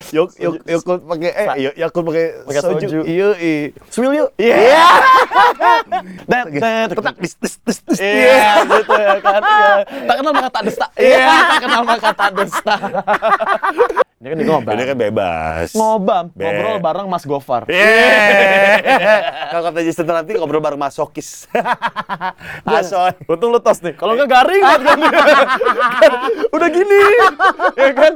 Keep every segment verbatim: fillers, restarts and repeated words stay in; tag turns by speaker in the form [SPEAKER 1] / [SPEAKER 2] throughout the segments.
[SPEAKER 1] Yuk, yuk, Yakult pakai eh, yuk, Yakult pakai
[SPEAKER 2] Pakai
[SPEAKER 1] soju.
[SPEAKER 2] soju.
[SPEAKER 1] Iya, iya.
[SPEAKER 2] Swil yuk.
[SPEAKER 1] Iya.
[SPEAKER 2] Dat, dat,
[SPEAKER 1] Tetak, tis, tis, tis, tis.
[SPEAKER 2] iya, gitu ya kan. Ya. Tak kenal maka tak desta. Iya, tak kenal maka tak desta. Ini kan di ngobam.
[SPEAKER 1] Ini kan bebas.
[SPEAKER 2] Ngobam,
[SPEAKER 1] Be-
[SPEAKER 2] ngobrol bareng Mas Gofar.
[SPEAKER 1] Iya. Kalau kata Justin nanti ngobrol bareng masokis. Asoy.
[SPEAKER 2] Untung lu tos nih. Kalau enggak garing kan. Kan udah gini. Ya kan?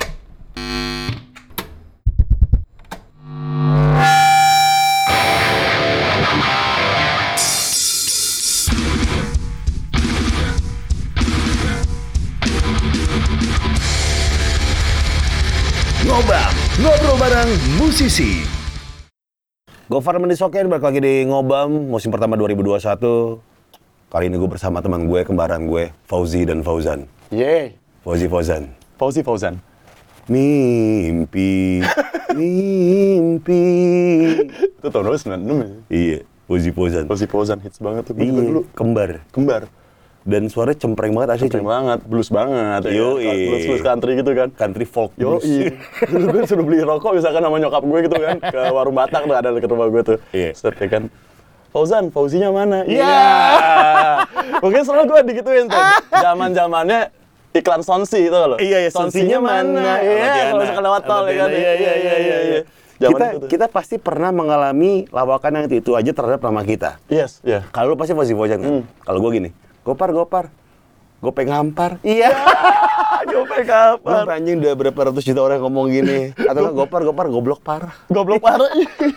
[SPEAKER 1] Ngobam, ngobrol bareng musisi. Gofar Mendisoken balik lagi di Ngobam musim pertama dua ribu dua puluh satu. Kali ini gue bersama teman gue, kembaran gue, Fauzi dan Fauzan.
[SPEAKER 2] Yeay.
[SPEAKER 1] Fauzi Fauzan.
[SPEAKER 2] Fauzi Fauzan.
[SPEAKER 1] Mimpi, mimpi.
[SPEAKER 2] Itu tahun sembilan puluh enam ya?
[SPEAKER 1] Iya, Fauzi Fauzan.
[SPEAKER 2] Fauzi Fauzan hits banget tuh. Gue juga
[SPEAKER 1] Iya,
[SPEAKER 2] dulu
[SPEAKER 1] kembar.
[SPEAKER 2] kembar.
[SPEAKER 1] Dan suaranya cempreng banget asli.
[SPEAKER 2] Keren banget, blues banget.
[SPEAKER 1] Yoi.
[SPEAKER 2] Ya. Blues blues country gitu kan.
[SPEAKER 1] Country folk blues.
[SPEAKER 2] Yoi. Dulu gue suruh beli rokok misalkan sama nyokap gue gitu kan. Ke warung Batak tuh ada dekat rumah gue tuh.
[SPEAKER 1] Iya.
[SPEAKER 2] Set ya kan. Fauzan, Fauzinya mana?
[SPEAKER 1] Iya.
[SPEAKER 2] Mungkin selalu gue digituin tuh. Zaman-zamannya iklan Sonsi itu loh.
[SPEAKER 1] Iya, iya,
[SPEAKER 2] Sonsinya
[SPEAKER 1] Sonsinya mana?
[SPEAKER 2] mana?
[SPEAKER 1] Sama
[SPEAKER 2] Iya,
[SPEAKER 1] Diana.
[SPEAKER 2] kalau misalkan lewat tol
[SPEAKER 1] Sama
[SPEAKER 2] ya kan.
[SPEAKER 1] Diana,
[SPEAKER 2] Iya, iya, iya, iya, iya. Zaman
[SPEAKER 1] Kita,
[SPEAKER 2] itu tuh.
[SPEAKER 1] kita pasti pernah mengalami lawakan yang itu aja terhadap nama kita.
[SPEAKER 2] Yes, iya.
[SPEAKER 1] Kalau lu pasti Fauzi Fauzan kan?
[SPEAKER 2] Hmm.
[SPEAKER 1] Kalau gue gini, gopar, gopar. Gope ngampar. Iya.
[SPEAKER 2] Gope
[SPEAKER 1] Lu
[SPEAKER 2] kapan?
[SPEAKER 1] anjing udah berapa ratus juta orang ngomong gini. Atau nggak gopar, gopar, goblok parah.
[SPEAKER 2] Goblok parah.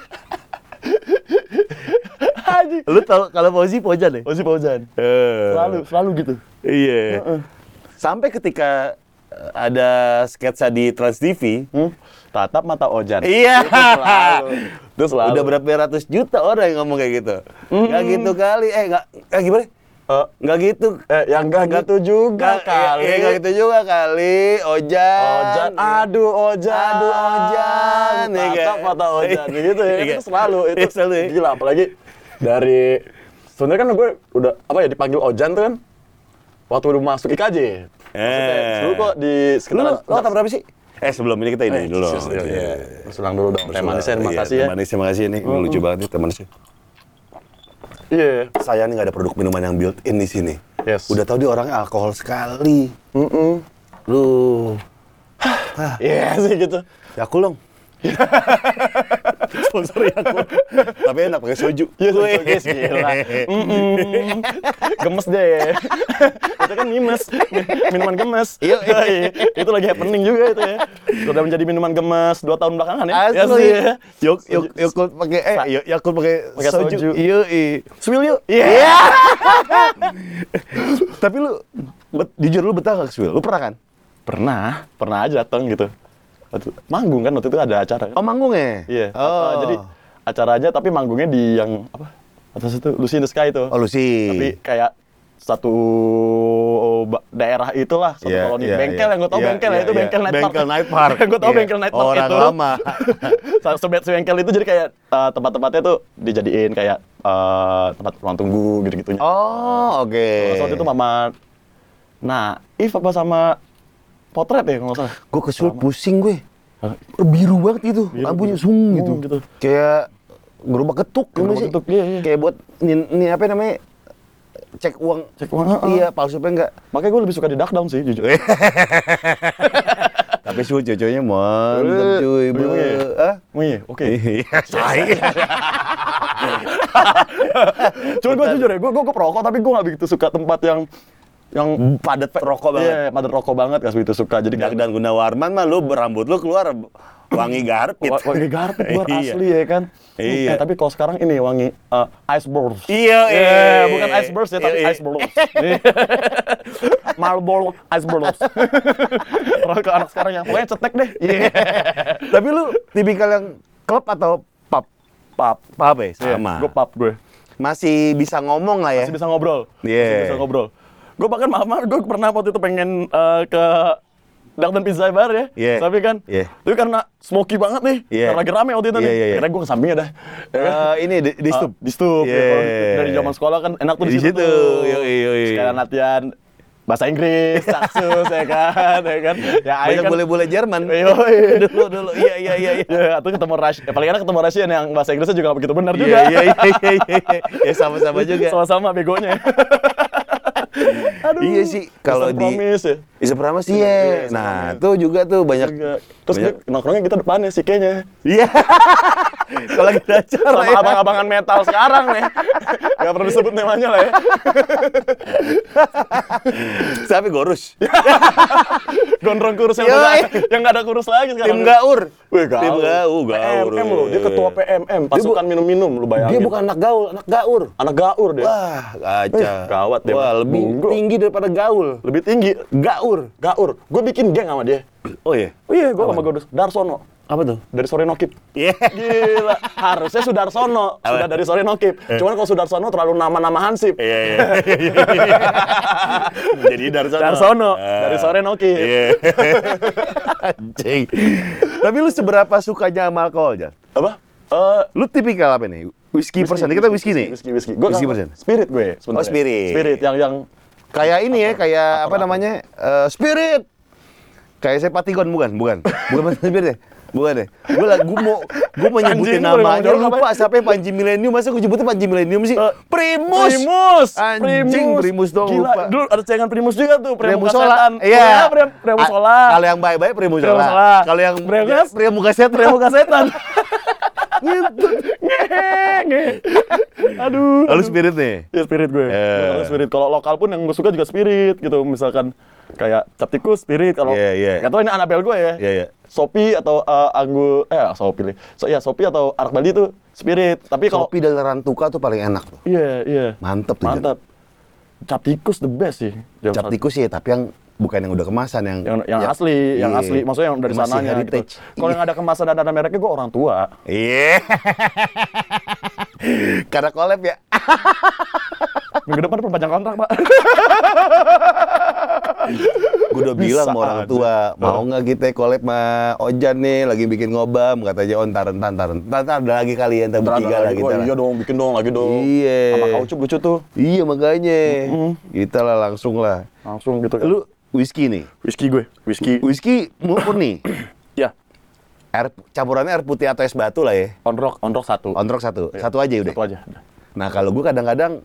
[SPEAKER 2] Anjing.
[SPEAKER 1] Lu tau kalau Fauzi Fauzan ya?
[SPEAKER 2] Fauzi Fauzan.
[SPEAKER 1] Eh.
[SPEAKER 2] Selalu, selalu gitu.
[SPEAKER 1] Iya. Sampai ketika eh, ada sketsa di Trans T V.
[SPEAKER 2] Hmm? Tatap mata Ojan.
[SPEAKER 1] Iya.
[SPEAKER 2] Itu selalu. Itu selalu.
[SPEAKER 1] Udah berapa ratus juta orang yang ngomong kayak gitu. Nggak gitu kali. Eh, nggak, eh gimana?
[SPEAKER 2] Eh,
[SPEAKER 1] Nggak gitu.
[SPEAKER 2] eh, yang enggak gitu juga
[SPEAKER 1] Nggak-
[SPEAKER 2] kali.
[SPEAKER 1] Iya, nggak gitu juga kali. Ojan.
[SPEAKER 2] Ojan, aduh Ojan,
[SPEAKER 1] Aduh, Ojan. Iya,
[SPEAKER 2] tatap
[SPEAKER 1] kan?
[SPEAKER 2] mata Ojan, gitu ya.
[SPEAKER 1] Iya.
[SPEAKER 2] Itu selalu, itu
[SPEAKER 1] Iya, selalu ya.
[SPEAKER 2] gila. Apalagi dari, sebenarnya kan gue udah, apa ya, dipanggil Ojan tuh kan, waktu udah masuk I K J. Maksudnya,
[SPEAKER 1] Eh.
[SPEAKER 2] dulu kok di
[SPEAKER 1] Lu,
[SPEAKER 2] sekitaran...
[SPEAKER 1] lu angkatan berapa sih? Eh, sebelum ini kita ini
[SPEAKER 2] Eh,
[SPEAKER 1] dulu.
[SPEAKER 2] Jesus, iya, iya. Bersulang dulu dong. Teh
[SPEAKER 1] Bersulang.
[SPEAKER 2] manisnya, terima
[SPEAKER 1] Iya,
[SPEAKER 2] kasih
[SPEAKER 1] teh
[SPEAKER 2] ya.
[SPEAKER 1] manis, terima kasih ini. Ini lucu banget nih teh manisnya.
[SPEAKER 2] Iya.
[SPEAKER 1] Saya nih nggak ada produk minuman yang built-in di sini.
[SPEAKER 2] Yes.
[SPEAKER 1] Udah tahu dia orangnya alkohol sekali.
[SPEAKER 2] Mm-mm.
[SPEAKER 1] Lu
[SPEAKER 2] Iya sih gitu.
[SPEAKER 1] Yakult dong. Sponsor Yakult. Tapi enak pakai soju.
[SPEAKER 2] Iya, guys, gila. Mm-mm. Gemes deh. Itu kan mimes, minuman gemes.
[SPEAKER 1] Iya, iya.
[SPEAKER 2] Itu lagi happening juga itu ya. Sudah menjadi minuman gemes dua tahun belakangan ya.
[SPEAKER 1] Asli.
[SPEAKER 2] Ya sih ya.
[SPEAKER 1] Yuk, yuk, Yakult pakai eh,
[SPEAKER 2] Sa-
[SPEAKER 1] yuk, Yakult pakai
[SPEAKER 2] Pakai
[SPEAKER 1] soju.
[SPEAKER 2] soju.
[SPEAKER 1] Iya, iya.
[SPEAKER 2] Swil yuk.
[SPEAKER 1] Iya. Tapi lu bet- jujur lu betah nggak Swil? Lu pernah kan?
[SPEAKER 2] Pernah, pernah aja datang gitu. Waktu, manggung kan waktu itu ada acara.
[SPEAKER 1] Oh, manggung ya?
[SPEAKER 2] Iya.
[SPEAKER 1] Oh.
[SPEAKER 2] Apa, jadi acaranya tapi manggungnya di yang apa? Atas itu Lucy in the Sky itu.
[SPEAKER 1] Oh, Lucy.
[SPEAKER 2] Tapi kayak satu ba- daerah itulah, satu
[SPEAKER 1] Iya,
[SPEAKER 2] koloni
[SPEAKER 1] iya,
[SPEAKER 2] bengkel
[SPEAKER 1] iya.
[SPEAKER 2] yang gue tau
[SPEAKER 1] Iya,
[SPEAKER 2] bengkel ya
[SPEAKER 1] iya,
[SPEAKER 2] itu
[SPEAKER 1] iya.
[SPEAKER 2] bengkel night park.
[SPEAKER 1] Bengkel night park.
[SPEAKER 2] Yang gue tau
[SPEAKER 1] Iya.
[SPEAKER 2] bengkel night park
[SPEAKER 1] Orang
[SPEAKER 2] itu.
[SPEAKER 1] lama.
[SPEAKER 2] Sebet bengkel itu jadi kayak uh, tempat-tempatnya tuh dijadiin kayak uh, tempat ruang tunggu gitu-gitunya.
[SPEAKER 1] Oh, oke.
[SPEAKER 2] Terus waktu itu Mama Naif apa sama Potret ya kalau nggak salah.
[SPEAKER 1] Gue kesul pusing gue.
[SPEAKER 2] Hah?
[SPEAKER 1] Biru banget itu,
[SPEAKER 2] Biru,
[SPEAKER 1] lampunya
[SPEAKER 2] biru.
[SPEAKER 1] sung
[SPEAKER 2] Oh,
[SPEAKER 1] gitu.
[SPEAKER 2] gitu.
[SPEAKER 1] Kayak gerobak ketuk,
[SPEAKER 2] Gerobak
[SPEAKER 1] gimana sih?
[SPEAKER 2] ketuk, iya, iya.
[SPEAKER 1] Kayak buat ini, ini apa namanya? Cek uang.
[SPEAKER 2] Cek uang, heeh.
[SPEAKER 1] Iya, palsu apa enggak?
[SPEAKER 2] Makanya gue lebih suka di duck down sih jujur.
[SPEAKER 1] Tapi su cucunya mantep
[SPEAKER 2] Eh,
[SPEAKER 1] cuy, bu.
[SPEAKER 2] emang iya?
[SPEAKER 1] Hah?
[SPEAKER 2] Oh iya, oke.
[SPEAKER 1] Iya, say.
[SPEAKER 2] Cuma gue jujur ya, gue gue perokok tapi gue nggak begitu suka tempat yang yang
[SPEAKER 1] Padat rokok banget.
[SPEAKER 2] Iya, padat rokok banget, gak begitu suka. Jadi
[SPEAKER 1] Dan Gunawarman mah lu berambut lu keluar wangi garpit.
[SPEAKER 2] Wa- wangi garpit keluar
[SPEAKER 1] Iya.
[SPEAKER 2] asli ya kan.
[SPEAKER 1] Iya.
[SPEAKER 2] Eh, tapi kalau sekarang ini wangi uh, ice burst.
[SPEAKER 1] Iya, iya.
[SPEAKER 2] Eh, bukan ice burst ya, tapi
[SPEAKER 1] Iya, iya.
[SPEAKER 2] ice burst. Marlboro ice burst. Kalau ke anak sekarang yang pokoknya cetek deh.
[SPEAKER 1] Iya. Tapi lu tipikal yang klub atau pub?
[SPEAKER 2] Pap.
[SPEAKER 1] Pub ya? Sama.
[SPEAKER 2] Gue pap gue.
[SPEAKER 1] Masih bisa ngomong lah ya?
[SPEAKER 2] Masih bisa ngobrol.
[SPEAKER 1] Iya.
[SPEAKER 2] Masih bisa ngobrol. Gue bahkan maaf, gue pernah waktu itu pengen uh, ke Duck dan Pizza Bar ya,
[SPEAKER 1] Iya.
[SPEAKER 2] tapi kan,
[SPEAKER 1] Iya.
[SPEAKER 2] tapi karena smoky banget nih,
[SPEAKER 1] Iya.
[SPEAKER 2] karena lagi rame waktu itu
[SPEAKER 1] Iya,
[SPEAKER 2] nih,
[SPEAKER 1] iya, iya.
[SPEAKER 2] akhirnya gue ke sampingnya dah. Ya kan?
[SPEAKER 1] Eh, ini di, di stup.
[SPEAKER 2] Ah, di stup.
[SPEAKER 1] Iya.
[SPEAKER 2] Ya, kalau dari zaman sekolah kan enak tuh di,
[SPEAKER 1] Di
[SPEAKER 2] situ.
[SPEAKER 1] situ.
[SPEAKER 2] tuh.
[SPEAKER 1] Yoi, yoi.
[SPEAKER 2] Sekalian latihan bahasa Inggris, Saxus, ya kan, ya kan. Ya,
[SPEAKER 1] Banyak
[SPEAKER 2] kan,
[SPEAKER 1] bule-bule Jerman.
[SPEAKER 2] Yoi.
[SPEAKER 1] dulu dulu. Iya iya iya. iya.
[SPEAKER 2] Ya, atau ketemu Russian. Ya, paling enak ketemu Russian yang bahasa Inggrisnya juga nggak begitu benar juga.
[SPEAKER 1] Iya iya iya iya. iya. Ya sama-sama juga.
[SPEAKER 2] Sama-sama begonya. Aduh.
[SPEAKER 1] Iya sih kalau
[SPEAKER 2] Mister
[SPEAKER 1] di
[SPEAKER 2] Promise ya.
[SPEAKER 1] Bisa Promise iya.
[SPEAKER 2] Iya,
[SPEAKER 1] Nah, tuh juga tuh banyak.
[SPEAKER 2] Juga. Terus
[SPEAKER 1] banyak.
[SPEAKER 2] dia nongkrongnya kita depannya sih kayaknya.
[SPEAKER 1] Iya. Kalau kita acara
[SPEAKER 2] Sama
[SPEAKER 1] ya.
[SPEAKER 2] abang-abangan metal sekarang nih. Gak perlu disebut namanya lah ya.
[SPEAKER 1] Tapi Gorus.
[SPEAKER 2] Gondrong kurus yang
[SPEAKER 1] Yoi.
[SPEAKER 2] udah yang nggak ada kurus lagi sekarang.
[SPEAKER 1] Tim Gaur.
[SPEAKER 2] Wih, gaul.
[SPEAKER 1] Tim Gaul, Gaur.
[SPEAKER 2] P M M loh, dia ketua P M M, pasukan minum-minum lu bayangin.
[SPEAKER 1] Dia bukan anak gaul, anak gaur.
[SPEAKER 2] anak gaur dia.
[SPEAKER 1] Wah, kaca.
[SPEAKER 2] Eh, gawat dia.
[SPEAKER 1] Wah, lebih
[SPEAKER 2] Bunggo.
[SPEAKER 1] tinggi daripada gaul.
[SPEAKER 2] Lebih tinggi.
[SPEAKER 1] Gaur.
[SPEAKER 2] Gaur. Gue bikin geng sama dia.
[SPEAKER 1] Oh iya.
[SPEAKER 2] Oh iya, gue sama Godus. Darsono.
[SPEAKER 1] Apa tuh?
[SPEAKER 2] Dari sore nokip.
[SPEAKER 1] Iya.
[SPEAKER 2] Gila. Harusnya Sudarsono. Sudah dari sore nokip. Cuman kalau Sudarsono terlalu nama-nama hansip.
[SPEAKER 1] Iya, iya. Jadi Darsono.
[SPEAKER 2] Darsono.
[SPEAKER 1] Ah.
[SPEAKER 2] Dari sore nokip.
[SPEAKER 1] Iya. Anjing. Tapi lu seberapa sukanya sama alkohol, Jan?
[SPEAKER 2] Apa? Eh,
[SPEAKER 1] Lu tipikal apa nih? Whisky persen. Kita whisky nih.
[SPEAKER 2] Whisky, whisky. Gue
[SPEAKER 1] Whisky persen.
[SPEAKER 2] Spirit gue sebenarnya.
[SPEAKER 1] Oh, spirit.
[SPEAKER 2] Spirit yang yang
[SPEAKER 1] Kayak ini ya, kayak apa namanya? Eh, Spirit. Kayak saya Patigon bukan? Bukan. Bukan Spirit ya? Bukan deh. Gue lah, gue mau, gue mau nyebutin
[SPEAKER 2] Anjing, lu boleh
[SPEAKER 1] namanya.
[SPEAKER 2] ngomong
[SPEAKER 1] Lupa siapa yang Panji Millennium. Masa gue nyebutin Panji Millennium sih?
[SPEAKER 2] Eh,
[SPEAKER 1] Primus.
[SPEAKER 2] Primus.
[SPEAKER 1] Anjing, Primus dong.
[SPEAKER 2] Gila,
[SPEAKER 1] Lupa.
[SPEAKER 2] dulu ada sayangan Primus juga tuh,
[SPEAKER 1] Primus
[SPEAKER 2] Primus
[SPEAKER 1] Sola. Iya.
[SPEAKER 2] Primus Primus
[SPEAKER 1] A-
[SPEAKER 2] Sola.
[SPEAKER 1] Kalau yang baik-baik Primus
[SPEAKER 2] Primus
[SPEAKER 1] Sola.
[SPEAKER 2] Sola.
[SPEAKER 1] Kalau yang
[SPEAKER 2] Primus?
[SPEAKER 1] Primus Kaset,
[SPEAKER 2] Primus kasetan.
[SPEAKER 1] Ngintut.
[SPEAKER 2] Ngehe, ngehe. Aduh.
[SPEAKER 1] Lalu
[SPEAKER 2] aduh.
[SPEAKER 1] Spirit nih.
[SPEAKER 2] Ya Spirit gue.
[SPEAKER 1] Eh.
[SPEAKER 2] Kalau Spirit. Kalau lokal pun yang gue suka juga Spirit gitu. Misalkan kayak Cap Tikus, Spirit. Kalau
[SPEAKER 1] Iya, iya.
[SPEAKER 2] nggak tahu ini Anabel gue ya.
[SPEAKER 1] Iya, iya.
[SPEAKER 2] Sopi atau uh, Anggu eh Sopi. So ya Sopi atau Arak Bali itu Spirit. Tapi kalau
[SPEAKER 1] Kopi dan Rantuka tuh paling enak tuh.
[SPEAKER 2] iya, iya.
[SPEAKER 1] Mantep tuh.
[SPEAKER 2] Mantap. Cap Tikus the best sih. Jam
[SPEAKER 1] Cap
[SPEAKER 2] satu.
[SPEAKER 1] tikus sih, tapi yang bukan yang udah kemasan, yang
[SPEAKER 2] yang yang
[SPEAKER 1] ya-
[SPEAKER 2] asli, yang
[SPEAKER 1] iya.
[SPEAKER 2] asli, maksudnya yang dari
[SPEAKER 1] Masih
[SPEAKER 2] sananya
[SPEAKER 1] heritage.
[SPEAKER 2] gitu. Kalau yang ada kemasan dan ada mereknya, gue orang tua.
[SPEAKER 1] Iya. Karena collab ya.
[SPEAKER 2] Minggu depan perpanjang kontrak, Pak.
[SPEAKER 1] Gue udah bilang sama orang
[SPEAKER 2] aja.
[SPEAKER 1] tua, mau nggak kita collab sama Ojan nih, lagi bikin ngobam, katanya on tar entar entar entar entar ada lagi kali ya, entar
[SPEAKER 2] Ntar ada
[SPEAKER 1] bertiga lah
[SPEAKER 2] lagi.
[SPEAKER 1] kita.
[SPEAKER 2] Wah,
[SPEAKER 1] lah.
[SPEAKER 2] iya dong, bikin dong lagi dong.
[SPEAKER 1] Iya.
[SPEAKER 2] Sama Kaucup lucu tuh.
[SPEAKER 1] Iya makanya, kita lah langsung lah.
[SPEAKER 2] Langsung gitu.
[SPEAKER 1] Lu whisky nih,
[SPEAKER 2] whisky gue, whisky.
[SPEAKER 1] whisky murni,
[SPEAKER 2] Ya,
[SPEAKER 1] air campurannya air putih atau es batu lah ya.
[SPEAKER 2] on rock, on rock satu.
[SPEAKER 1] On rock satu,
[SPEAKER 2] Iya.
[SPEAKER 1] satu aja udah.
[SPEAKER 2] Satu aja.
[SPEAKER 1] Nah kalau gue kadang-kadang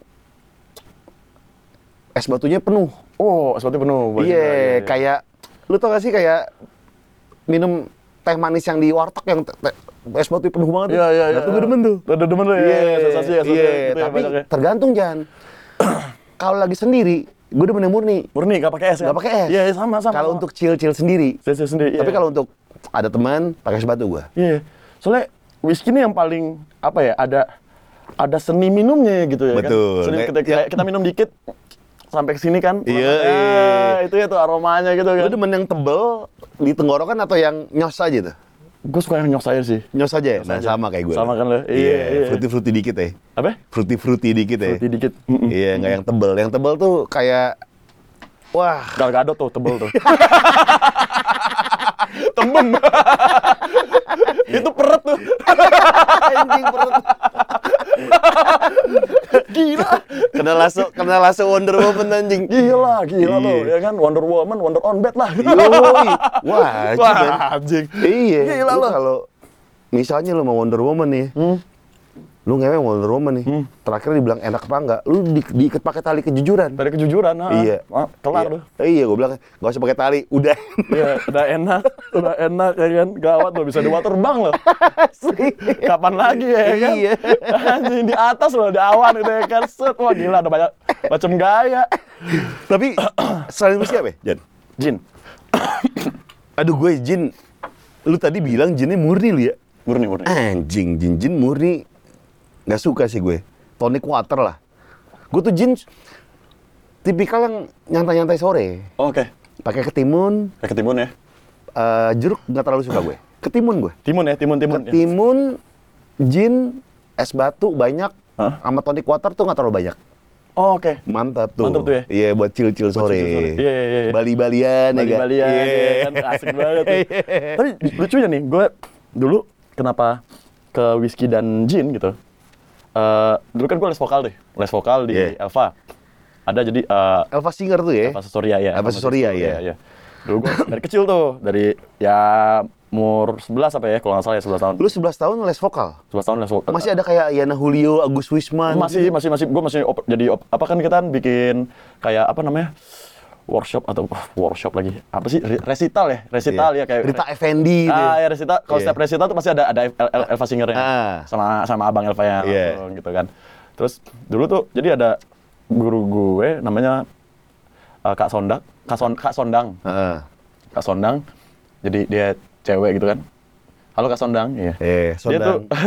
[SPEAKER 1] es batunya penuh.
[SPEAKER 2] Oh, seperti penuh. boleh
[SPEAKER 1] Iya,
[SPEAKER 2] juga, iya.
[SPEAKER 1] kayak lu tau gak sih kayak minum teh manis yang di warteg yang te- te- es batu penuh banget.
[SPEAKER 2] Iya, iya, iya.
[SPEAKER 1] Nah, tuh gue demen tuh.
[SPEAKER 2] Udah demen lu ya,
[SPEAKER 1] Iya,
[SPEAKER 2] sensasi ya,
[SPEAKER 1] iya.
[SPEAKER 2] gitu ya,
[SPEAKER 1] Tapi
[SPEAKER 2] banyak ya.
[SPEAKER 1] tergantung Jan. Kalau lagi sendiri, gue demen yang murni.
[SPEAKER 2] Murni, gak pakai es kan?
[SPEAKER 1] Gak pakai es.
[SPEAKER 2] Iya, iya, sama, sama.
[SPEAKER 1] Kalau untuk chill-chill sendiri.
[SPEAKER 2] saya sendiri.
[SPEAKER 1] Tapi
[SPEAKER 2] iya.
[SPEAKER 1] kalau untuk ada teman, pakai es batu gue.
[SPEAKER 2] Iya, soalnya whisky ini yang paling apa ya? Ada ada seni minumnya gitu ya
[SPEAKER 1] Betul.
[SPEAKER 2] kan. Seni
[SPEAKER 1] Kayak-
[SPEAKER 2] kita,
[SPEAKER 1] ya.
[SPEAKER 2] kita minum dikit sampai ke sini kan.
[SPEAKER 1] Iya,
[SPEAKER 2] Ah,
[SPEAKER 1] iya.
[SPEAKER 2] itu ya tuh aromanya gitu
[SPEAKER 1] Lu
[SPEAKER 2] kan.
[SPEAKER 1] demen yang tebel di tenggorokan atau yang nyos aja tuh?
[SPEAKER 2] Gue suka yang nyos air sih.
[SPEAKER 1] Nyos aja ya? Nah,
[SPEAKER 2] aja.
[SPEAKER 1] sama kayak gue.
[SPEAKER 2] Sama kan lo? Iya, iya.
[SPEAKER 1] Fruity-fruity dikit ya.
[SPEAKER 2] Apa?
[SPEAKER 1] Fruity-fruity dikit ya.
[SPEAKER 2] Fruity dikit. Mm-mm.
[SPEAKER 1] Iya, nggak yang tebel. Yang tebel tuh kayak wah,
[SPEAKER 2] Gal Gadot tuh tebel tuh. Tembem. Itu peret tuh.
[SPEAKER 1] anjing perut.
[SPEAKER 2] Gila.
[SPEAKER 1] Kena lasso, kena lasso Wonder Woman anjing.
[SPEAKER 2] Gila, gila
[SPEAKER 1] Iya.
[SPEAKER 2] lo. Ya kan Wonder Woman, Wonder on Bed lah.
[SPEAKER 1] Yoi. Wah,
[SPEAKER 2] Wah,
[SPEAKER 1] men.
[SPEAKER 2] anjing.
[SPEAKER 1] Iya.
[SPEAKER 2] Gila
[SPEAKER 1] Lu
[SPEAKER 2] lo.
[SPEAKER 1] kalau misalnya lu mau Wonder Woman nih,
[SPEAKER 2] Hmm.
[SPEAKER 1] lu ngewe Wonder Woman nih, terakhir dibilang enak apa enggak, lu di, diikat pakai tali kejujuran.
[SPEAKER 2] Dari kejujuran, ah.
[SPEAKER 1] Iya.
[SPEAKER 2] Ah, kelar
[SPEAKER 1] iya.
[SPEAKER 2] tuh.
[SPEAKER 1] Eh, iya, gue bilang nggak usah pakai tali, udah.
[SPEAKER 2] Iya, udah enak, udah enak ya kan. Gawat loh, bisa dibawa terbang loh. Kapan lagi ya kan?
[SPEAKER 1] Iya.
[SPEAKER 2] Anjing di atas loh, di awan gitu ya kan. Set, wah gila, ada banyak macam gaya.
[SPEAKER 1] Tapi selain whisky apa ya, Jan?
[SPEAKER 2] Jin,
[SPEAKER 1] Aduh, gue Jin. Lu tadi bilang jinnya murni lu ya?
[SPEAKER 2] murni murni.
[SPEAKER 1] Anjing, jin jin murni nggak suka sih gue. Tonic water lah. Gue tuh jin tipikal yang nyantai-nyantai sore.
[SPEAKER 2] Oke,
[SPEAKER 1] Pakai ketimun,
[SPEAKER 2] kayak ketimun ya.
[SPEAKER 1] eh, jeruk nggak terlalu suka gue. Ketimun gue.
[SPEAKER 2] Timun ya, timun timun. Ya.
[SPEAKER 1] Ketimun, jin, es batu banyak,
[SPEAKER 2] Hah?
[SPEAKER 1] sama tonic water tuh nggak terlalu banyak.
[SPEAKER 2] Oh, oke.
[SPEAKER 1] Mantap tuh.
[SPEAKER 2] Mantap tuh ya?
[SPEAKER 1] Iya, buat chill-chill sore.
[SPEAKER 2] chill-chill sore. Iya, iya, iya.
[SPEAKER 1] Bali-balian ya kan?
[SPEAKER 2] Bali-balian,
[SPEAKER 1] Iya.
[SPEAKER 2] ya kan asik banget. Tuh. Tapi lucunya nih, gue dulu kenapa ke whisky dan gin gitu. Eh, dulu kan gue les vokal deh, les vokal di
[SPEAKER 1] Iya.
[SPEAKER 2] Elva. ada jadi uh,
[SPEAKER 1] Elva Singer tuh ya?
[SPEAKER 2] Elva Susoria ya.
[SPEAKER 1] Elva Susoria ya.
[SPEAKER 2] ya. Dulu gue dari kecil tuh, dari ya umur sebelas apa ya, kalau nggak salah ya sebelas tahun.
[SPEAKER 1] Lu sebelas tahun les vokal?
[SPEAKER 2] sebelas tahun les vokal.
[SPEAKER 1] Masih ada kayak Yana Julio, Agus Wisman?
[SPEAKER 2] Masih, masih, masih. Gue masih op, jadi op, apa kan kita kan bikin kayak apa namanya? Workshop atau uh, workshop lagi. Apa sih? Re- Resital ya? Resital
[SPEAKER 1] Iya.
[SPEAKER 2] ya kayak
[SPEAKER 1] Rita Effendi gitu
[SPEAKER 2] Ah,
[SPEAKER 1] ya?
[SPEAKER 2] ya resital. Kalau
[SPEAKER 1] Iya.
[SPEAKER 2] setiap resital tuh pasti ada ada El- El- Elva Singernya.
[SPEAKER 1] Ah.
[SPEAKER 2] Sama sama abang Elva yang
[SPEAKER 1] Iya.
[SPEAKER 2] langsung gitu kan. Terus dulu tuh jadi ada guru gue namanya uh, Kak Sondak, Kak, Son, Kak Sondang.
[SPEAKER 1] Heeh.
[SPEAKER 2] Kak Sondang. Jadi dia cewek gitu kan. Halo Kak Sondang, iya.
[SPEAKER 1] Eh,
[SPEAKER 2] Dia tuh
[SPEAKER 1] Sondang.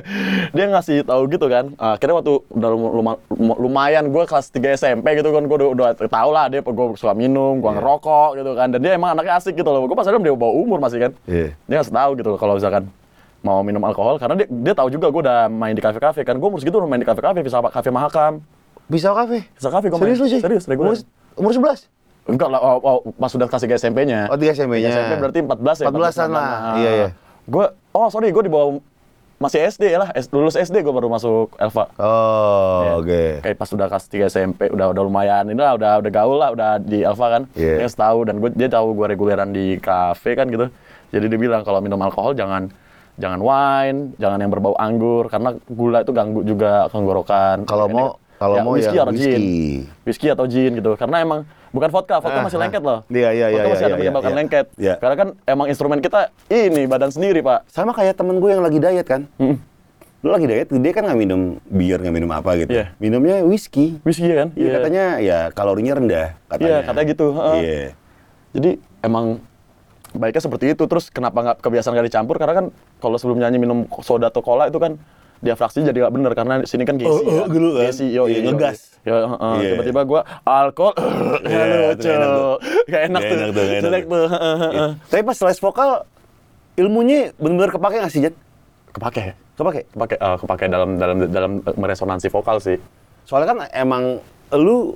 [SPEAKER 2] dia ngasih tahu gitu kan. Akhirnya waktu udah luma- luma- lumayan gue kelas tiga S M P gitu kan, gue udah, udah tahu lah dia gue suka minum, gue
[SPEAKER 1] Iya.
[SPEAKER 2] ngerokok gitu kan. Dan dia emang anaknya asik gitu loh. Gue pas dia udah bawa umur masih kan.
[SPEAKER 1] Iya.
[SPEAKER 2] Dia ngasih tahu gitu loh kalau misalkan mau minum alkohol karena dia dia tahu juga gue udah main di kafe-kafe kan. Gue umur segitu udah main di kafe-kafe, bisa kafe Mahakam.
[SPEAKER 1] Bisa kafe?
[SPEAKER 2] Bisa kafe gue main.
[SPEAKER 1] Serius lu sih?
[SPEAKER 2] Serius, reguler.
[SPEAKER 1] Umur, umur sebelas?
[SPEAKER 2] Enggak lah, oh, oh, pas udah kelas tiga S M P-nya.
[SPEAKER 1] Oh, tiga S M P-nya.
[SPEAKER 2] tiga S M P berarti empat belas ya?
[SPEAKER 1] empat belasan lah,
[SPEAKER 2] Nah,
[SPEAKER 1] iya, iya.
[SPEAKER 2] Gue, oh sorry, gue di bawah masih S D lah, S- lulus S D gue baru masuk Elva.
[SPEAKER 1] Oh,
[SPEAKER 2] Ya.
[SPEAKER 1] oke.
[SPEAKER 2] Kayak pas udah kelas tiga S M P, udah udah lumayan, ini lah, udah udah gaul lah, udah di Elva kan.
[SPEAKER 1] Iya.
[SPEAKER 2] Dia tahu dan gue dia tahu gue reguleran di kafe kan gitu. Jadi dia bilang kalau minum alkohol jangan jangan wine, jangan yang berbau anggur karena gula itu ganggu juga tenggorokan.
[SPEAKER 1] Kalau
[SPEAKER 2] Makanya,
[SPEAKER 1] mau kalau
[SPEAKER 2] ya,
[SPEAKER 1] mau
[SPEAKER 2] whisky
[SPEAKER 1] yang
[SPEAKER 2] atau
[SPEAKER 1] whisky.
[SPEAKER 2] gin. Whisky atau gin gitu. Karena emang bukan vodka, vodka
[SPEAKER 1] Ah,
[SPEAKER 2] masih
[SPEAKER 1] ah.
[SPEAKER 2] lengket loh.
[SPEAKER 1] Iya, iya,
[SPEAKER 2] Vodka
[SPEAKER 1] iya,
[SPEAKER 2] masih
[SPEAKER 1] iya,
[SPEAKER 2] ada
[SPEAKER 1] iya,
[SPEAKER 2] menyebabkan
[SPEAKER 1] iya.
[SPEAKER 2] lengket.
[SPEAKER 1] Iya.
[SPEAKER 2] Karena kan emang instrumen kita ini badan sendiri, Pak.
[SPEAKER 1] Sama kayak temen gue yang lagi diet kan.
[SPEAKER 2] Mm.
[SPEAKER 1] Lu lagi diet, dia kan nggak minum bir, nggak minum apa gitu.
[SPEAKER 2] Iya.
[SPEAKER 1] Minumnya whisky.
[SPEAKER 2] Whisky kan?
[SPEAKER 1] Iya, katanya ya kalorinya rendah katanya.
[SPEAKER 2] Iya, katanya gitu. heeh.
[SPEAKER 1] Iya.
[SPEAKER 2] Jadi emang baiknya seperti itu. Terus kenapa nggak kebiasaan nggak dicampur? Karena kan kalau sebelum nyanyi minum soda atau cola itu kan diafraksi jadi nggak bener karena di sini kan
[SPEAKER 1] Oh,
[SPEAKER 2] gizi.
[SPEAKER 1] oh,
[SPEAKER 2] kan.
[SPEAKER 1] gitu kan.
[SPEAKER 2] Gizi, yo,
[SPEAKER 1] Iya,
[SPEAKER 2] yo,
[SPEAKER 1] ngegas.
[SPEAKER 2] Ya, heeh.
[SPEAKER 1] Iya.
[SPEAKER 2] Tiba-tiba gua alkohol,
[SPEAKER 1] Iya,
[SPEAKER 2] lucu,
[SPEAKER 1] itu enak tuh.
[SPEAKER 2] gak enak
[SPEAKER 1] Nggak
[SPEAKER 2] tuh,
[SPEAKER 1] enak tuh, nggak enak
[SPEAKER 2] jelek
[SPEAKER 1] tuh.
[SPEAKER 2] tuh. heeh,
[SPEAKER 1] Iya.
[SPEAKER 2] heeh.
[SPEAKER 1] Tapi pas les vokal ilmunya bener-bener kepake nggak sih, Jan?
[SPEAKER 2] Kepake,
[SPEAKER 1] Kepake.
[SPEAKER 2] kepake, eh, kepake dalam dalam dalam meresonansi vokal sih.
[SPEAKER 1] Soalnya kan emang lu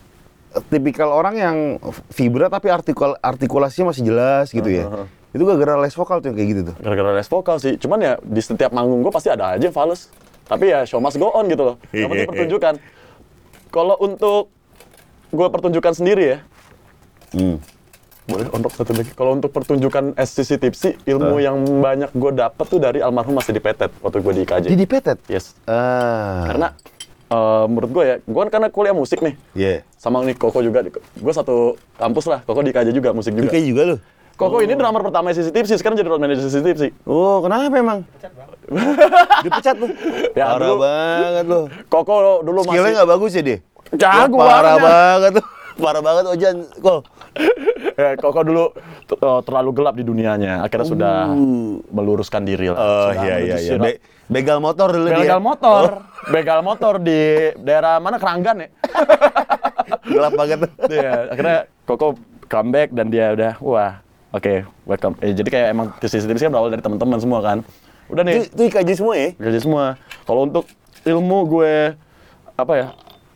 [SPEAKER 1] tipikal orang yang vibra tapi artikul artikulasinya masih jelas gitu ya.
[SPEAKER 2] Heeh.
[SPEAKER 1] Itu gara-gara les vokal tuh yang kayak gitu tuh.
[SPEAKER 2] Gara-gara les vokal sih. Cuman ya di setiap manggung gue pasti ada aja yang fales. Tapi ya show must go on gitu loh. Yang penting pertunjukan. Kalau untuk gue pertunjukan sendiri ya,
[SPEAKER 1] Hmm.
[SPEAKER 2] boleh untuk satu lagi. Kalau untuk pertunjukan S C C Tipsy, ilmu yang banyak gue dapet tuh dari almarhum Mas Didi Petet waktu gue di I K J.
[SPEAKER 1] Jadi petet.
[SPEAKER 2] Yes.
[SPEAKER 1] Ah.
[SPEAKER 2] Karena eh, menurut gue ya, gue kan karena kuliah musik nih.
[SPEAKER 1] Iya.
[SPEAKER 2] Sama nih Koko juga. Gue satu kampus lah. Koko di I K J juga, musik juga.
[SPEAKER 1] Kayak juga lu.
[SPEAKER 2] Koko ini drummer pertama S C C Tipsy, sekarang jadi road manager S C C Tipsy.
[SPEAKER 1] Oh, kenapa emang? Dipecat lu.
[SPEAKER 2] Ya,
[SPEAKER 1] Parah
[SPEAKER 2] dulu-
[SPEAKER 1] banget lu.
[SPEAKER 2] Koko dulu
[SPEAKER 1] Skillnya
[SPEAKER 2] masih...
[SPEAKER 1] nggak bagus ya dia?
[SPEAKER 2] Jago
[SPEAKER 1] Wah, parah
[SPEAKER 2] banget.
[SPEAKER 1] banget lu. Parah banget Ojan. Kok?
[SPEAKER 2] Ya, Koko dulu t- eh, terlalu gelap di dunianya. Akhirnya sudah meluruskan diri lah.
[SPEAKER 1] Oh
[SPEAKER 2] Sudah
[SPEAKER 1] iya
[SPEAKER 2] menuju
[SPEAKER 1] iya iya.
[SPEAKER 2] sirat.
[SPEAKER 1] Be- begal motor dulu dia.
[SPEAKER 2] Begal motor, begal motor di daerah mana Keranggan ya.
[SPEAKER 1] Gelap banget.
[SPEAKER 2] Iya, akhirnya Koko comeback dan dia udah wah, oke, welcome. Eh, jadi kayak emang C C T V kan berawal dari teman-teman semua kan. Udah
[SPEAKER 1] Itu,
[SPEAKER 2] nih,
[SPEAKER 1] itu I K J semua ya?
[SPEAKER 2] gaji semua. Kalau untuk ilmu gue apa ya?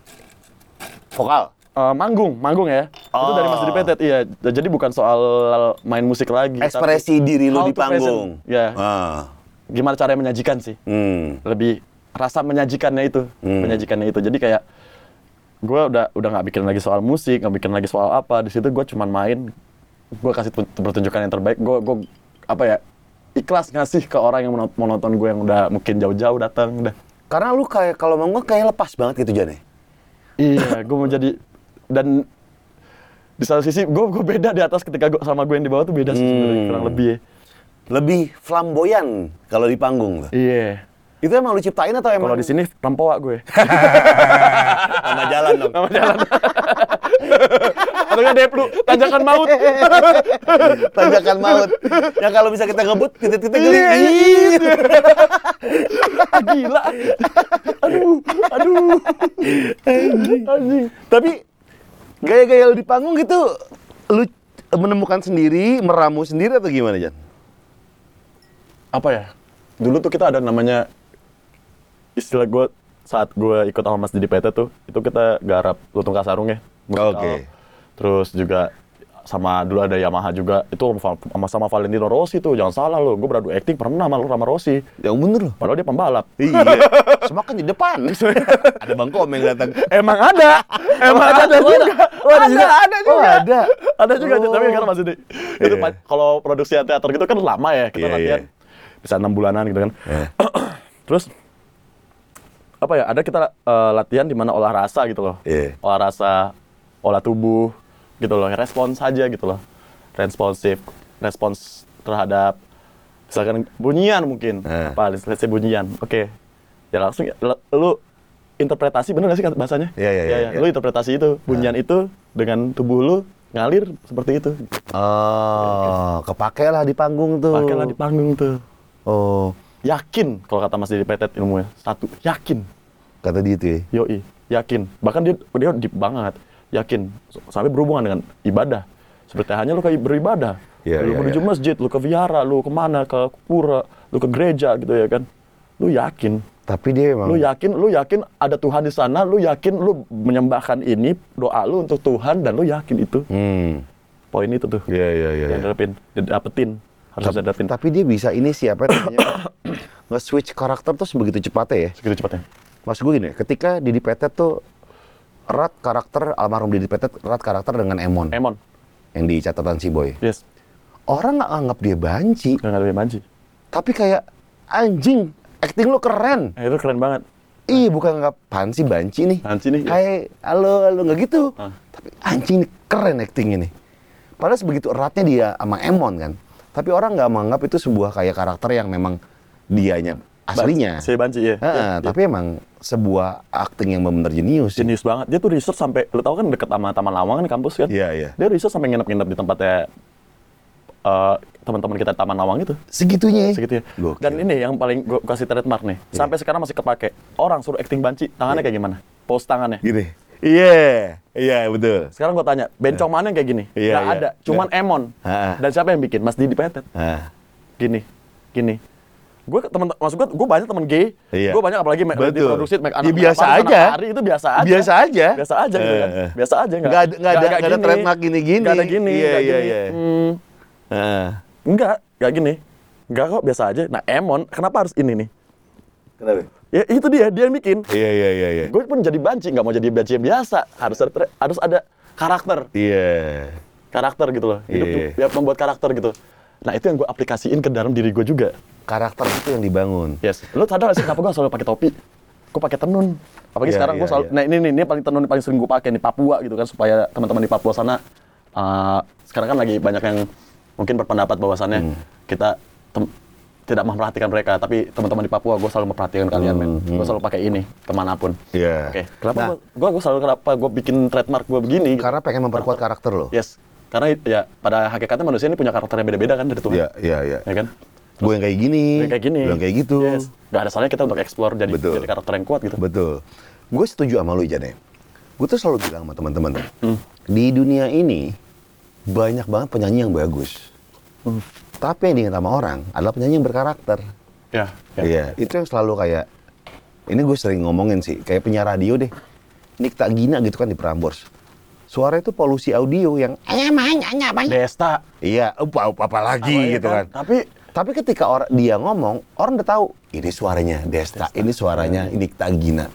[SPEAKER 1] Vokal.
[SPEAKER 2] Eh, manggung, manggung ya. Itu dari Mas Didi Petet, iya. Jadi bukan soal main musik lagi.
[SPEAKER 1] Ekspresi
[SPEAKER 2] tapi
[SPEAKER 1] diri lu
[SPEAKER 2] how
[SPEAKER 1] di
[SPEAKER 2] to present.
[SPEAKER 1] panggung.
[SPEAKER 2] Ya.
[SPEAKER 1] Ah.
[SPEAKER 2] Gimana cara menyajikan sih?
[SPEAKER 1] Hmm.
[SPEAKER 2] Lebih rasa menyajikannya itu,
[SPEAKER 1] Hmm.
[SPEAKER 2] menyajikannya itu. Jadi kayak gue udah udah nggak bikin lagi soal musik, nggak bikin lagi soal apa. Di situ gue cuman main, gue kasih pe- pertunjukan yang terbaik. Gue gue apa ya ikhlas ngasih ke orang yang menont- mau nonton gue yang udah mungkin jauh-jauh datang. Udah.
[SPEAKER 1] Karena lu kayak kalau manggung kayak lepas banget gitu Jan ya?
[SPEAKER 2] Iya, gue mau jadi dan di satu sisi gue gue beda di atas ketika gue sama gue yang di bawah tuh beda sih sebenarnya
[SPEAKER 1] Hmm.
[SPEAKER 2] kurang lebih. Ya.
[SPEAKER 1] Lebih flamboyan kalau di panggung tuh.
[SPEAKER 2] Iya.
[SPEAKER 1] Itu emang lu ciptain atau emang?
[SPEAKER 2] Kalau di sini rempoa gue.
[SPEAKER 1] Nama jalan dong.
[SPEAKER 2] Nama jalan. Atau nggak Deplu, tanjakan maut.
[SPEAKER 1] Tanjakan maut. Yang kalau bisa kita ngebut, titik-titik geli.
[SPEAKER 2] Ah, gila. Aduh, aduh. Anjing.
[SPEAKER 1] Tapi gaya-gaya lu di panggung gitu, lu menemukan sendiri, meramu sendiri atau gimana Jan?
[SPEAKER 2] Apa ya? Dulu tuh kita ada namanya istilah gue saat gue ikut sama Mas Didi Petet tuh, itu kita garap Lutung Kasarung ya. musikal.
[SPEAKER 1] Oke.
[SPEAKER 2] Terus juga sama dulu ada Yamaha juga, itu sama sama Valentino Rossi tuh, jangan salah lo, gue beradu acting pernah sama sama Rossi.
[SPEAKER 1] Yang bener loh.
[SPEAKER 2] Padahal dia pembalap.
[SPEAKER 1] Iya. Semua kan di depan. Ada Bang Komeng datang.
[SPEAKER 2] Emang ada, emang ada, ada juga,
[SPEAKER 1] Oh, ada juga?
[SPEAKER 2] ada juga,
[SPEAKER 1] Oh, ada.
[SPEAKER 2] ada juga,
[SPEAKER 1] Oh.
[SPEAKER 2] tapi kan masih di, itu
[SPEAKER 1] Iya.
[SPEAKER 2] pa- kalau produksi teater gitu kan lama ya, kita
[SPEAKER 1] Iya,
[SPEAKER 2] latihan,
[SPEAKER 1] iya.
[SPEAKER 2] bisa enam bulanan gitu kan.
[SPEAKER 1] Iya.
[SPEAKER 2] Terus apa ya? Ada kita eh, latihan di mana olah rasa gitu loh,
[SPEAKER 1] Iya.
[SPEAKER 2] olah rasa, olah tubuh, gitu loh, respons saja gitu loh, responsif, respons terhadap misalkan bunyian mungkin,
[SPEAKER 1] Eh.
[SPEAKER 2] apa, let's say bunyian, oke, ya langsung ya, lu- lu interpretasi bener gak sih kata bahasanya?
[SPEAKER 1] Iya, iya, iya, iya.
[SPEAKER 2] Lu interpretasi itu, bunyian itu dengan tubuh lu ngalir seperti itu.
[SPEAKER 1] Oh, kepake lah di panggung tuh.
[SPEAKER 2] Pakailah di panggung tuh.
[SPEAKER 1] Oh,
[SPEAKER 2] Yakin kalau kata Mas Didi Petet ilmunya. Satu, yakin.
[SPEAKER 1] kata dia tuh ya.
[SPEAKER 2] Yoi, yakin. Bahkan dia dia deep banget. Yakin. Sampai berhubungan dengan ibadah. Seperti hanya lu kayak beribadah.
[SPEAKER 1] Iya,
[SPEAKER 2] lu
[SPEAKER 1] iya,
[SPEAKER 2] menuju
[SPEAKER 1] iya.
[SPEAKER 2] masjid, lu ke vihara, lu kemana, ke pura, lu ke gereja gitu ya kan. Lu yakin.
[SPEAKER 1] Tapi dia emang.
[SPEAKER 2] Lu yakin, lu yakin ada Tuhan di sana, lu yakin lu menyembahkan ini, doa lu untuk Tuhan dan lu yakin itu.
[SPEAKER 1] Hmm.
[SPEAKER 2] Poin itu tuh.
[SPEAKER 1] Iya, iya, iya.
[SPEAKER 2] Yang dapin, didapetin. Harus
[SPEAKER 1] Tapi,
[SPEAKER 2] didapetin.
[SPEAKER 1] tapi dia bisa ini siapa namanya? Nge-switch karakter tuh sebegitu cepatnya ya.
[SPEAKER 2] Segitu cepatnya.
[SPEAKER 1] Maksud gue gini, ketika Didi Petet tuh erat karakter almarhum Didi Petet erat karakter dengan Emon
[SPEAKER 2] Emon.
[SPEAKER 1] yang di catatan si Boy.
[SPEAKER 2] Yes.
[SPEAKER 1] Orang nggak anggap dia banci,
[SPEAKER 2] Gak ada banci.
[SPEAKER 1] tapi kayak anjing, acting lu keren.
[SPEAKER 2] Eh, itu keren banget.
[SPEAKER 1] Ih, bukan nggak pan sih banci nih.
[SPEAKER 2] Banci nih, ya.
[SPEAKER 1] Kayak halo halo nggak gitu.
[SPEAKER 2] Ah.
[SPEAKER 1] Tapi anjing nih keren actingnya nih. Padahal sebegitu eratnya dia sama Emon kan. Tapi orang nggak menganggap itu sebuah kayak karakter yang memang dianya aslinya.
[SPEAKER 2] Si Banci, iya.
[SPEAKER 1] Heeh,
[SPEAKER 2] Iya,
[SPEAKER 1] tapi emang sebuah acting yang benar-benar jenius. sih.
[SPEAKER 2] jenius banget. Dia tuh research sampai, lu tau kan deket sama Taman Lawang kan kampus kan?
[SPEAKER 1] Iya, iya.
[SPEAKER 2] Dia research sampai nginep-nginep di tempatnya eh, teman-teman kita di Taman Lawang itu.
[SPEAKER 1] Segitunya. ya?
[SPEAKER 2] Segitu ya.
[SPEAKER 1] Gokil.
[SPEAKER 2] Dan ini yang paling gue kasih trademark nih. Sampai sekarang masih kepake. Orang suruh acting Banci, tangannya kayak gimana? Pose tangannya.
[SPEAKER 1] Gini. Iya, iya betul.
[SPEAKER 2] Sekarang gue tanya, bencong mana yang kayak gini?
[SPEAKER 1] Iya,
[SPEAKER 2] Nggak
[SPEAKER 1] iya.
[SPEAKER 2] ada. Cuman
[SPEAKER 1] Iya.
[SPEAKER 2] Emon.
[SPEAKER 1] Ha-ha.
[SPEAKER 2] Dan siapa yang bikin? Mas Didi Petet.
[SPEAKER 1] Nah,
[SPEAKER 2] Gini, gini. Gue temen, maksud gue, gue banyak temen gay.
[SPEAKER 1] Iya.
[SPEAKER 2] Gue banyak apalagi make, di
[SPEAKER 1] Betul.
[SPEAKER 2] produksi make
[SPEAKER 1] Ya,
[SPEAKER 2] anak
[SPEAKER 1] biasa
[SPEAKER 2] anak-
[SPEAKER 1] aja.
[SPEAKER 2] anak hari itu biasa aja.
[SPEAKER 1] biasa aja.
[SPEAKER 2] Biasa aja gitu kan.
[SPEAKER 1] Eh,
[SPEAKER 2] Biasa aja nggak.
[SPEAKER 1] Nggak ada- nggak ada- nggak ada
[SPEAKER 2] gini.
[SPEAKER 1] trademark gini-gini.
[SPEAKER 2] Nggak ada gini.
[SPEAKER 1] Iya,
[SPEAKER 2] nggak
[SPEAKER 1] iya,
[SPEAKER 2] gini.
[SPEAKER 1] iya.
[SPEAKER 2] Hmm,
[SPEAKER 1] Heeh.
[SPEAKER 2] enggak, nggak gini. Enggak kok, biasa aja. Nah, Emon, kenapa harus ini nih?
[SPEAKER 1] Kenapa?
[SPEAKER 2] Ya itu dia, dia yang bikin.
[SPEAKER 1] Iya, iya, iya, iya.
[SPEAKER 2] Gue pun jadi banci, nggak mau jadi banci yang biasa. Harus ada, tra- harus ada karakter.
[SPEAKER 1] Iya.
[SPEAKER 2] Karakter gitu loh. Hidup
[SPEAKER 1] Iya.
[SPEAKER 2] tuh, ya membuat karakter gitu. Nah, itu yang gue aplikasiin ke dalam diri gue juga.
[SPEAKER 1] Karakter itu yang dibangun.
[SPEAKER 2] Yes. Lo sadar gak sih kenapa gue selalu pakai topi? Gue pakai tenun. Apalagi
[SPEAKER 1] Iya,
[SPEAKER 2] sekarang gue
[SPEAKER 1] iya,
[SPEAKER 2] selalu.
[SPEAKER 1] iya.
[SPEAKER 2] Nah ini nih, ini paling tenun paling sering gue pakai di Papua gitu kan, supaya teman-teman di Papua sana. uh, sekarang kan lagi banyak yang mungkin berpendapat bahwasannya
[SPEAKER 1] Hmm.
[SPEAKER 2] kita tem- tidak memperhatikan mereka, tapi teman-teman di Papua gue selalu memperhatikan kalian, men.
[SPEAKER 1] Hmm,
[SPEAKER 2] Gue selalu pakai ini kemanapun.
[SPEAKER 1] Iya.
[SPEAKER 2] Oke. Kenapa
[SPEAKER 1] Nah,
[SPEAKER 2] gue gue selalu kenapa gue bikin trademark gue begini? gitu.
[SPEAKER 1] karena pengen memperkuat karakter lo.
[SPEAKER 2] Yes. Karena ya pada hakikatnya manusia ini punya karakter yang beda-beda kan dari Tuhan.
[SPEAKER 1] Iya, iya, iya.
[SPEAKER 2] Ya kan?
[SPEAKER 1] Gue yang kayak gini.
[SPEAKER 2] Kayak kayak gini.
[SPEAKER 1] Gue yang kayak gitu.
[SPEAKER 2] Yes. Gak ada salahnya kita untuk explore jadi,
[SPEAKER 1] Betul.
[SPEAKER 2] jadi karakter yang kuat gitu.
[SPEAKER 1] Betul. Gue setuju sama lu, Jan ya. Gue tuh selalu bilang sama teman-teman,
[SPEAKER 2] Hmm.
[SPEAKER 1] di dunia ini banyak banget penyanyi yang bagus.
[SPEAKER 2] Hmm.
[SPEAKER 1] Tapi yang diingat sama orang adalah penyanyi yang berkarakter.
[SPEAKER 2] Ya, ya.
[SPEAKER 1] Iya, itu yang selalu kayak, ini gue sering ngomongin sih, kayak penyiar radio deh. Nikta Gina gitu kan di Prambors. Suara itu polusi audio yang
[SPEAKER 2] Desta.
[SPEAKER 1] iya, apa apa lagi
[SPEAKER 2] Apa ya
[SPEAKER 1] gitu kan.
[SPEAKER 2] Tapi
[SPEAKER 1] Tapi ketika orang dia ngomong, orang udah tahu ini suaranya Desta, ini suaranya Nikta Gina.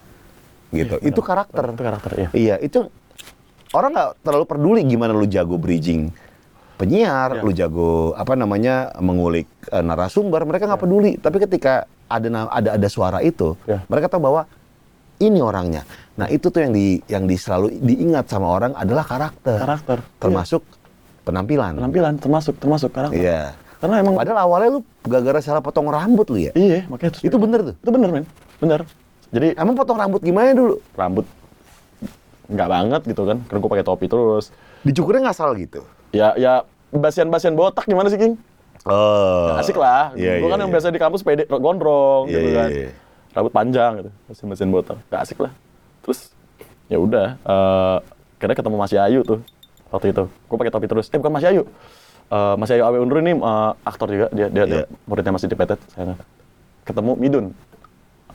[SPEAKER 1] Gitu.
[SPEAKER 2] Iya,
[SPEAKER 1] itu
[SPEAKER 2] benar.
[SPEAKER 1] karakter.
[SPEAKER 2] Itu karakter, iya.
[SPEAKER 1] Iya, itu orang nggak terlalu peduli gimana lu jago bridging penyiar,
[SPEAKER 2] Iya.
[SPEAKER 1] lu jago apa namanya mengulik eh, narasumber, mereka nggak peduli. Tapi ketika ada na- ada ada suara itu,
[SPEAKER 2] Iya.
[SPEAKER 1] mereka tahu bahwa ini orangnya. Nah, itu tuh yang di yang di selalu diingat sama orang adalah karakter.
[SPEAKER 2] karakter.
[SPEAKER 1] Termasuk penampilan.
[SPEAKER 2] Penampilan termasuk termasuk karakter.
[SPEAKER 1] Iya.
[SPEAKER 2] Karena emang
[SPEAKER 1] Padahal awalnya lu gara-gara salah potong rambut lu ya.
[SPEAKER 2] iya, makanya
[SPEAKER 1] Itu bener tuh.
[SPEAKER 2] Itu bener, men. Bener. Jadi
[SPEAKER 1] Emang potong rambut gimana dulu?
[SPEAKER 2] rambut nggak banget gitu kan. Karena gue pakai topi terus.
[SPEAKER 1] Dicukurnya ngasal gitu.
[SPEAKER 2] Ya ya basian-basian botak gimana sih, King?
[SPEAKER 1] Oh.
[SPEAKER 2] Ya, asik lah.
[SPEAKER 1] Iya,
[SPEAKER 2] gue
[SPEAKER 1] iya,
[SPEAKER 2] kan yang
[SPEAKER 1] iya.
[SPEAKER 2] biasa di kampus pede gondrong
[SPEAKER 1] Iya,
[SPEAKER 2] gitu
[SPEAKER 1] iya,
[SPEAKER 2] kan.
[SPEAKER 1] iya.
[SPEAKER 2] Rambut panjang gitu. Basian-basian botak. Gak asik lah. Terus ya udah, eh kira ketemu Mas Yayu tuh waktu itu. Gue pakai topi terus. Eh bukan Mas Yayu. Eh, Mas Yayu Awe Undur ini eh, aktor juga, dia dia, dia
[SPEAKER 1] Iya.
[SPEAKER 2] muridnya masih di P T. Saya ketemu Midun.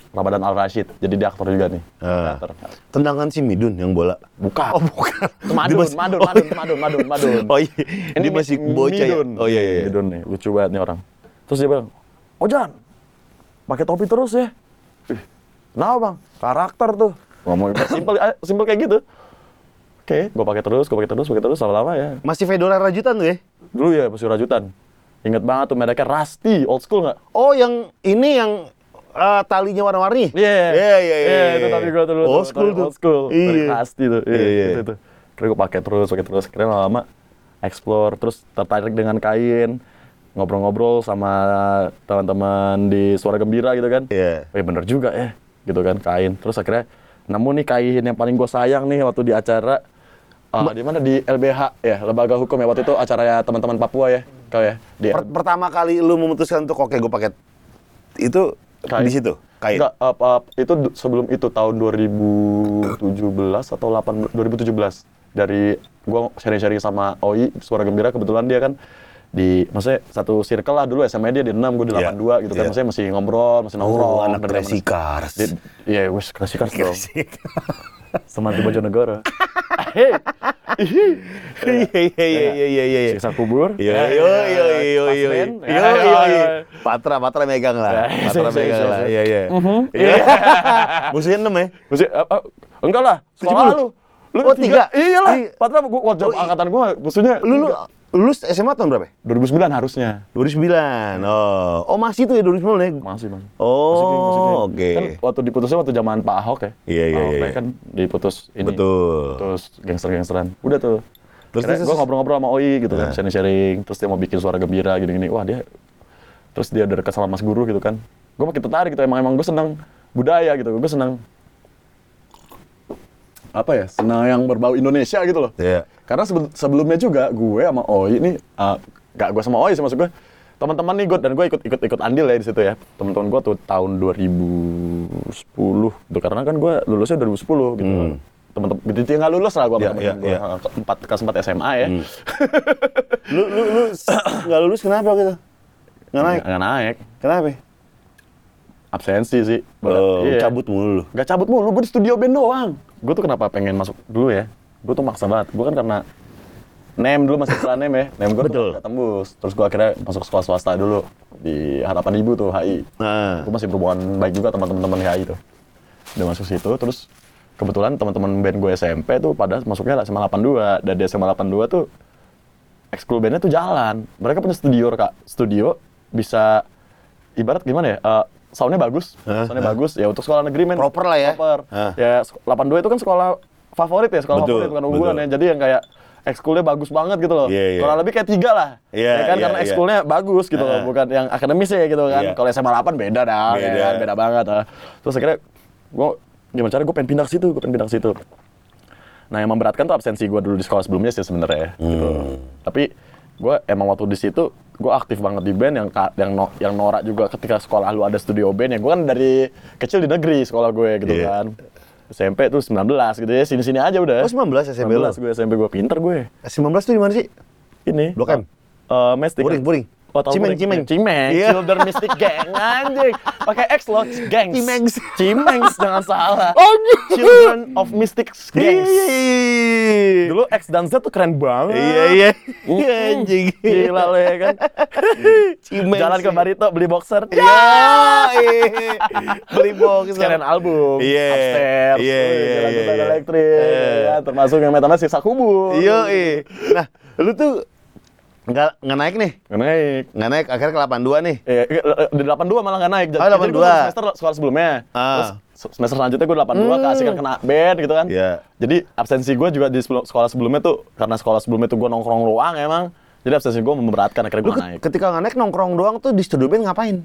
[SPEAKER 2] Ramadan Al Rashid. Jadi dia aktor juga nih.
[SPEAKER 1] Ah.
[SPEAKER 2] Teater.
[SPEAKER 1] Tendangan si Midun yang bola.
[SPEAKER 2] Bukan.
[SPEAKER 1] Oh, bukan.
[SPEAKER 2] Itu Madun,
[SPEAKER 1] Dia masih-
[SPEAKER 2] Madun,
[SPEAKER 1] oh,
[SPEAKER 2] Madun,
[SPEAKER 1] iya.
[SPEAKER 2] Madun, Madun, Madun.
[SPEAKER 1] Oh iya,
[SPEAKER 2] Ini
[SPEAKER 1] dia masih bocah ya?
[SPEAKER 2] Midun.
[SPEAKER 1] Oh iya, iya.
[SPEAKER 2] Midun nih, lucu banget nih orang. Terus dia bilang, Ojan, pakai topi terus ya. Ih, kenapa bang? Karakter tuh. Ngomong simpel, simpel kayak gitu. Oke, gue pakai terus, gue pakai terus, pakai terus lama-lama ya.
[SPEAKER 1] Masih fedora rajutan tuh ya?
[SPEAKER 2] Dulu ya masih rajutan. Ingat banget tuh mereknya Rusty, old school nggak?
[SPEAKER 1] Oh, yang ini yang eh, talinya warna-warni?
[SPEAKER 2] Iya,
[SPEAKER 1] Iya, iya, iya.
[SPEAKER 2] itu tapi gue dulu.
[SPEAKER 1] Old school tuh.
[SPEAKER 2] Old school, dari
[SPEAKER 1] Iya.
[SPEAKER 2] Rusty tuh. Iya,
[SPEAKER 1] Iya, iya.
[SPEAKER 2] itu, itu. Terus gue pakai terus, pakai terus. Akhirnya lama-lama explore, terus tertarik dengan kain, ngobrol-ngobrol sama teman-teman di Suara Gembira gitu kan.
[SPEAKER 1] Iya.
[SPEAKER 2] Oh, ya bener juga ya, gitu kan kain. Terus akhirnya nemu nih kain yang paling gue sayang nih waktu di acara uh, di mana di L B H ya, lembaga hukum ya waktu itu acaranya teman-teman Papua ya, kau ya. Di
[SPEAKER 1] Per- pertama kali lu memutuskan untuk oke gue pakai itu
[SPEAKER 2] Kain.
[SPEAKER 1] di situ kain.
[SPEAKER 2] Enggak, uh, uh, itu du- sebelum itu tahun dua ribu tujuh belas atau delapan belas, dua ribu tujuh belas dari gua sharing-sharing sama Oi Suara Gembira, kebetulan dia kan di maksudnya satu circle lah dulu, S M A dia di enam, gue di
[SPEAKER 1] Iya,
[SPEAKER 2] delapan dua gitu kan,
[SPEAKER 1] iya.
[SPEAKER 2] maksudnya masih ngobrol, masih nongkrong.
[SPEAKER 1] Oh, anak
[SPEAKER 2] dari zaman-
[SPEAKER 1] Crazy Cars.
[SPEAKER 2] Di- Iya, wes Crazy Cars dong. Sama di Bojonegoro. Hei,
[SPEAKER 1] Iya iya iya iya iya iya.
[SPEAKER 2] siksa kubur.
[SPEAKER 1] Iya
[SPEAKER 2] Ya,
[SPEAKER 1] iya iya
[SPEAKER 2] ya,
[SPEAKER 1] iya iya
[SPEAKER 2] Pas
[SPEAKER 1] iya
[SPEAKER 2] Ben.
[SPEAKER 1] iya
[SPEAKER 2] Ya,
[SPEAKER 1] iya
[SPEAKER 2] ya,
[SPEAKER 1] iya.
[SPEAKER 2] ya.
[SPEAKER 1] Patra Patra megang lah.
[SPEAKER 2] Ya,
[SPEAKER 1] Patra
[SPEAKER 2] yes, yes,
[SPEAKER 1] megang
[SPEAKER 2] yes,
[SPEAKER 1] lah.
[SPEAKER 2] yes.
[SPEAKER 1] Iya iya.
[SPEAKER 2] Mhm.
[SPEAKER 1] Iya. Musuhnya enam ya?
[SPEAKER 2] Maksudnya, uh, uh, enggak lah,
[SPEAKER 1] tujuh
[SPEAKER 2] sekolah
[SPEAKER 1] puluh.
[SPEAKER 2] lu. Lu
[SPEAKER 1] Oh, tiga?
[SPEAKER 2] Iya lah,
[SPEAKER 1] Iya.
[SPEAKER 2] Patra gua, gua jawab
[SPEAKER 1] Oh, iya.
[SPEAKER 2] angkatan gua, maksudnya
[SPEAKER 1] Lu lu lulus S M A tahun berapa?
[SPEAKER 2] dua ribu sembilan harusnya.
[SPEAKER 1] dua ribu sembilan. Oh, oh masih tuh ya dua ribu sembilan ya?
[SPEAKER 2] Masih, Bang.
[SPEAKER 1] Oh,
[SPEAKER 2] Masih, King, masih, King.
[SPEAKER 1] oke.
[SPEAKER 2] Kan waktu diputusnya waktu zaman Pak Ahok ya.
[SPEAKER 1] Iya, iya,
[SPEAKER 2] Pak Ahok
[SPEAKER 1] iya.
[SPEAKER 2] kan diputus ini.
[SPEAKER 1] Betul.
[SPEAKER 2] Terus gangster-gangsteran. Udah tuh.
[SPEAKER 1] Terus,
[SPEAKER 2] Terus
[SPEAKER 1] terus,
[SPEAKER 2] gue ngobrol-ngobrol sama Oi gitu kan,
[SPEAKER 1] Nah.
[SPEAKER 2] sharing-sharing. Terus dia mau bikin Suara Gembira gini-gini. Wah dia, terus dia udah dekat sama Mas Guru gitu kan. Gue makin tertarik gitu. Emang emang gue senang budaya gitu. Gue senang apa ya? Senang yang berbau Indonesia gitu loh.
[SPEAKER 1] Iya.
[SPEAKER 2] Karena sebe- sebelumnya juga gue sama Oi ini, uh, gak gue sama Oi sih maksud gue, teman-teman nih gue dan gue ikut ikut ikut andil ya di situ ya. Teman-teman gue tuh tahun dua ribu sepuluh tuh, karena kan gue lulusnya dua ribu sepuluh gitu.
[SPEAKER 1] Hmm.
[SPEAKER 2] Teman-teman gitu nggak lulus lah gue
[SPEAKER 1] Iya,
[SPEAKER 2] sama
[SPEAKER 1] iya,
[SPEAKER 2] temen gue.
[SPEAKER 1] iya.
[SPEAKER 2] Uh, ke- empat kelas empat S M A ya.
[SPEAKER 1] Hmm. Lu lu lu s- nggak lulus kenapa gitu? Nggak naik?
[SPEAKER 2] Nggak naik.
[SPEAKER 1] Kenapa?
[SPEAKER 2] Absensi sih.
[SPEAKER 1] Oh,
[SPEAKER 2] Iya.
[SPEAKER 1] cabut mulu lu.
[SPEAKER 2] Gak cabut mulu, gue di studio band doang. Gue tuh kenapa pengen masuk dulu ya? Gue tuh maksa banget. Gue kan karena nem dulu masih setelah nem ya. Nem gue
[SPEAKER 1] Betul.
[SPEAKER 2] gak tembus. Terus gue akhirnya masuk sekolah swasta dulu di Harapan Ibu tuh, H I.
[SPEAKER 1] Nah,
[SPEAKER 2] Gue masih berhubungan baik juga sama teman-teman H I tuh. Udah masuk situ, terus kebetulan teman-teman band gue S M P tuh pada masuknya S M A delapan dua. Dan di S M A delapan dua tuh ekskul bandnya tuh jalan. Mereka punya studio, Kak. Studio bisa ibarat gimana ya? Eh, soundnya bagus,
[SPEAKER 1] Hah?
[SPEAKER 2] soundnya bagus. Ya untuk sekolah negeri men.
[SPEAKER 1] Proper lah ya.
[SPEAKER 2] Proper.
[SPEAKER 1] Hah.
[SPEAKER 2] Ya sek- delapan dua itu kan sekolah favorit ya, sekolah
[SPEAKER 1] Betul,
[SPEAKER 2] favorit bukan unggulan
[SPEAKER 1] betul.
[SPEAKER 2] ya. Jadi yang kayak ekskulnya bagus banget gitu loh.
[SPEAKER 1] Iya, iya.
[SPEAKER 2] Kurang lebih kayak tiga lah.
[SPEAKER 1] Iya,
[SPEAKER 2] ya kan
[SPEAKER 1] iya,
[SPEAKER 2] karena
[SPEAKER 1] iya.
[SPEAKER 2] ekskulnya bagus gitu loh,
[SPEAKER 1] Hah.
[SPEAKER 2] bukan yang akademis ya gitu kan.
[SPEAKER 1] Iya.
[SPEAKER 2] Kalau S M A delapan beda dah, ya
[SPEAKER 1] Beda.
[SPEAKER 2] kan? Beda banget. ah. Terus akhirnya gue gimana cara gue pengen pindah ke situ, gue pengen pindah ke situ. Nah yang memberatkan tuh absensi gue dulu di sekolah sebelumnya sih sebenarnya. Gitu.
[SPEAKER 1] Hmm.
[SPEAKER 2] Tapi gue emang waktu di situ gue aktif banget di band yang ka- yang no, yang norak juga ketika sekolah lu ada studio band ya. Gue kan dari kecil di negeri sekolah gue gitu
[SPEAKER 1] Iya.
[SPEAKER 2] kan. S M P tuh sembilan belas gitu ya, sini-sini aja udah.
[SPEAKER 1] Oh, sembilan belas S M P lu?
[SPEAKER 2] sembilan belas gue S M P gue pinter gue.
[SPEAKER 1] sembilan belas tuh di mana sih?
[SPEAKER 2] Ini.
[SPEAKER 1] Blok M?
[SPEAKER 2] Eh, Mestik.
[SPEAKER 1] Puring, Puring.
[SPEAKER 2] Oh, tahu
[SPEAKER 1] Cimeng,
[SPEAKER 2] Puring.
[SPEAKER 1] Cimeng.
[SPEAKER 2] Cimeng.
[SPEAKER 1] Iya.
[SPEAKER 2] Children Mystic Gang anjing. Pakai X loh, gangs.
[SPEAKER 1] Cimengs.
[SPEAKER 2] Cimengs jangan salah.
[SPEAKER 1] Oh, gitu.
[SPEAKER 2] Children of Mystic Gangs.
[SPEAKER 1] Iya.
[SPEAKER 2] Dulu X dan Z tuh keren banget.
[SPEAKER 1] Iya, iya.
[SPEAKER 2] Mm-mm.
[SPEAKER 1] Iya, anjing.
[SPEAKER 2] Gila lo ya kan.
[SPEAKER 1] Cimengs.
[SPEAKER 2] Jalan ke Barito beli boxer.
[SPEAKER 1] Iya. iya. Beli box.
[SPEAKER 2] Sekalian album.
[SPEAKER 1] Iya.
[SPEAKER 2] Upstairs.
[SPEAKER 1] Iya,
[SPEAKER 2] Wih,
[SPEAKER 1] iya,
[SPEAKER 2] jalan
[SPEAKER 1] iya,
[SPEAKER 2] ke
[SPEAKER 1] iya.
[SPEAKER 2] elektrik.
[SPEAKER 1] Eh.
[SPEAKER 2] Ya, termasuk yang metama siksa kubur.
[SPEAKER 1] Iya, iya. Nah, lu tuh nggak nggak naik nih?
[SPEAKER 2] Nggak naik.
[SPEAKER 1] Nggak naik, akhirnya ke delapan dua nih.
[SPEAKER 2] Eh, di delapan dua malah nggak naik.
[SPEAKER 1] Oh,
[SPEAKER 2] Jadi
[SPEAKER 1] delapan dua.
[SPEAKER 2] gua semester sekolah sebelumnya.
[SPEAKER 1] Ah.
[SPEAKER 2] Terus se- semester selanjutnya gue delapan dua
[SPEAKER 1] Hmm.
[SPEAKER 2] keasikan kena band gitu kan.
[SPEAKER 1] Iya.
[SPEAKER 2] Jadi absensi gue juga di sebelum- sekolah sebelumnya tuh, karena sekolah sebelumnya tuh gue nongkrong ruang emang. Jadi absensi gue memberatkan, akhirnya
[SPEAKER 1] Lu
[SPEAKER 2] gue
[SPEAKER 1] ke-
[SPEAKER 2] naik.
[SPEAKER 1] ketika nggak naik nongkrong doang tuh di studio band ngapain?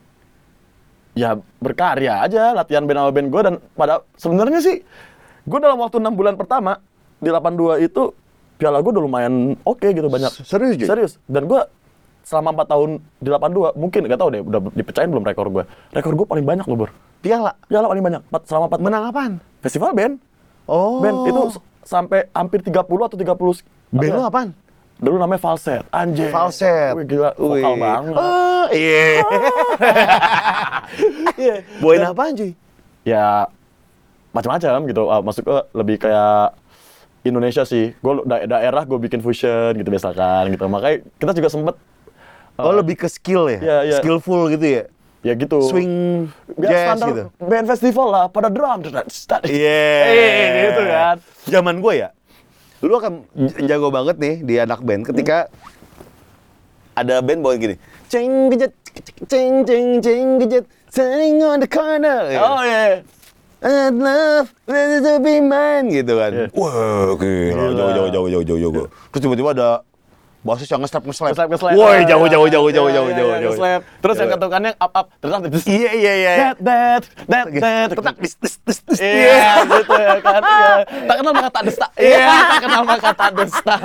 [SPEAKER 2] Ya berkarya aja, latihan band sama band gue. Dan pada sebenarnya sih, gue dalam waktu enam bulan pertama di delapan dua itu, piala gue udah lumayan oke gitu, banyak.
[SPEAKER 1] Serius, Ji?
[SPEAKER 2] Serius. Dan gue selama empat tahun di delapan dua, mungkin gak tahu deh, udah dipecahin belum rekor gue. Rekor gue paling banyak loh, Bor.
[SPEAKER 1] Piala.
[SPEAKER 2] Piala paling banyak, empat- selama empat
[SPEAKER 1] Menang apaan?
[SPEAKER 2] festival band.
[SPEAKER 1] Oh.
[SPEAKER 2] Band itu s- sampai hampir tiga puluh atau tiga puluh.
[SPEAKER 1] Band
[SPEAKER 2] apa
[SPEAKER 1] lu
[SPEAKER 2] ya?
[SPEAKER 1] apaan?
[SPEAKER 2] Dulu namanya Falset, anjing.
[SPEAKER 1] Falset.
[SPEAKER 2] Wih, gila, vokal
[SPEAKER 1] Wih.
[SPEAKER 2] banget.
[SPEAKER 1] Oh, iya. Iya. Bawain apaan, cuy?
[SPEAKER 2] ya macam-macam gitu. Uh, maksud gue lebih kayak Indonesia sih. Gue da- daerah gue bikin fusion gitu misalkan gitu. Makanya kita juga sempet
[SPEAKER 1] Oh, lebih ke skill ya?
[SPEAKER 2] Iya, iya.
[SPEAKER 1] Skillful gitu ya?
[SPEAKER 2] ya gitu.
[SPEAKER 1] Swing
[SPEAKER 2] Biar
[SPEAKER 1] jazz
[SPEAKER 2] standar
[SPEAKER 1] gitu?
[SPEAKER 2] band festival lah pada drum.
[SPEAKER 1] Iya.
[SPEAKER 2] Eh, gitu kan.
[SPEAKER 1] Zaman gue ya, lu akan j- jago banget nih di anak band ketika ada band bawain gini. Ceng gejet, ceng ceng ceng gejet, sing on the corner.
[SPEAKER 2] Oh iya.
[SPEAKER 1] I love to be mine gitu kan.
[SPEAKER 2] Iya.
[SPEAKER 1] Wah, gila,
[SPEAKER 2] Gila.
[SPEAKER 1] jauh jauh jauh jauh jauh jauh. Terus tiba-tiba ada basis yang nge-slap nge-slap.
[SPEAKER 2] Nge-slap, nge-slap.
[SPEAKER 1] Woi,
[SPEAKER 2] Oh,
[SPEAKER 1] jauh
[SPEAKER 2] iya,
[SPEAKER 1] jauh jauh
[SPEAKER 2] iya,
[SPEAKER 1] jauh
[SPEAKER 2] iya,
[SPEAKER 1] jauh
[SPEAKER 2] iya,
[SPEAKER 1] jauh
[SPEAKER 2] iya,
[SPEAKER 1] jauh.
[SPEAKER 2] nge-slap. Terus yang
[SPEAKER 1] Jauh.
[SPEAKER 2] ketukannya up up terus terus
[SPEAKER 1] Iya iya iya.
[SPEAKER 2] that that that that
[SPEAKER 1] Tetak dis dis dis dis.
[SPEAKER 2] Iya, gitu ya kan. Iya. Tak kenal maka tak desta. Iya, tak kenal maka tak desta.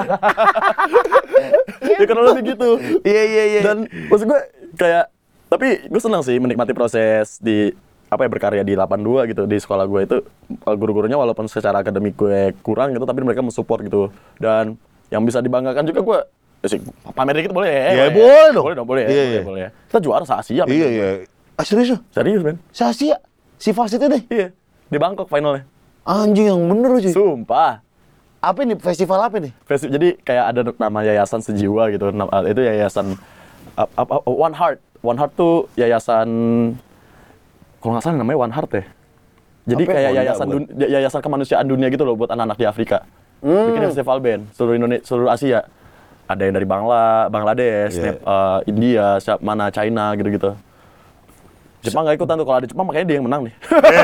[SPEAKER 2] Ya kurang lebih gitu.
[SPEAKER 1] Iya iya iya.
[SPEAKER 2] Dan maksud gue kayak, tapi gue senang sih menikmati proses di apa ya berkarya di delapan dua gitu di sekolah gue itu. Guru-gurunya walaupun secara akademik gue kurang gitu, tapi mereka mensupport gitu. Dan yang bisa dibanggakan juga gue, ya sih, pamer dikit boleh ya?
[SPEAKER 1] Ya, boleh dong.
[SPEAKER 2] Boleh dong, boleh ya.
[SPEAKER 1] Iya,
[SPEAKER 2] boleh,
[SPEAKER 1] iya.
[SPEAKER 2] boleh ya. Kita juara se-Asia. men.
[SPEAKER 1] Iya iya. Ah serius lu?
[SPEAKER 2] Serius, men.
[SPEAKER 1] Sasia. Si Fasit deh.
[SPEAKER 2] Iya. Di Bangkok finalnya.
[SPEAKER 1] Anjing yang bener cuy.
[SPEAKER 2] Sumpah.
[SPEAKER 1] Apa ini festival apa nih?
[SPEAKER 2] Festi- Jadi kayak ada nama yayasan sejiwa gitu. Nam- uh, Itu yayasan uh, uh, uh, One Heart. One Heart tuh yayasan, kalau nggak salah namanya One Heart ya. Jadi
[SPEAKER 1] Apa ya?
[SPEAKER 2] kayak
[SPEAKER 1] Honda,
[SPEAKER 2] yayasan
[SPEAKER 1] bukan?
[SPEAKER 2] dun- yayasan kemanusiaan dunia gitu loh buat anak-anak di Afrika. Bikin festival band seluruh Indonesia, seluruh Asia. Ada yang dari Bangla, Bangladesh,
[SPEAKER 1] Iya.
[SPEAKER 2] Nep- uh, India, siap mana China gitu-gitu. Jepang nggak ikutan tuh. Kalau ada Jepang makanya dia yang menang nih.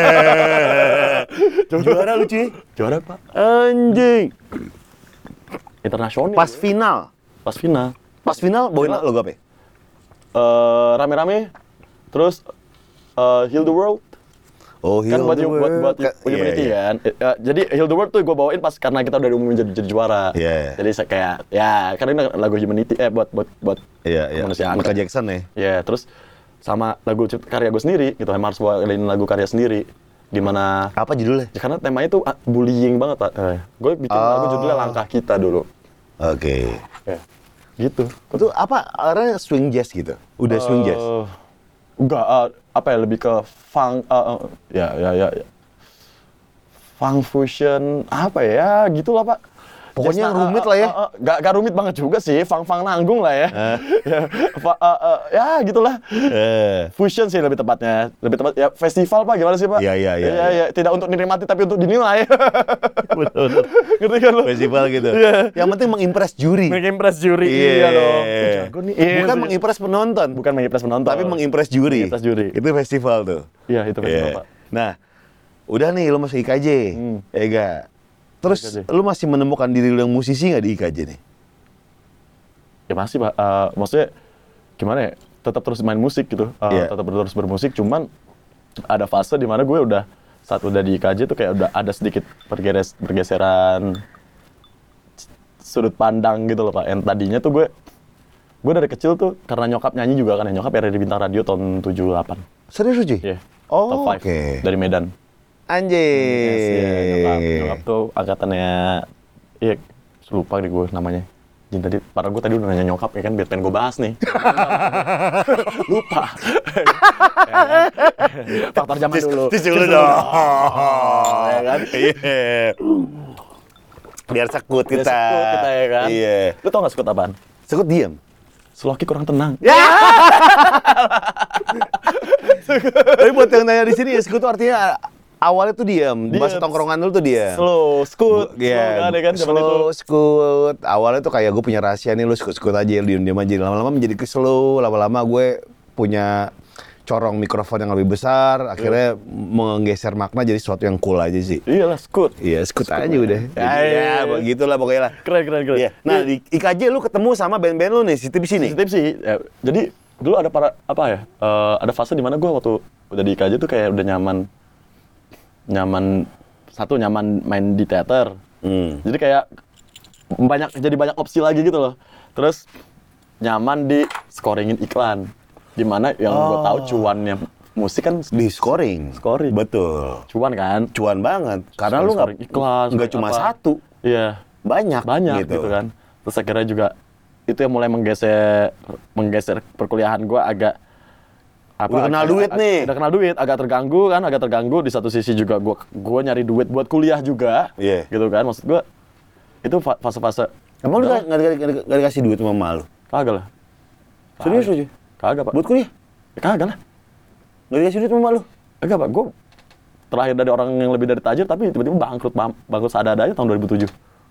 [SPEAKER 1] Juara lu cuy.
[SPEAKER 2] Juara pak.
[SPEAKER 1] Anjing.
[SPEAKER 2] Internasional.
[SPEAKER 1] Pas final.
[SPEAKER 2] Pas final.
[SPEAKER 1] Pas final bawain
[SPEAKER 2] Final.
[SPEAKER 1] logo apa? ya?
[SPEAKER 2] Eh, rame-rame, terus eh, Heal the World.
[SPEAKER 1] Oh,
[SPEAKER 2] Kan
[SPEAKER 1] Heal
[SPEAKER 2] buat
[SPEAKER 1] the
[SPEAKER 2] buat buat
[SPEAKER 1] World. Ka-
[SPEAKER 2] Humanity
[SPEAKER 1] iya, iya.
[SPEAKER 2] kan. Eh, eh, jadi Heal the World tuh gue bawain pas karena kita udah diumumin jadi, jadi juara.
[SPEAKER 1] Iya.
[SPEAKER 2] Jadi saya kayak ya karena ini lagu Humanity eh buat buat buat
[SPEAKER 1] Iya, iya.
[SPEAKER 2] kemanusiaan.
[SPEAKER 1] Michael
[SPEAKER 2] kan.
[SPEAKER 1] Jackson ya.
[SPEAKER 2] Ya, terus sama lagu cipta karya gue sendiri gitu. Emang harus bawain lagu karya sendiri. Gimana?
[SPEAKER 1] Apa judulnya?
[SPEAKER 2] Ya, karena temanya tuh ah, bullying banget pak. Eh, gue bikin lagu
[SPEAKER 1] Oh.
[SPEAKER 2] judulnya Langkah Kita dulu.
[SPEAKER 1] Oke.
[SPEAKER 2] Ya, gitu.
[SPEAKER 1] Itu apa? Arahnya swing jazz gitu. Udah swing jazz.
[SPEAKER 2] Eh, enggak, eh, apa ya, lebih ke funk, eh, eh, ya, ya, ya, ya. Funk fusion, apa ya, gitulah Pak.
[SPEAKER 1] Pokoknya
[SPEAKER 2] Just,
[SPEAKER 1] yang rumit
[SPEAKER 2] eh,
[SPEAKER 1] lah ya.
[SPEAKER 2] eh, eh, Gak, gak rumit banget juga sih, funk-funk nanggung lah ya. ya, fa- eh, eh, ya gitulah.
[SPEAKER 1] Eh.
[SPEAKER 2] Fusion sih lebih tepatnya. Lebih tepat, ya festival Pak, gimana sih Pak?
[SPEAKER 1] Iya, iya, iya,
[SPEAKER 2] Ya,
[SPEAKER 1] iya.
[SPEAKER 2] ya, tidak untuk dinikmati tapi untuk dinilai.
[SPEAKER 1] Bener-bener.
[SPEAKER 2] Ngerti kan lo?
[SPEAKER 1] Festival gitu.
[SPEAKER 2] Iya.
[SPEAKER 1] Yang penting mengimpress juri.
[SPEAKER 2] Mengimpress juri,
[SPEAKER 1] Iya.
[SPEAKER 2] iya dong. Oh, jago nih. Iya,
[SPEAKER 1] Bukan
[SPEAKER 2] iya.
[SPEAKER 1] mengimpress penonton.
[SPEAKER 2] Bukan mengimpress penonton.
[SPEAKER 1] Tapi mengimpress juri.
[SPEAKER 2] Mengimpress juri.
[SPEAKER 1] Itu festival tuh.
[SPEAKER 2] Iya, itu festival
[SPEAKER 1] Iya.
[SPEAKER 2] Pak.
[SPEAKER 1] Nah, udah nih lu masuk I K J.
[SPEAKER 2] Hmm.
[SPEAKER 1] Ya enggak? Terus
[SPEAKER 2] I K J.
[SPEAKER 1] lu masih menemukan diri lu yang musisi nggak di I K J nih?
[SPEAKER 2] Ya masih Pak, Eh, maksudnya gimana ya, tetap terus main musik gitu, Eh,
[SPEAKER 1] Iya.
[SPEAKER 2] tetap terus bermusik, cuman ada fase di mana gue udah, saat udah di I K J tuh kayak udah ada sedikit pergeres, pergeseran sudut pandang gitu loh Pak, yang tadinya tuh gue, gue dari kecil tuh, karena nyokap nyanyi juga kan ya, nyokap era di Bintang Radio tahun tujuh puluh delapan,
[SPEAKER 1] Serius lu, cuy?
[SPEAKER 2] iya,
[SPEAKER 1] Oh,
[SPEAKER 2] top five,
[SPEAKER 1] oke.
[SPEAKER 2] dari Medan.
[SPEAKER 1] Anjing.
[SPEAKER 2] Yes, iya, nyokap, nyokap tuh angkatannya, iya, lupa nih gue namanya. Jin tadi, para gue tadi udah nanya nyokap ya kan, biar pengen gue bahas nih. Lupa. Ya kan? Faktor zaman dulu.
[SPEAKER 1] Tis dulu dong.
[SPEAKER 2] Ya kan?
[SPEAKER 1] Iya. Biar sekut
[SPEAKER 2] Biar
[SPEAKER 1] kita.
[SPEAKER 2] sekut kita ya kan.
[SPEAKER 1] Iya.
[SPEAKER 2] Lu tau gak sekut apaan?
[SPEAKER 1] Sekut diem.
[SPEAKER 2] Sloki kurang tenang.
[SPEAKER 1] Tapi buat yang nanya di sini ya, sekut tuh artinya awalnya tuh diem. Di masa
[SPEAKER 2] Diem.
[SPEAKER 1] tongkrongan dulu tuh diem.
[SPEAKER 2] Slow, skut.
[SPEAKER 1] Iya,
[SPEAKER 2] slow kan, ya kan, zaman itu.
[SPEAKER 1] slow, skut. Awalnya tuh kayak gue punya rahasia nih, lu skut-skut aja, diem-diem aja. Lama-lama menjadi ke slow, lama-lama gue punya corong mikrofon yang lebih besar, akhirnya menggeser makna jadi sesuatu yang cool aja sih.
[SPEAKER 2] Iyalah, skut.
[SPEAKER 1] Iya, skut aja udah.
[SPEAKER 2] Ya,
[SPEAKER 1] Ya,
[SPEAKER 2] iya.
[SPEAKER 1] begitulah pokoknya lah.
[SPEAKER 2] Keren, keren, keren.
[SPEAKER 1] Iya. Nah, di I K J lu ketemu sama band-band lu nih, City di sini.
[SPEAKER 2] Sensitif sih. Ya, jadi dulu ada para apa ya? eh, ada fase di mana gue waktu udah di I K J tuh kayak udah nyaman, nyaman satu nyaman main di teater.
[SPEAKER 1] Hmm.
[SPEAKER 2] Jadi kayak banyak jadi banyak opsi lagi gitu loh. Terus nyaman di scoringin iklan. Dimana yang gue tahu cuannya musik kan
[SPEAKER 1] Di scoring.
[SPEAKER 2] Scoring.
[SPEAKER 1] Betul.
[SPEAKER 2] cuan kan.
[SPEAKER 1] Cuan banget. Karena lu nggak
[SPEAKER 2] Scoring iklan,
[SPEAKER 1] nggak
[SPEAKER 2] scoring
[SPEAKER 1] cuma
[SPEAKER 2] apa.
[SPEAKER 1] satu,
[SPEAKER 2] Iya.
[SPEAKER 1] banyak,
[SPEAKER 2] Banyak gitu. kan. Terus akhirnya juga itu yang mulai menggeser menggeser perkuliahan gue agak
[SPEAKER 1] Udah kenal duit
[SPEAKER 2] ag-
[SPEAKER 1] nih.
[SPEAKER 2] Udah kenal duit, agak terganggu kan, agak terganggu. Di satu sisi juga gue gue nyari duit buat kuliah juga,
[SPEAKER 1] Iya.
[SPEAKER 2] gitu kan. Maksud gue itu fa- fase-fase.
[SPEAKER 1] Emang lu nggak nggak- nggak nggak dikasih duit sama emak lu?
[SPEAKER 2] Kagak lah.
[SPEAKER 1] Serius
[SPEAKER 2] Kagak.
[SPEAKER 1] aja?
[SPEAKER 2] Kagak pak.
[SPEAKER 1] Buat kuliah?
[SPEAKER 2] Ya, kagak lah.
[SPEAKER 1] Nggak dikasih duit sama emak lu?
[SPEAKER 2] Kagak pak. Gue terlahir dari orang yang lebih dari tajir, tapi tiba-tiba bangkrut, bang- bangkrut seada-adanya tahun dua ribu tujuh.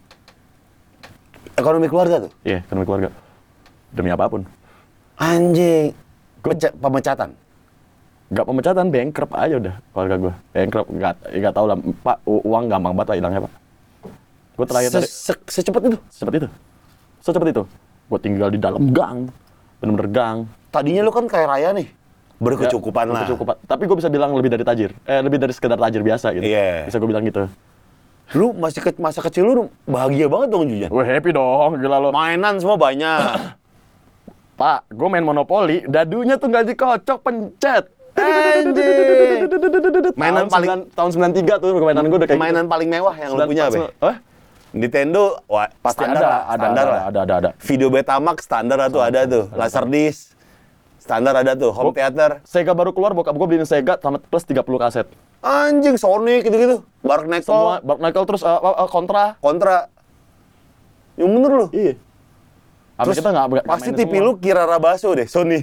[SPEAKER 1] Ekonomi keluarga tuh?
[SPEAKER 2] Iya, ekonomi keluarga. Demi apapun.
[SPEAKER 1] Anjing. Peca- pemecatan?
[SPEAKER 2] Gak pemecatan, bankrupt aja udah keluarga gue. Bankrupt, gak, gak tau lah. Pak, u- uang gampang banget lah hilangnya pak. Gue terakhir
[SPEAKER 1] Se-
[SPEAKER 2] dari...
[SPEAKER 1] se- Secepat itu?
[SPEAKER 2] Secepat itu. Secepat itu. Gue tinggal di dalam gang. Bener-bener gang.
[SPEAKER 1] Tadinya lu kan kaya raya nih. Berkecukupan
[SPEAKER 2] Ya,
[SPEAKER 1] lah.
[SPEAKER 2] berkecukupan. Tapi gue bisa bilang lebih dari tajir. Eh, lebih dari sekedar tajir biasa gitu.
[SPEAKER 1] Iya.
[SPEAKER 2] Bisa gue bilang gitu.
[SPEAKER 1] Lu masih ke masa kecil lu bahagia banget dong, Jujan.
[SPEAKER 2] Gue happy dong, gila lo.
[SPEAKER 1] Mainan semua banyak.
[SPEAKER 2] Pak, gue main Monopoli, dadunya tuh nggak dikocok, pencet.
[SPEAKER 1] Anjing. Mainan
[SPEAKER 2] Tahun
[SPEAKER 1] paling-
[SPEAKER 2] sembilan- tahun sembilan tiga tuh mainan gue udah kayak
[SPEAKER 1] Mainan
[SPEAKER 2] gitu.
[SPEAKER 1] paling mewah yang lu
[SPEAKER 2] Sembilan-
[SPEAKER 1] punya apa?
[SPEAKER 2] sembilan- Hah?
[SPEAKER 1] Nintendo, wah,
[SPEAKER 2] Pasti
[SPEAKER 1] standar
[SPEAKER 2] ada,
[SPEAKER 1] lah,
[SPEAKER 2] ada,
[SPEAKER 1] standar
[SPEAKER 2] ada,
[SPEAKER 1] lah.
[SPEAKER 2] ada, ada, ada.
[SPEAKER 1] Video Betamax standar tuh ada tuh, Laserdisc standar ada tuh, home
[SPEAKER 2] Bo-
[SPEAKER 1] theater.
[SPEAKER 2] Sega baru keluar, bokap gue beliin Sega sama plus tiga puluh kaset.
[SPEAKER 1] Anjing, Sonic gitu-gitu, Bark
[SPEAKER 2] Semua,
[SPEAKER 1] Knuckle,
[SPEAKER 2] Bark Knuckle terus uh, uh, uh, Contra.
[SPEAKER 1] Kontra. Yang bener lu.
[SPEAKER 2] Iya. Abis
[SPEAKER 1] Terus
[SPEAKER 2] kita nggak nggak
[SPEAKER 1] pasti
[SPEAKER 2] mainin
[SPEAKER 1] T V
[SPEAKER 2] semua.
[SPEAKER 1] lu Kira Rabaso deh, Sony.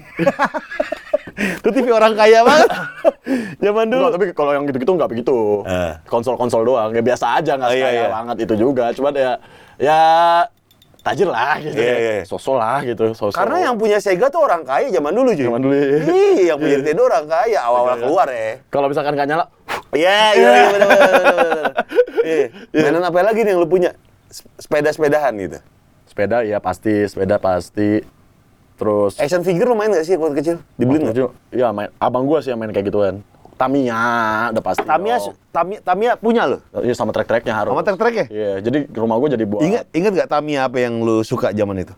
[SPEAKER 1] Itu T V orang kaya banget. Zaman dulu.
[SPEAKER 2] Enggak, tapi kalau yang gitu-gitu nggak begitu.
[SPEAKER 1] Eh.
[SPEAKER 2] Konsol-konsol doang, ya biasa aja, nggak
[SPEAKER 1] Oh, iya,
[SPEAKER 2] sekaya
[SPEAKER 1] iya.
[SPEAKER 2] banget itu juga. Cuman ya, ya tajir lah gitu.
[SPEAKER 1] Iya, iya.
[SPEAKER 2] Sosok lah gitu. Sosok.
[SPEAKER 1] Karena yang punya Sega tuh orang kaya zaman dulu, cuy.
[SPEAKER 2] Zaman dulu, iya.
[SPEAKER 1] Iya, yang punya Nintendo orang kaya awal-awal
[SPEAKER 2] Iya.
[SPEAKER 1] keluar ya.
[SPEAKER 2] kalau misalkan nggak nyala,
[SPEAKER 1] Iya, iya, iya, bener, bener, bener, bener. Iya. Mainan apa lagi nih yang lu punya? Sep- Sepeda-sepedahan gitu.
[SPEAKER 2] sepeda ya pasti, sepeda pasti. Terus
[SPEAKER 1] Action figure lu main gak sih waktu kecil? Dibeliin nggak?
[SPEAKER 2] Waktu kecil, iya main. Abang gua sih yang main kayak gituan. Tamiya, udah pasti.
[SPEAKER 1] Tamiya,
[SPEAKER 2] dong.
[SPEAKER 1] Tamiya, Tamiya punya lo?
[SPEAKER 2] Iya sama trek-treknya harus.
[SPEAKER 1] Sama trek-treknya?
[SPEAKER 2] Iya, jadi rumah gua jadi buat.
[SPEAKER 1] Ingat, ingat gak Tamiya apa yang lu suka zaman itu?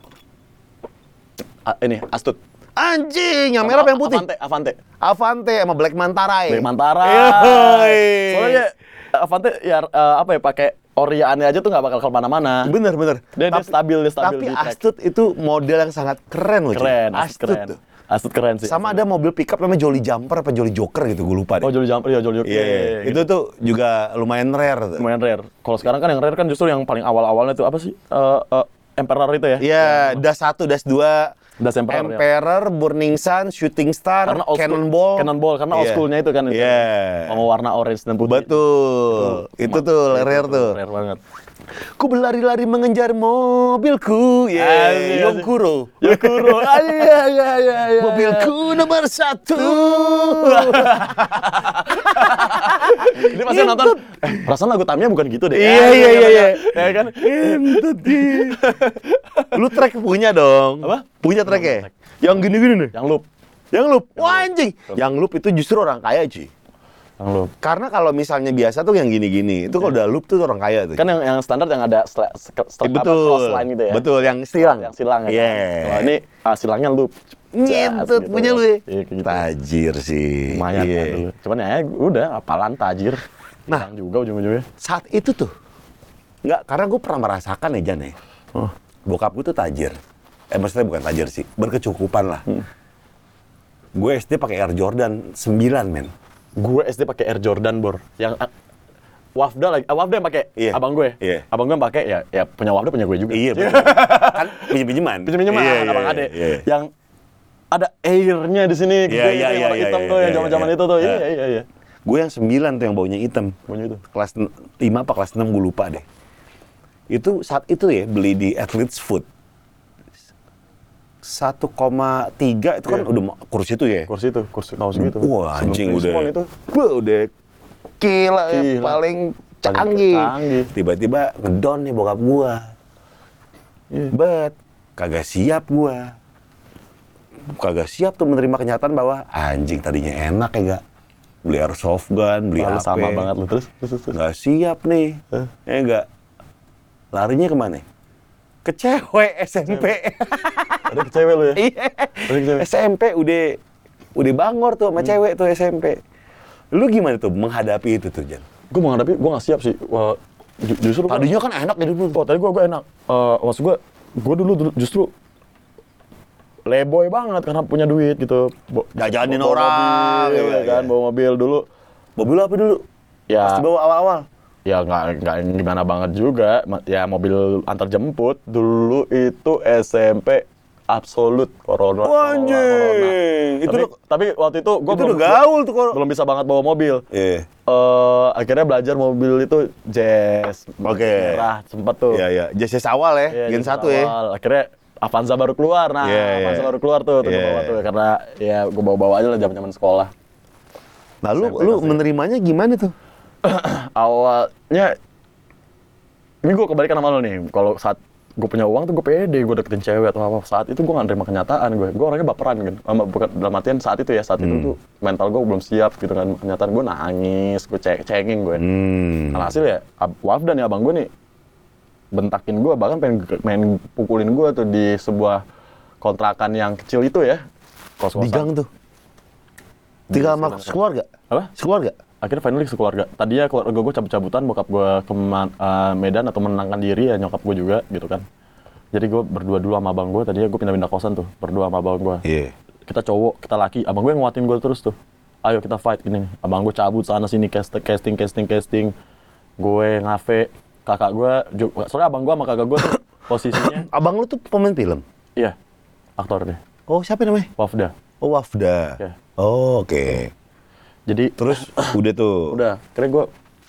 [SPEAKER 2] Ah, ini Astut.
[SPEAKER 1] Anjing, yang
[SPEAKER 2] Sama
[SPEAKER 1] merah apa yang putih?
[SPEAKER 2] Avante, Avante.
[SPEAKER 1] Avante sama Black Mantarai.
[SPEAKER 2] Black Mantara.
[SPEAKER 1] Yoi.
[SPEAKER 2] Soalnya Avante ya eh, apa ya pakai oriaannya aja tuh nggak bakal kemana-mana.
[SPEAKER 1] Bener, bener.
[SPEAKER 2] Dia, dia stabil, dia stabil
[SPEAKER 1] Tapi
[SPEAKER 2] di track.
[SPEAKER 1] Astut itu model yang sangat keren loh, cuy.
[SPEAKER 2] Keren, Astut
[SPEAKER 1] Astut
[SPEAKER 2] keren.
[SPEAKER 1] tuh.
[SPEAKER 2] Astut keren sih.
[SPEAKER 1] Sama ada mobil pickup namanya Jolly Jumper apa Jolly Joker gitu, gue lupa deh.
[SPEAKER 2] Oh, Jolly Jumper, ya Jolly Jumper.
[SPEAKER 1] Iya, iya. Itu tuh juga lumayan rare tuh.
[SPEAKER 2] lumayan rare. Kalau sekarang kan yang rare kan justru yang paling awal-awalnya tuh apa sih? Eh, eh, Emperor itu ya?
[SPEAKER 1] Iya, Das satu, Das dua,
[SPEAKER 2] Das Emperor, ya.
[SPEAKER 1] Emperor, Burning Sun, Shooting Star,
[SPEAKER 2] Karena old school-
[SPEAKER 1] Cannonball.
[SPEAKER 2] Cannonball, karena old
[SPEAKER 1] Iya.
[SPEAKER 2] schoolnya itu kan. itu.
[SPEAKER 1] Iya.
[SPEAKER 2] Sama warna orange dan putih.
[SPEAKER 1] Betul. Itu
[SPEAKER 2] Ma-
[SPEAKER 1] tuh rare tuh.
[SPEAKER 2] Rare banget.
[SPEAKER 1] Ku berlari-lari mengejar mobilku.
[SPEAKER 2] Asik,
[SPEAKER 1] Yeah.
[SPEAKER 2] asik.
[SPEAKER 1] Yokuro.
[SPEAKER 2] Yokuro. Ah, iya, iya, iya, iya.
[SPEAKER 1] Mobilku nomor satu.
[SPEAKER 2] Ini pasti nonton. Eh, perasaan lagu Tamiya bukan gitu deh.
[SPEAKER 1] Iya, iya, iya, iya.
[SPEAKER 2] Ya kan?
[SPEAKER 1] Entut di. Lu track punya dong.
[SPEAKER 2] Apa?
[SPEAKER 1] Punya track ya? Yang gini-gini nih.
[SPEAKER 2] Yang loop.
[SPEAKER 1] Yang loop. Wah anjing. Yang loop itu justru orang kaya, cuy.
[SPEAKER 2] Yang loop.
[SPEAKER 1] Karena kalau misalnya biasa tuh yang gini-gini, itu kalau udah loop tuh orang kaya tuh.
[SPEAKER 2] Kan yang yang standar yang ada sla- sek- sek-
[SPEAKER 1] Eh,
[SPEAKER 2] apa,
[SPEAKER 1] betul.
[SPEAKER 2] cross line gitu ya.
[SPEAKER 1] Betul, yang silang.
[SPEAKER 2] Yang silang ya.
[SPEAKER 1] Iya.
[SPEAKER 2] kan? Kalau ini ah, silangnya loop.
[SPEAKER 1] Ngentut
[SPEAKER 2] Jas,
[SPEAKER 1] punya
[SPEAKER 2] gitu.
[SPEAKER 1] lu ya.
[SPEAKER 2] Iya, kayak gitu.
[SPEAKER 1] Tajir sih.
[SPEAKER 2] Lumayan
[SPEAKER 1] Iya.
[SPEAKER 2] kan dulu. Cuman ya udah apalan tajir.
[SPEAKER 1] Nah.
[SPEAKER 2] Hilang juga ujung-ujungnya.
[SPEAKER 1] Saat itu tuh, nggak, karena gue pernah merasakan ya Jan ya.
[SPEAKER 2] Oh.
[SPEAKER 1] Bokap gue tuh tajir. Eh maksudnya bukan tajir sih, berkecukupan lah.
[SPEAKER 2] Hmm.
[SPEAKER 1] Gue S D pakai Air Jordan sembilan, men.
[SPEAKER 2] Gue S D pakai Air Jordan Bor. Yang ah, Wafda lagi, ah, Wafda yang pakai
[SPEAKER 1] Iya.
[SPEAKER 2] abang gue.
[SPEAKER 1] Iya.
[SPEAKER 2] Abang gue yang pakai ya, ya punya Wafda punya gue juga.
[SPEAKER 1] Iya, betul. Kan pinjem-pinjeman.
[SPEAKER 2] Pinjam-pinjaman
[SPEAKER 1] Iya,
[SPEAKER 2] abang
[SPEAKER 1] iya,
[SPEAKER 2] ade.
[SPEAKER 1] iya.
[SPEAKER 2] Yang ada airnya di sini,
[SPEAKER 1] Iya,
[SPEAKER 2] gede,
[SPEAKER 1] iya,
[SPEAKER 2] yang
[SPEAKER 1] iya,
[SPEAKER 2] warna
[SPEAKER 1] iya,
[SPEAKER 2] hitam
[SPEAKER 1] iya,
[SPEAKER 2] tuh, yang
[SPEAKER 1] iya,
[SPEAKER 2] zaman-zaman
[SPEAKER 1] iya.
[SPEAKER 2] itu tuh.
[SPEAKER 1] Iya.
[SPEAKER 2] Iya, iya, iya.
[SPEAKER 1] Gue yang sembilan tuh yang baunya hitam.
[SPEAKER 2] Punya itu.
[SPEAKER 1] Kelas lima apa kelas enam gue lupa deh. Itu saat itu ya beli di Athlete's Food. satu koma tiga itu kan
[SPEAKER 2] Iya.
[SPEAKER 1] udah ma- kursi itu ya.
[SPEAKER 2] Kursi itu, kursi kaos gitu.
[SPEAKER 1] Wah,
[SPEAKER 2] Sebelum
[SPEAKER 1] anjing
[SPEAKER 2] Chris
[SPEAKER 1] udah.
[SPEAKER 2] Paul itu.
[SPEAKER 1] Wah, udah gila, ya,
[SPEAKER 2] Gila.
[SPEAKER 1] paling
[SPEAKER 2] Paling
[SPEAKER 1] canggih.
[SPEAKER 2] canggih.
[SPEAKER 1] Tiba-tiba ngedon nih bokap gua.
[SPEAKER 2] Iya.
[SPEAKER 1] Bet, kagak siap gua. Kagak siap tuh menerima kenyataan bahwa anjing tadinya enak ya gak. Beli airsoft gun, beli
[SPEAKER 2] Lalu
[SPEAKER 1] H P.
[SPEAKER 2] sama banget lu terus. terus, terus.
[SPEAKER 1] Nggak siap nih.
[SPEAKER 2] Hah?
[SPEAKER 1] Ya enggak. Larinya kemana? Ke cewek S M P.
[SPEAKER 2] Ada ke cewek lu ya?
[SPEAKER 1] Iya.
[SPEAKER 2] Ada ke cewek.
[SPEAKER 1] S M P udah udah bangor tuh sama cewek tuh S M P. Lu gimana tuh menghadapi itu tuh, Jan?
[SPEAKER 2] Gue mau menghadapi, gue nggak siap sih. Wah, ju- justru gua-
[SPEAKER 1] Tadinya kan enak jadi dulu.
[SPEAKER 2] Oh, tadi gue gue enak. Eh, maksud gue, gue dulu, dulu justru leboy banget karena punya duit gitu. Bo-
[SPEAKER 1] Jajanin
[SPEAKER 2] bawa
[SPEAKER 1] orang,
[SPEAKER 2] mobil,
[SPEAKER 1] iya,
[SPEAKER 2] ya kan,
[SPEAKER 1] iya.
[SPEAKER 2] bawa mobil dulu.
[SPEAKER 1] Mobil apa dulu?
[SPEAKER 2] Ya,
[SPEAKER 1] Pasti bawa awal-awal.
[SPEAKER 2] ya nggak nggak gimana banget juga. Ma- Ya mobil antar jemput dulu itu S M P absolut corona.
[SPEAKER 1] Wah,
[SPEAKER 2] corona,
[SPEAKER 1] anjing.
[SPEAKER 2] corona.
[SPEAKER 1] Itu
[SPEAKER 2] tapi,
[SPEAKER 1] udah-
[SPEAKER 2] tapi waktu itu gue
[SPEAKER 1] Itu
[SPEAKER 2] belum
[SPEAKER 1] udah gaul tuh kalau.
[SPEAKER 2] belum bisa banget bawa mobil.
[SPEAKER 1] Iya.
[SPEAKER 2] Eh akhirnya belajar mobil itu Jazz
[SPEAKER 1] Oke.
[SPEAKER 2] merah sempat tuh.
[SPEAKER 1] Iya, iya. Jazz awal ya,
[SPEAKER 2] Iya,
[SPEAKER 1] Gen
[SPEAKER 2] Jazz
[SPEAKER 1] satu ya.
[SPEAKER 2] awal. Akhirnya Avanza baru keluar, nah
[SPEAKER 1] Iya, iya.
[SPEAKER 2] Avanza baru keluar tuh, tuh
[SPEAKER 1] Iya.
[SPEAKER 2] gua bawa tuh karena ya gue bawa-bawa aja lah zaman-zaman sekolah.
[SPEAKER 1] Nah, lu,
[SPEAKER 2] S M P
[SPEAKER 1] lu
[SPEAKER 2] masih.
[SPEAKER 1] menerimanya gimana tuh?
[SPEAKER 2] Awalnya ini gue kebalikan sama lo nih. Kalau saat gue punya uang tuh gue pede, gue deketin cewek atau apa. Saat itu gue nggak nerima kenyataan gue. Gue orangnya baperan kan. Sama- Bukan dalam artian saat itu ya. Saat itu
[SPEAKER 1] Hmm.
[SPEAKER 2] tuh mental gue belum siap gitu kan. Kenyataan gue nangis, gue ce- cengeng gue.
[SPEAKER 1] Hmm.
[SPEAKER 2] Alhasil ya, Ab- Wafda nih abang gue nih bentakin gue, bahkan pengen main pukulin gue tuh di sebuah kontrakan yang kecil itu ya. Kos-kosan.
[SPEAKER 1] Di gang tuh. Tinggal sama
[SPEAKER 2] Di-
[SPEAKER 1] sekeluarga?
[SPEAKER 2] Apa?
[SPEAKER 1] Sekeluarga?
[SPEAKER 2] Akhirnya finally sekeluarga. Tadinya keluarga gue cabut-cabutan, bokap gue ke Ma- eh, Medan atau menenangkan diri, ya nyokap gue juga gitu kan. Jadi gue berdua dulu sama abang gue, tadinya gue pindah-pindah kosan tuh, berdua sama abang gue.
[SPEAKER 1] Iya.
[SPEAKER 2] Kita cowok, kita laki, abang gue nguatin gue terus tuh. Ayo kita fight gini nih. Abang gue cabut sana sini cast- casting casting casting. Gue ngafe, kakak gue, ju- soalnya abang gue sama kakak gue tuh posisinya,
[SPEAKER 1] Abang lu tuh pemain film?
[SPEAKER 2] iya, aktor deh,
[SPEAKER 1] Oh, siapa namanya?
[SPEAKER 2] Wafda.
[SPEAKER 1] Oh, Wafda.
[SPEAKER 2] Iya.
[SPEAKER 1] Oh, oke.
[SPEAKER 2] Jadi
[SPEAKER 1] Terus udah tuh.
[SPEAKER 2] udah, kira gue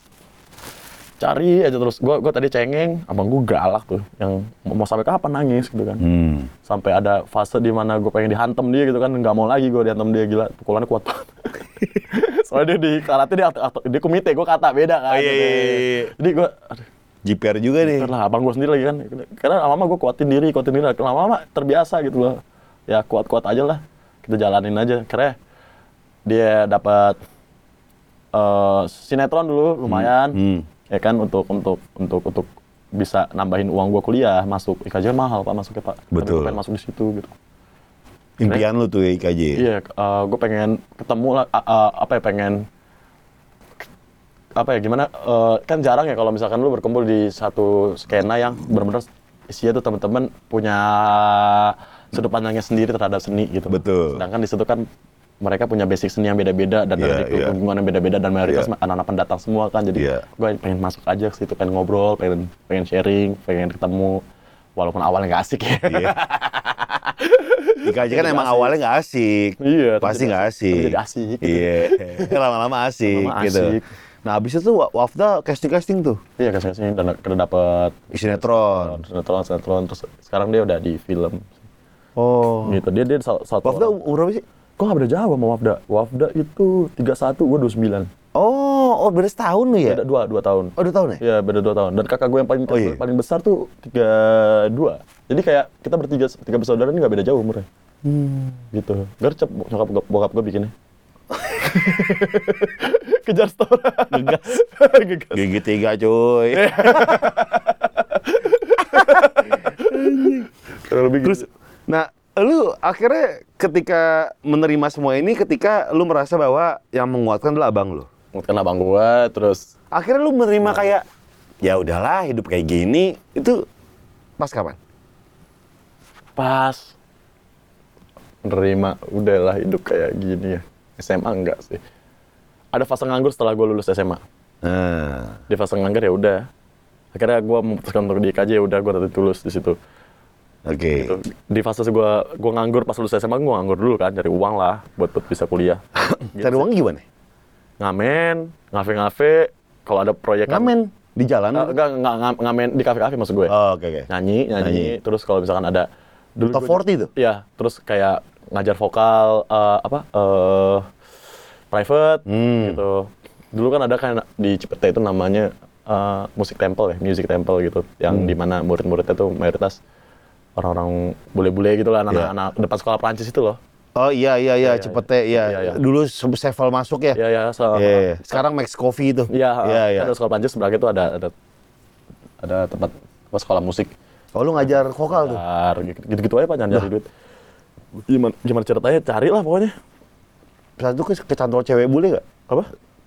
[SPEAKER 2] cari aja terus. Gue gue tadi cengeng, abang gue galak tuh, yang mau sampai kapan nangis gitu kan.
[SPEAKER 1] Hmm.
[SPEAKER 2] Sampai ada fase di mana gue pengen dihantam dia gitu kan, nggak mau lagi gue dihantam dia, gila, pukulannya kuat banget. Soalnya dia di karate dia, aktor- dia komite, gue kata beda kan.
[SPEAKER 1] Oh, iya, iya, iya.
[SPEAKER 2] Jadi gue, aduh,
[SPEAKER 1] G P R juga nih.
[SPEAKER 2] lah abang gue sendiri lagi kan. Karena lama-lama gue kuatin diri, kuatin diri. Lama-lama terbiasa gitu loh. Ya kuat-kuat aja lah, kita jalanin aja. Karena dia dapat eh, sinetron dulu lumayan,
[SPEAKER 1] Hmm.
[SPEAKER 2] ya kan, untuk untuk untuk untuk bisa nambahin uang gue kuliah, masuk I K J mahal pak masuknya pak. Tapi
[SPEAKER 1] Betul.
[SPEAKER 2] gue pengen masuk di situ gitu.
[SPEAKER 1] Impian lu tuh ya I K J.
[SPEAKER 2] Iya, gue pengen ketemu lah, a- a- apa ya, pengen apa ya, gimana, eh, kan jarang ya kalau misalkan lu berkumpul di satu skena yang benar-benar isinya tuh teman-teman punya sudut pandangnya sendiri terhadap seni gitu.
[SPEAKER 1] Betul.
[SPEAKER 2] Sedangkan di situ kan mereka punya basic seni yang beda-beda dan
[SPEAKER 1] Iya,
[SPEAKER 2] dari
[SPEAKER 1] iya.
[SPEAKER 2] hubungan yang beda-beda dan mayoritas
[SPEAKER 1] Iya.
[SPEAKER 2] anak-anak pendatang semua kan. Jadi
[SPEAKER 1] Iya.
[SPEAKER 2] gue pengen masuk aja ke situ, pengen ngobrol, pengen pengen sharing, pengen ketemu, walaupun awalnya nggak asik ya.
[SPEAKER 1] Iya. I K J kan
[SPEAKER 2] Jadi
[SPEAKER 1] emang
[SPEAKER 2] asik.
[SPEAKER 1] awalnya nggak asik.
[SPEAKER 2] Iya, tapi
[SPEAKER 1] Pasti
[SPEAKER 2] jadi
[SPEAKER 1] nggak
[SPEAKER 2] asik.
[SPEAKER 1] asik.
[SPEAKER 2] Tapi jadi asik gitu.
[SPEAKER 1] Iya. Lama-lama asik
[SPEAKER 2] Lama-lama
[SPEAKER 1] gitu.
[SPEAKER 2] asik.
[SPEAKER 1] Nah, abis itu Wa- Wafda casting-casting tuh.
[SPEAKER 2] Iya, kasih kasih dan udah dapet
[SPEAKER 1] Sinetron.
[SPEAKER 2] sinetron, sinetron, terus sekarang dia udah di film
[SPEAKER 1] Oh.
[SPEAKER 2] gitu. Dia dia sal- satu
[SPEAKER 1] Wafda
[SPEAKER 2] orang.
[SPEAKER 1] umur berapa sih?
[SPEAKER 2] Kok nggak beda jauh sama Wafda? Wafda itu tiga puluh satu, gue dua puluh sembilan.
[SPEAKER 1] Oh, oh beda setahun lu ya?
[SPEAKER 2] Beda dua, dua tahun.
[SPEAKER 1] Oh, dua tahun ya?
[SPEAKER 2] Iya, beda dua tahun. Dan kakak gue yang paling
[SPEAKER 1] Oh, iya.
[SPEAKER 2] paling besar tuh tiga dua. Jadi kayak kita bertiga tiga bersaudara ini nggak beda jauh umurnya.
[SPEAKER 1] Hmm.
[SPEAKER 2] Gitu. Gercep nyokap gue- bokap gue bikinnya. Kejar setoran. Gegas. Gegas.
[SPEAKER 1] Gigi tiga cuy.
[SPEAKER 2] Kurang lebih
[SPEAKER 1] Terus,
[SPEAKER 2] gitu.
[SPEAKER 1] nah, lu akhirnya ketika menerima semua ini, ketika lu merasa bahwa yang menguatkan adalah abang lu.
[SPEAKER 2] Kan abang gue, terus
[SPEAKER 1] Akhirnya lu menerima kayak, ya udahlah hidup kayak gini, itu pas kapan?
[SPEAKER 2] pas menerima udahlah hidup kayak gini ya. S M A enggak sih. Ada fase nganggur setelah gue lulus S M A.
[SPEAKER 1] Nah,
[SPEAKER 2] Di fase nganggur ya udah. Akhirnya gue memutuskan untuk di I K J, ya udah gue tetap tulus di situ.
[SPEAKER 1] oke.
[SPEAKER 2] Gitu. Di fase gue gue nganggur pas lulus S M A, gue nganggur dulu kan, cari uang lah buat, buat bisa kuliah. Gitu
[SPEAKER 1] Cari
[SPEAKER 2] sih.
[SPEAKER 1] uang gimana?
[SPEAKER 2] Ngamen, ngafe-ngafe, kalau ada proyek kan-
[SPEAKER 1] Ngamen di jalan?
[SPEAKER 2] Eh, enggak, enggak, ngam- ngamen di kafe-kafe maksud gue.
[SPEAKER 1] Oh, oke oke.
[SPEAKER 2] Nyanyi, nyanyi, terus kalau misalkan ada dulu
[SPEAKER 1] Top
[SPEAKER 2] gua-
[SPEAKER 1] empat puluh tuh?
[SPEAKER 2] Iya, terus kayak ngajar vokal eh, apa eh private
[SPEAKER 1] Hmm.
[SPEAKER 2] gitu. Dulu kan ada kan di Cipete itu namanya eh, musik temple ya, music temple gitu, yang
[SPEAKER 1] Hmm.
[SPEAKER 2] dimana murid-muridnya tuh mayoritas orang-orang bule-bule gitu lah,
[SPEAKER 1] Iya.
[SPEAKER 2] anak-anak depan sekolah Prancis itu loh.
[SPEAKER 1] Oh iya iya iya,
[SPEAKER 2] Iya,
[SPEAKER 1] Cipete iya.
[SPEAKER 2] iya, iya.
[SPEAKER 1] Dulu se- Sevel masuk ya?
[SPEAKER 2] Iya, iya, so,
[SPEAKER 1] Iya, iya. Sekarang Max Coffee itu.
[SPEAKER 2] Iya,
[SPEAKER 1] iya. iya.
[SPEAKER 2] ada sekolah Prancis sebelah itu ada ada ada tempat apa, sekolah musik.
[SPEAKER 1] Oh, lu ngajar vokal tuh?
[SPEAKER 2] Bentar, gitu-gitu aja Pak, jangan cari duit. Gimana, gimana ceritanya, cari lah pokoknya.
[SPEAKER 1] Saat itu ke kecantol cewek bule gak?
[SPEAKER 2] Apa?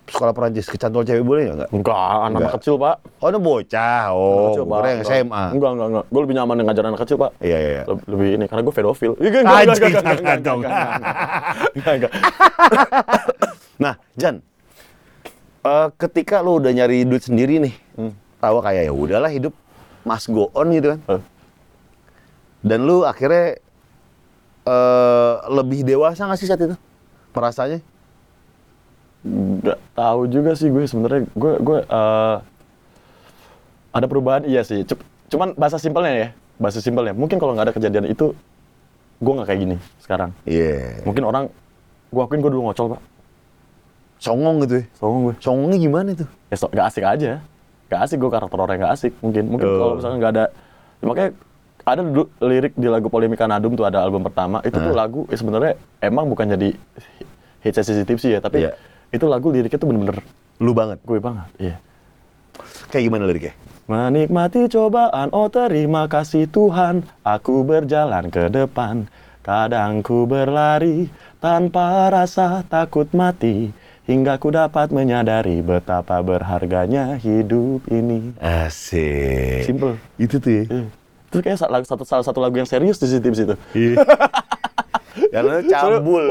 [SPEAKER 1] sekolah Perancis, kecantol cewek boleh nggak?
[SPEAKER 2] Enggak, anak
[SPEAKER 1] Enggak.
[SPEAKER 2] kecil, Pak.
[SPEAKER 1] Oh, ini bocah.
[SPEAKER 2] Anak
[SPEAKER 1] Oh,
[SPEAKER 2] kecil, Pak.
[SPEAKER 1] gue yang S M A.
[SPEAKER 2] Enggak, enggak, enggak. Gue lebih nyaman ngajar anak kecil, Pak.
[SPEAKER 1] Iya, iya, iya.
[SPEAKER 2] Leb- Lebih ini, karena gue pedofil. Iya, enggak,
[SPEAKER 1] Anjing,
[SPEAKER 2] enggak, enggak,
[SPEAKER 1] jangan
[SPEAKER 2] enggak,
[SPEAKER 1] dong.
[SPEAKER 2] enggak, enggak, enggak, enggak.
[SPEAKER 1] Nah, Jan, eh, ketika lo udah nyari duit sendiri nih,
[SPEAKER 2] Hmm.
[SPEAKER 1] tahu kayak ya udahlah hidup must go on gitu kan.
[SPEAKER 2] Eh.
[SPEAKER 1] Dan lu akhirnya eh, lebih dewasa nggak sih saat itu? Merasanya?
[SPEAKER 2] Nggak tahu juga sih gue sebenarnya. Gue gue eh, ada perubahan iya sih. Cu- Cuman bahasa simpelnya ya, bahasa simpelnya. Mungkin kalau nggak ada kejadian itu, gue nggak kayak gini sekarang.
[SPEAKER 1] Iya.
[SPEAKER 2] Mungkin orang, gue akuin gue dulu ngocol, Pak.
[SPEAKER 1] Songong gitu ya?
[SPEAKER 2] Songong gue.
[SPEAKER 1] Songongnya gimana tuh?
[SPEAKER 2] Ya so, gak asik aja. Gak asik gue, karakter orang yang gak asik. Mungkin mungkin
[SPEAKER 1] Oh.
[SPEAKER 2] kalau misalnya nggak ada, ya makanya ada dulu lirik di lagu Polemika Nadum tuh, ada album pertama. Itu tuh lagu ya sebenarnya emang bukan jadi hits sensitif sih ya, tapi
[SPEAKER 1] Iya.
[SPEAKER 2] itu lagu liriknya tuh bener-bener
[SPEAKER 1] Lu banget.
[SPEAKER 2] gue banget. Iya.
[SPEAKER 1] Kayak gimana liriknya?
[SPEAKER 2] Menikmati cobaan, oh terima kasih Tuhan, aku berjalan ke depan. Kadang ku berlari tanpa rasa takut mati, hingga ku dapat menyadari betapa berharganya hidup ini.
[SPEAKER 1] Asik.
[SPEAKER 2] Simple.
[SPEAKER 1] Itu tuh ya?
[SPEAKER 2] Iya. Itu kayak sa- lagu- satu, salah satu lagu yang serius di situ. di situ.
[SPEAKER 1] Iya. Karena cabul.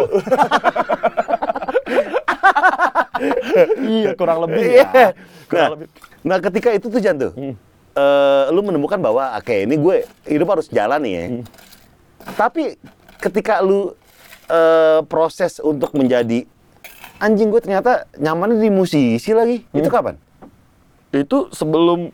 [SPEAKER 2] Iya, kurang lebih
[SPEAKER 1] Iya.
[SPEAKER 2] ya. Kurang
[SPEAKER 1] Nah,
[SPEAKER 2] lebih.
[SPEAKER 1] nah, ketika itu tuh Jan tuh,
[SPEAKER 2] Hmm.
[SPEAKER 1] eh, lu menemukan bahwa oke ini gue hidup harus jalan nih ya.
[SPEAKER 2] Hmm.
[SPEAKER 1] Tapi ketika lu eh, proses untuk menjadi anjing gue ternyata nyamannya di musisi lagi, itu
[SPEAKER 2] Hmm.
[SPEAKER 1] kapan?
[SPEAKER 2] Itu sebelum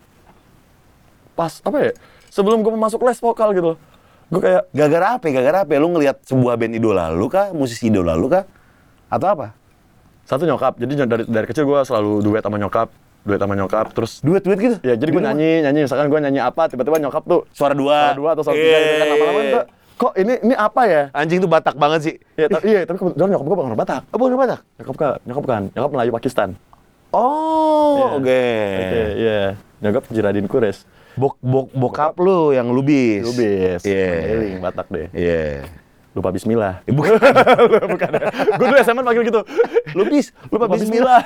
[SPEAKER 2] pas apa ya? Sebelum gue masuk les vokal gitu loh. Gue kayak
[SPEAKER 1] Gara-gara apa? ya? Gara-gara apa? ya? Lu ngelihat sebuah band idola lu kah? Musisi idola lu kah? Atau apa?
[SPEAKER 2] satu nyokap. Jadi dari dari kecil gue selalu duet sama nyokap, duet sama nyokap. Terus
[SPEAKER 1] Duet-duet gitu?
[SPEAKER 2] ya jadi gue
[SPEAKER 1] Gimana?
[SPEAKER 2] nyanyi, nyanyi misalkan gue nyanyi apa, tiba-tiba nyokap tuh
[SPEAKER 1] Suara dua.
[SPEAKER 2] suara dua atau suara tiga gitu kan, lama-lama tuh kok ini ini apa ya?
[SPEAKER 1] Anjing tuh Batak banget sih.
[SPEAKER 2] Ya, ta- iya, tapi kebetulan nyokap gue bukan orang Batak.
[SPEAKER 1] Oh, bukan Batak?
[SPEAKER 2] Nyokap kan, nyokap kan, nyokap Melayu Pakistan.
[SPEAKER 1] Oh,
[SPEAKER 2] Iya.
[SPEAKER 1] oke.
[SPEAKER 2] Oke, iya. Nyokap Jiradin Kures.
[SPEAKER 1] Bok, bok, bokap lu yang lubis.
[SPEAKER 2] Lubis.
[SPEAKER 1] Iya.
[SPEAKER 2] Mandailing, Batak deh.
[SPEAKER 1] Iya.
[SPEAKER 2] Lupa bismillah.
[SPEAKER 1] Eh, bukan.
[SPEAKER 2] Bukan ya. Gue dulu S M A panggil gitu.
[SPEAKER 1] Lubis, lupa
[SPEAKER 2] Lupa
[SPEAKER 1] bismillah.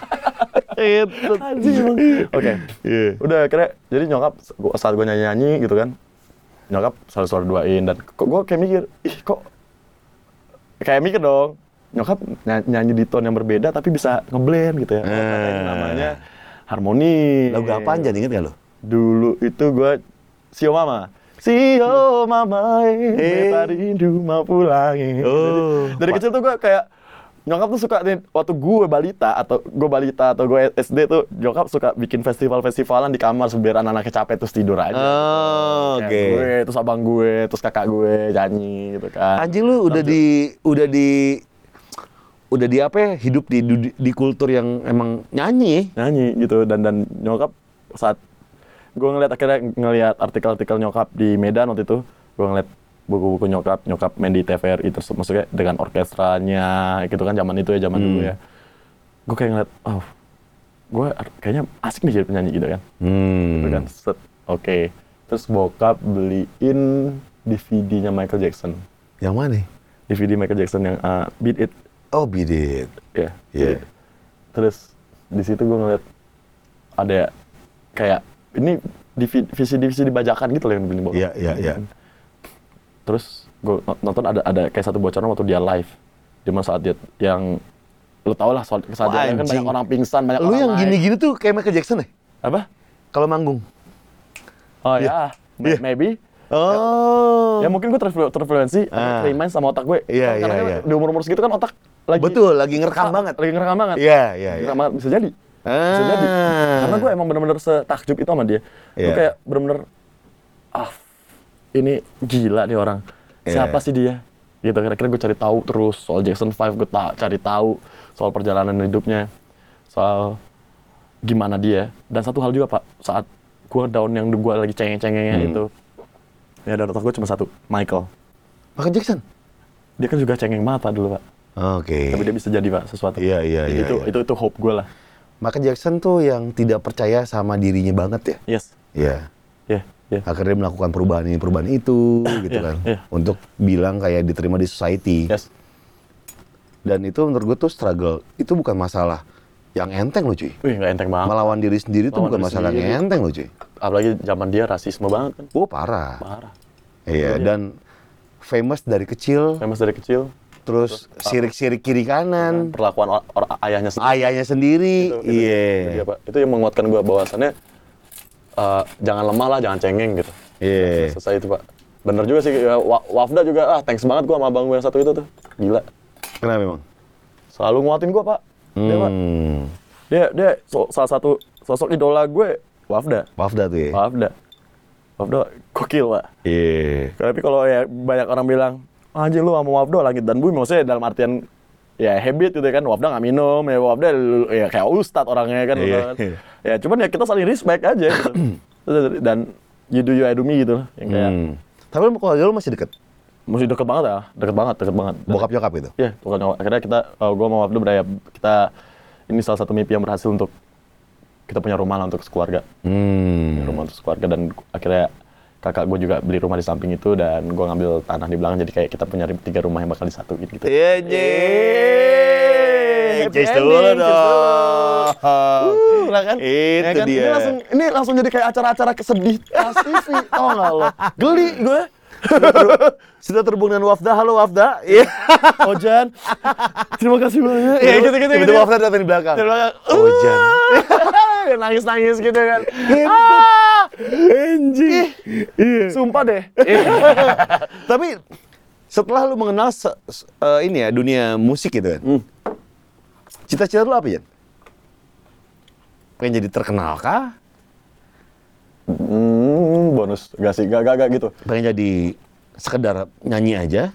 [SPEAKER 1] Itu.
[SPEAKER 2] Anjing emang. Oke.
[SPEAKER 1] Iya.
[SPEAKER 2] Udah akhirnya jadi nyokap gua- saat gue nyanyi-nyanyi gitu kan. Nyokap selalu suara duain dan kok gue kayak mikir, ih kok kayak mikir dong. Nyokap ny- nyanyi di tone yang berbeda tapi bisa ngeblend gitu ya. Oh, ternyata ini
[SPEAKER 1] Eh.
[SPEAKER 2] namanya harmoni.
[SPEAKER 1] Lagu apaan Jan, inget gak lu?
[SPEAKER 2] Dulu itu gue Sio Mama. Sio Mama, eh,
[SPEAKER 1] Eh.
[SPEAKER 2] beta rindu mau pulang. eh.
[SPEAKER 1] Oh.
[SPEAKER 2] Dari, dari kecil tuh gue kayak nyokap tuh suka nih, waktu gue balita atau gue balita atau gue S D tuh nyokap suka bikin festival-festivalan di kamar biar anak-anaknya capek terus tidur aja.
[SPEAKER 1] Oh,
[SPEAKER 2] Kayak
[SPEAKER 1] oke.
[SPEAKER 2] Gue, terus abang gue, terus kakak gue nyanyi gitu kan.
[SPEAKER 1] Anjing lu udah di udah di udah di apa ya? Hidup di di, di kultur yang emang nyanyi.
[SPEAKER 2] Nyanyi gitu dan dan nyokap saat gue ngeliat akhirnya ngeliat artikel-artikel nyokap di Medan waktu itu, gue ngeliat buku-buku nyokap nyokap main di T V R I terus maksudnya dengan orkestranya gitu kan zaman itu ya zaman
[SPEAKER 1] Hmm.
[SPEAKER 2] dulu ya. Gue kayak ngeliat, oh, gue kayaknya asik nih jadi penyanyi gitu kan. Gitu kan,
[SPEAKER 1] Hmm.
[SPEAKER 2] set, oke. Terus bokap beliin D V D-nya Michael Jackson.
[SPEAKER 1] Yang mana?
[SPEAKER 2] D V D Michael Jackson yang uh, Beat It,
[SPEAKER 1] Oh, Beat It.
[SPEAKER 2] ya.
[SPEAKER 1] Iya.
[SPEAKER 2] Terus di situ gue ngeliat ada kayak ini divisi-divisi dibajakan gitu loh yang dibeli bokap.
[SPEAKER 1] Iya, iya, iya.
[SPEAKER 2] Terus gue nonton ada ada kayak satu bocoran waktu dia live, di mana saat dia yang lu tau lah soal kesadaran kan
[SPEAKER 1] anjing.
[SPEAKER 2] banyak orang pingsan, banyak
[SPEAKER 1] Lu
[SPEAKER 2] orang
[SPEAKER 1] yang
[SPEAKER 2] naik.
[SPEAKER 1] gini-gini tuh kayak Michael Jackson ya?
[SPEAKER 2] Apa?
[SPEAKER 1] Kalau manggung.
[SPEAKER 2] Oh
[SPEAKER 1] Iya.
[SPEAKER 2] ya, ma-
[SPEAKER 1] Iya.
[SPEAKER 2] maybe.
[SPEAKER 1] Oh.
[SPEAKER 2] Ya mungkin gue terflu- terfluensi,
[SPEAKER 1] Ah.
[SPEAKER 2] remind sama otak gue.
[SPEAKER 1] Iya,
[SPEAKER 2] Karena
[SPEAKER 1] iya,
[SPEAKER 2] kan
[SPEAKER 1] iya.
[SPEAKER 2] di umur-umur segitu kan otak lagi
[SPEAKER 1] Betul, lagi ngerekam
[SPEAKER 2] Ah,
[SPEAKER 1] banget.
[SPEAKER 2] Lagi ngerekam banget.
[SPEAKER 1] Iya, iya, iya.
[SPEAKER 2] Ngerekam banget, bisa jadi. Bisa
[SPEAKER 1] Ah.
[SPEAKER 2] jadi. Karena gue emang bener-bener setakjub itu sama dia. Gue
[SPEAKER 1] Iya.
[SPEAKER 2] kayak bener-bener, ah, ini gila nih orang.
[SPEAKER 1] Iya.
[SPEAKER 2] Siapa sih dia? Gitu, kira-kira gue cari tahu terus soal Jackson five, gue ta- cari tahu soal perjalanan hidupnya, soal gimana dia. Dan satu hal juga Pak, saat gue down yang gue lagi cengeng-cengengnya
[SPEAKER 1] Hmm.
[SPEAKER 2] itu, ya dan otak gue cuma satu, Michael.
[SPEAKER 1] Michael Jackson.
[SPEAKER 2] Dia kan juga cengeng banget Pak dulu Pak.
[SPEAKER 1] Oke.
[SPEAKER 2] Tapi dia bisa jadi Pak sesuatu.
[SPEAKER 1] Iya, iya, iya,
[SPEAKER 2] Itu
[SPEAKER 1] iya.
[SPEAKER 2] itu itu hope gue lah.
[SPEAKER 1] Michael Jackson tuh yang tidak percaya sama dirinya banget ya.
[SPEAKER 2] Yes.
[SPEAKER 1] Iya.
[SPEAKER 2] Ya, ya.
[SPEAKER 1] Akhirnya melakukan perubahan ini, perubahan itu, gitu
[SPEAKER 2] Iya,
[SPEAKER 1] kan.
[SPEAKER 2] iya.
[SPEAKER 1] Untuk bilang kayak diterima di society.
[SPEAKER 2] Yes.
[SPEAKER 1] Dan itu menurut gue tuh struggle. Itu bukan masalah yang enteng loh cuy.
[SPEAKER 2] Wih, nggak enteng banget.
[SPEAKER 1] Melawan diri sendiri tuh
[SPEAKER 2] Lawan
[SPEAKER 1] bukan
[SPEAKER 2] diri
[SPEAKER 1] masalah yang
[SPEAKER 2] sendiri.
[SPEAKER 1] enteng loh cuy.
[SPEAKER 2] Apalagi zaman dia rasisme banget kan.
[SPEAKER 1] Oh parah.
[SPEAKER 2] Parah.
[SPEAKER 1] Iya, dan famous dari kecil,
[SPEAKER 2] Famous dari kecil.
[SPEAKER 1] terus sirik-sirik kiri kanan,
[SPEAKER 2] Perlakuan or- or- ayahnya sendiri.
[SPEAKER 1] ayahnya sendiri.
[SPEAKER 2] Itu, itu,
[SPEAKER 1] Iya.
[SPEAKER 2] itu, dia, Pak. Itu yang menguatkan gue bahwasannya eh, jangan lemah lah, jangan cengeng gitu.
[SPEAKER 1] Iya.
[SPEAKER 2] Selesai itu, Pak. Bener juga sih, ya, Wa- Wafda juga, ah thanks banget gue sama abang gue yang satu itu tuh. Gila.
[SPEAKER 1] Kenapa memang?
[SPEAKER 2] Selalu nguatin gue, Pak. Dia, Pak.
[SPEAKER 1] Hmm.
[SPEAKER 2] Dia, dia so- salah satu sosok idola gue, Wafda.
[SPEAKER 1] Wafda tuh ya.
[SPEAKER 2] Wafda. Wafda gokil, Pak.
[SPEAKER 1] Iya.
[SPEAKER 2] Tapi kalau ya banyak orang bilang, anjir lu sama Wafda langit dan bumi, maksudnya dalam artian ya habit gitu kan. Wafda nggak minum, ya Wafda ya kayak ustad orangnya kan.
[SPEAKER 1] Iya.
[SPEAKER 2] kan. Ya cuman ya kita saling respect aja gitu. Dan you do you I do me gitu. Yang kayak
[SPEAKER 1] Hmm. Tapi lu keluarga lu masih deket?
[SPEAKER 2] masih deket banget ya, deket banget, deket banget.
[SPEAKER 1] Bokap nyokap itu?
[SPEAKER 2] Iya, bukan akhirnya kita, uh, gue sama Wafda beraya, kita ini salah satu mimpi yang berhasil untuk kita punya rumah lah untuk sekeluarga.
[SPEAKER 1] Hmm.
[SPEAKER 2] Rumah untuk sekeluarga dan akhirnya kakak gue juga beli rumah di samping itu dan gue ngambil tanah di belakang jadi kayak kita punya tiga rumah yang bakal disatuin gitu.
[SPEAKER 1] Iya, Jeng.
[SPEAKER 2] Happy
[SPEAKER 1] Cheers dulu
[SPEAKER 2] ending, cheers
[SPEAKER 1] dong.
[SPEAKER 2] Uh, lah kan?
[SPEAKER 1] Itu
[SPEAKER 2] Ya kan?
[SPEAKER 1] dia.
[SPEAKER 2] Ini langsung, ini langsung jadi kayak acara-acara kesedih Trans T V, tau gak lo? Geli gue.
[SPEAKER 1] Sudah terhubung dengan Wafda. Halo Wafda. Iya.
[SPEAKER 2] Ojan, terima kasih banyak. Ya gitu-gitu.
[SPEAKER 1] Itu
[SPEAKER 2] gitu.
[SPEAKER 1] Wafda datang di belakang.
[SPEAKER 2] Di belakang.
[SPEAKER 1] Ojan.
[SPEAKER 2] Nangis-nangis gitu kan.
[SPEAKER 1] Hebat.
[SPEAKER 2] Ah, anjing. Iya. Sumpah deh.
[SPEAKER 1] Tapi setelah lu mengenal se- se- eh, ini ya dunia musik gitu kan.
[SPEAKER 2] Hmm.
[SPEAKER 1] Cita-cita lu apa, Jan? Pengen jadi terkenal kah?
[SPEAKER 2] Hmm, bonus. Gak sih, gak, gak, gak gitu.
[SPEAKER 1] Pengen jadi sekedar nyanyi aja?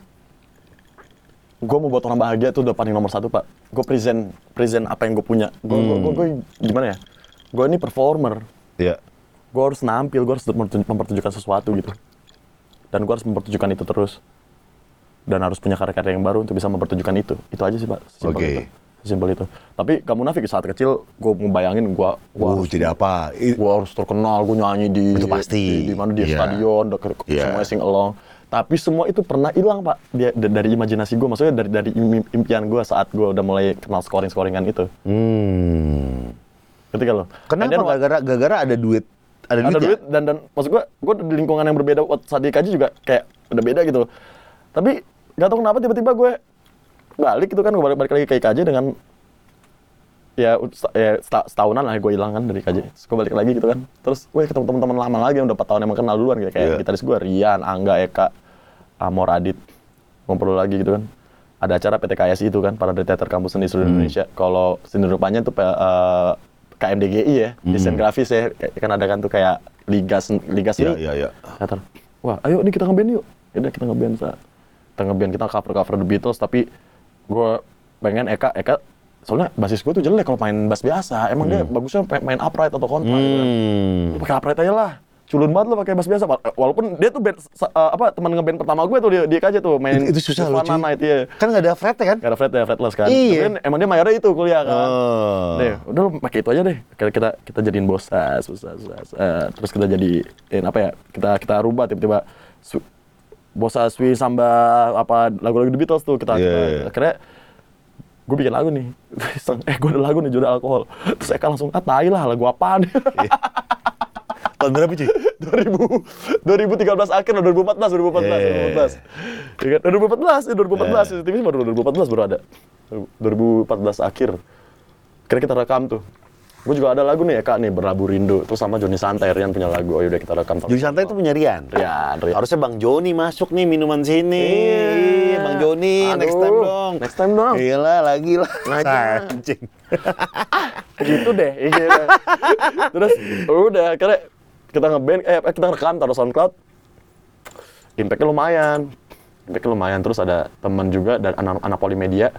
[SPEAKER 2] Gue mau buat orang bahagia tuh udah paling nomor satu, Pak. Gue present, present apa yang gue punya. Gue,
[SPEAKER 1] Hmm.
[SPEAKER 2] gue, gue, gimana ya? Gue ini performer.
[SPEAKER 1] Iya.
[SPEAKER 2] Gue harus nampil, gue harus mempertunj- mempertunjukkan sesuatu gitu. Dan gue harus mempertunjukkan itu terus. Dan harus punya karya-karya yang baru untuk bisa mempertunjukkan itu. Itu aja sih, Pak. Simpel
[SPEAKER 1] Oke.
[SPEAKER 2] itu. Simpel itu. Tapi gak munafik, saat kecil gue ngebayangin gue
[SPEAKER 1] Uh, jadi apa? I-
[SPEAKER 2] gue harus terkenal, gue nyanyi di
[SPEAKER 1] Itu pasti.
[SPEAKER 2] di, di mana di
[SPEAKER 1] Iya.
[SPEAKER 2] stadion, deket,
[SPEAKER 1] Iya.
[SPEAKER 2] semuanya sing along. Tapi semua itu pernah hilang, Pak. Dia, da- dari imajinasi gue, maksudnya dari dari im- impian gue saat gue udah mulai kenal scoring-scoringan itu.
[SPEAKER 1] Hmm.
[SPEAKER 2] Ketika lo.
[SPEAKER 1] Kenapa? Gara-gara gara-gara ada duit. Ada,
[SPEAKER 2] ada
[SPEAKER 1] duit,
[SPEAKER 2] duit dan dan maksud gue, gue di lingkungan yang berbeda waktu saat di I K J juga kayak udah beda gitu. Tapi gak tau kenapa tiba-tiba gue balik gitu kan, gue balik, balik lagi ke I K J dengan ya, ut- ya seta- setahunan lah gue hilang kan dari I K J. Terus gue balik lagi gitu kan. Terus gue ketemu teman-teman lama lagi yang udah empat tahun emang kenal duluan kayak, kayak
[SPEAKER 1] Iya.
[SPEAKER 2] gitaris gue Rian, Angga, Eka, Amor, Adit. Ngobrol lagi gitu kan. Ada acara P T K S I itu kan, Parade Teater Kampus Seni Seluruh Indonesia. Kalau seni rupanya tuh eh, K M D G I ya, desain grafis ya. Kayak- kan ada kan tuh kayak liga sen- liga
[SPEAKER 1] Iya,
[SPEAKER 2] seni.
[SPEAKER 1] iya, iya.
[SPEAKER 2] Teater. Wah, ayo nih kita ngeband yuk. Yaudah kita ngeband, Sa. Kita ngeband, kita cover-cover The Beatles, tapi gue pengen Eka, Eka, soalnya basis gue tuh jelek kalau main bass biasa. Emang dia bagusnya pe- main upright atau kontra gitu kan.
[SPEAKER 1] Hmm.
[SPEAKER 2] Lu pakai upright aja lah. Culun banget lo pakai bass biasa. Wa- Walaupun dia tuh band, sa- uh, apa teman ngeband pertama gue tuh di, di I K J tuh main
[SPEAKER 1] Itu, itu susah loh,
[SPEAKER 2] Nirvana
[SPEAKER 1] cuy.
[SPEAKER 2] Night, iya.
[SPEAKER 1] Kan nggak ada fret kan?
[SPEAKER 2] Gak ada fret ya, fretless kan.
[SPEAKER 1] Iya.
[SPEAKER 2] Tapi kan emang dia mayornya itu kuliah kan.
[SPEAKER 1] Oh.
[SPEAKER 2] Deh, udah lu pakai itu aja deh. Kita kita, kita jadiin bosas, bosas, bosas. Eh, terus kita jadiin apa ya? Kita kita rubah tiba-tiba su- bosas Swi samba apa lagu-lagu The Beatles tuh kita,
[SPEAKER 1] Iya,
[SPEAKER 2] kita
[SPEAKER 1] iya.
[SPEAKER 2] akhirnya gue bikin lagu nih. Iseng, eh gue ada lagu nih judul alkohol. Terus Eka langsung, ah tai lah lagu apaan?
[SPEAKER 1] Tahun berapa cuy?
[SPEAKER 2] dua ribu, dua ribu tiga belas akhir, dua ribu empat belas, dua ribu empat belas,
[SPEAKER 1] Yeah.
[SPEAKER 2] dua ribu empat belas. Ya kan? dua ribu empat belas, ya dua ribu empat belas,
[SPEAKER 1] Yeah.
[SPEAKER 2] C C T V baru dua ribu empat belas baru ada. dua ribu empat belas akhir. Kira kita rekam tuh. Gue juga ada lagu nih ya Kak nih, Berlabuh Rindu. Terus sama Joni Santai, Rian punya lagu, oh yaudah kita rekam.
[SPEAKER 1] Jadi santai itu punya Rian.
[SPEAKER 2] Rian, Rian.
[SPEAKER 1] Harusnya Bang Joni masuk nih minuman sini.
[SPEAKER 2] Iya.
[SPEAKER 1] Bang Joni,
[SPEAKER 2] Aduh,
[SPEAKER 1] next time dong.
[SPEAKER 2] next time dong.
[SPEAKER 1] Iyalah, lagi lah.
[SPEAKER 2] Ngaji.
[SPEAKER 1] Anjing.
[SPEAKER 2] Gitu deh. Iya. Terus udah, akhirnya kita ngeband, eh kita rekam, taruh SoundCloud. Impact-nya lumayan. Impact-nya lumayan. Terus ada teman juga dan anak, anak Polimedia.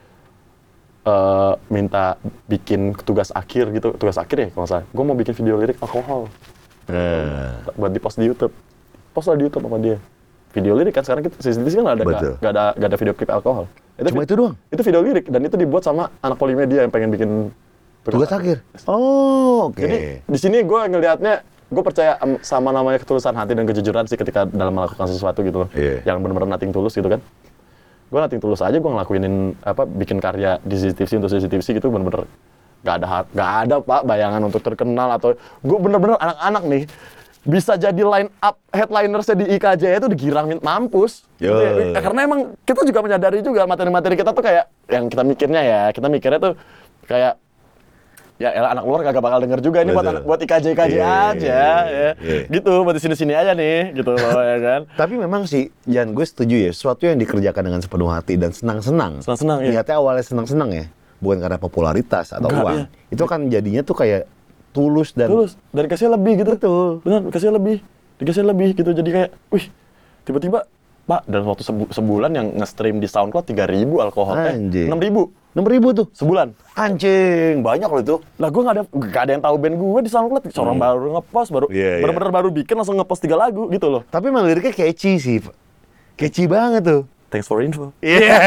[SPEAKER 2] eh minta bikin tugas akhir gitu, tugas akhir ya kalau nggak salah. Gue mau bikin video lirik alkohol
[SPEAKER 1] Eh,
[SPEAKER 2] buat di post di YouTube. Post lah di YouTube sama dia. Video lirik kan sekarang kita sisi kan ada
[SPEAKER 1] Betul.
[SPEAKER 2] nggak ada nggak ada video klip alkohol.
[SPEAKER 1] Cuma
[SPEAKER 2] vi-
[SPEAKER 1] itu doang?
[SPEAKER 2] Itu video lirik dan itu dibuat sama anak Polimedia yang pengen bikin
[SPEAKER 1] tugas akhir. Oh, oke.
[SPEAKER 2] Jadi di sini gue ngelihatnya, gue percaya em, sama namanya ketulusan hati dan kejujuran sih ketika dalam melakukan sesuatu gitu loh.
[SPEAKER 1] Iya.
[SPEAKER 2] Yang benar-benar nothing tulus gitu kan. Gue nothing tulus aja, gue ngelakuinin apa bikin karya di C C T V C untuk C C T V C gitu bener-bener Gak ada, hat- gak ada Pak bayangan untuk terkenal atau gue bener-bener anak-anak nih bisa jadi line up headlinersnya di I K J itu digirang mampus.
[SPEAKER 1] Yo.
[SPEAKER 2] Gitu ya. Karena emang kita juga menyadari juga materi-materi kita tuh kayak yang kita mikirnya ya, kita mikirnya tuh kayak ya elah anak luar kagak bakal denger juga ini buat
[SPEAKER 1] Betul.
[SPEAKER 2] anak buat I K J I K J
[SPEAKER 1] Iya,
[SPEAKER 2] aja
[SPEAKER 1] iya,
[SPEAKER 2] ya.
[SPEAKER 1] iya.
[SPEAKER 2] Gitu buat di sini-sini aja nih gitu loh ya kan.
[SPEAKER 1] Tapi memang sih, Jan, gue setuju ya, sesuatu yang dikerjakan dengan sepenuh hati dan senang-senang.
[SPEAKER 2] Senang-senang, iya.
[SPEAKER 1] Niatnya awalnya senang-senang ya, bukan karena popularitas atau
[SPEAKER 2] Enggak,
[SPEAKER 1] uang.
[SPEAKER 2] iya.
[SPEAKER 1] Itu kan jadinya tuh kayak tulus dan
[SPEAKER 2] Terus dari kasih lebih gitu.
[SPEAKER 1] Betul.
[SPEAKER 2] Benar, kasih lebih. Dikasih lebih gitu. Jadi kayak, wih, tiba-tiba Pak, dalam waktu sebu- sebulan yang nge-stream di SoundCloud tiga ribu alkohol.
[SPEAKER 1] Anjing.
[SPEAKER 2] Eh, enam ribu
[SPEAKER 1] enam ribu tuh.
[SPEAKER 2] sebulan.
[SPEAKER 1] Anjing, banyak loh itu.
[SPEAKER 2] Lah gue gak ada, gak ada yang tahu band gue di SoundCloud. Seorang baru ngepost, baru
[SPEAKER 1] Iya, iya.
[SPEAKER 2] bener-bener baru bikin langsung ngepost tiga lagu gitu loh.
[SPEAKER 1] Tapi emang liriknya catchy sih. Catchy banget tuh.
[SPEAKER 2] Thanks for info.
[SPEAKER 1] Iya.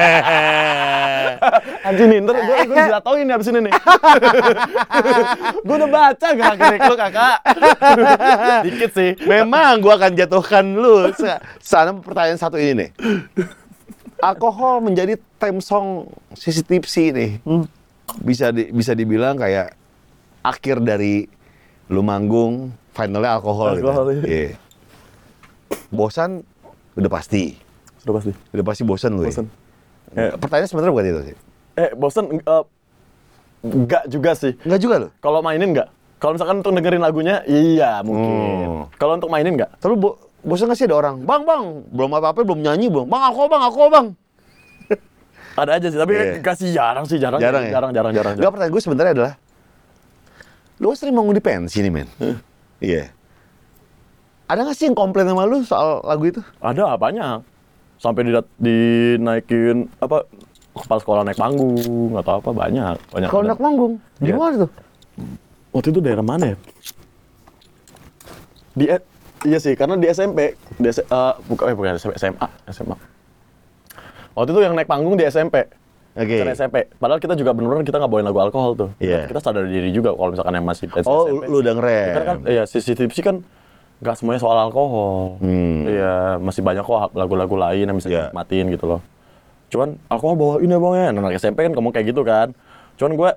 [SPEAKER 2] Anjing nih, ntar gue, gue dijatoin nih abis ini nih. Gue udah baca gak lirik lu kakak? Dikit sih.
[SPEAKER 1] Memang gua akan jatuhkan lu. Sa- Sana pertanyaan satu ini nih. Alkohol menjadi theme song Sissy Tipsy nih. Bisa di, bisa dibilang kayak akhir dari lu manggung, finalnya alkohol,
[SPEAKER 2] Alkohol,
[SPEAKER 1] gitu.
[SPEAKER 2] iya.
[SPEAKER 1] Iya. Bosan udah pasti.
[SPEAKER 2] Sudah pasti.
[SPEAKER 1] Udah pasti bosan lu
[SPEAKER 2] Bosan.
[SPEAKER 1] ya. Pertanyaan sebenarnya bukan itu sih.
[SPEAKER 2] Eh, bosen? Uh, enggak juga sih.
[SPEAKER 1] Enggak juga lo.
[SPEAKER 2] Kalau mainin enggak? Kalau misalkan untuk dengerin lagunya, iya mungkin.
[SPEAKER 1] Oh.
[SPEAKER 2] Kalau untuk mainin enggak?
[SPEAKER 1] Terus bo bosan nggak sih ada orang, bang bang, belum apa-apa, belum nyanyi belum, bang alkohol bang, alkohol bang.
[SPEAKER 2] Ada aja sih, tapi
[SPEAKER 1] Iya.
[SPEAKER 2] kasih jarang sih, jarang.
[SPEAKER 1] Jarang ya?
[SPEAKER 2] Jarang, jarang, jarang.
[SPEAKER 1] Enggak, pertanyaan gue sebenarnya adalah, lu sering mau di pensi nih men? Iya. Ada nggak sih yang komplain sama lu soal lagu itu?
[SPEAKER 2] Ada banyak. Sampai di dinaikin apa kepala sekolah naik panggung atau apa banyak, banyak.
[SPEAKER 1] Kalau
[SPEAKER 2] ada.
[SPEAKER 1] nak manggung, di
[SPEAKER 2] Iya.
[SPEAKER 1] mana tuh?
[SPEAKER 2] Waktu itu daerah mana ya? Di E- iya sih, karena di S M P, di S- eh, bukan eh bukan S M A, S M A. Waktu itu yang naik panggung di S M P.
[SPEAKER 1] Oke.
[SPEAKER 2] Acara S M P. Padahal kita juga beneran kita nggak bawain lagu alkohol tuh.
[SPEAKER 1] Iya.
[SPEAKER 2] Kita sadar diri juga kalau misalkan yang masih S M P.
[SPEAKER 1] Oh, lu udah ngerem.
[SPEAKER 2] Kan kan iya, C C T V kan nggak semuanya soal alkohol.
[SPEAKER 1] Hmm.
[SPEAKER 2] Iya, masih banyak kok lagu-lagu lain yang bisa
[SPEAKER 1] Iya.
[SPEAKER 2] dinikmatin gitu loh. Cuman alkohol bawain ya bang ya, anak S M P kan ngomong kayak gitu kan. Cuman gue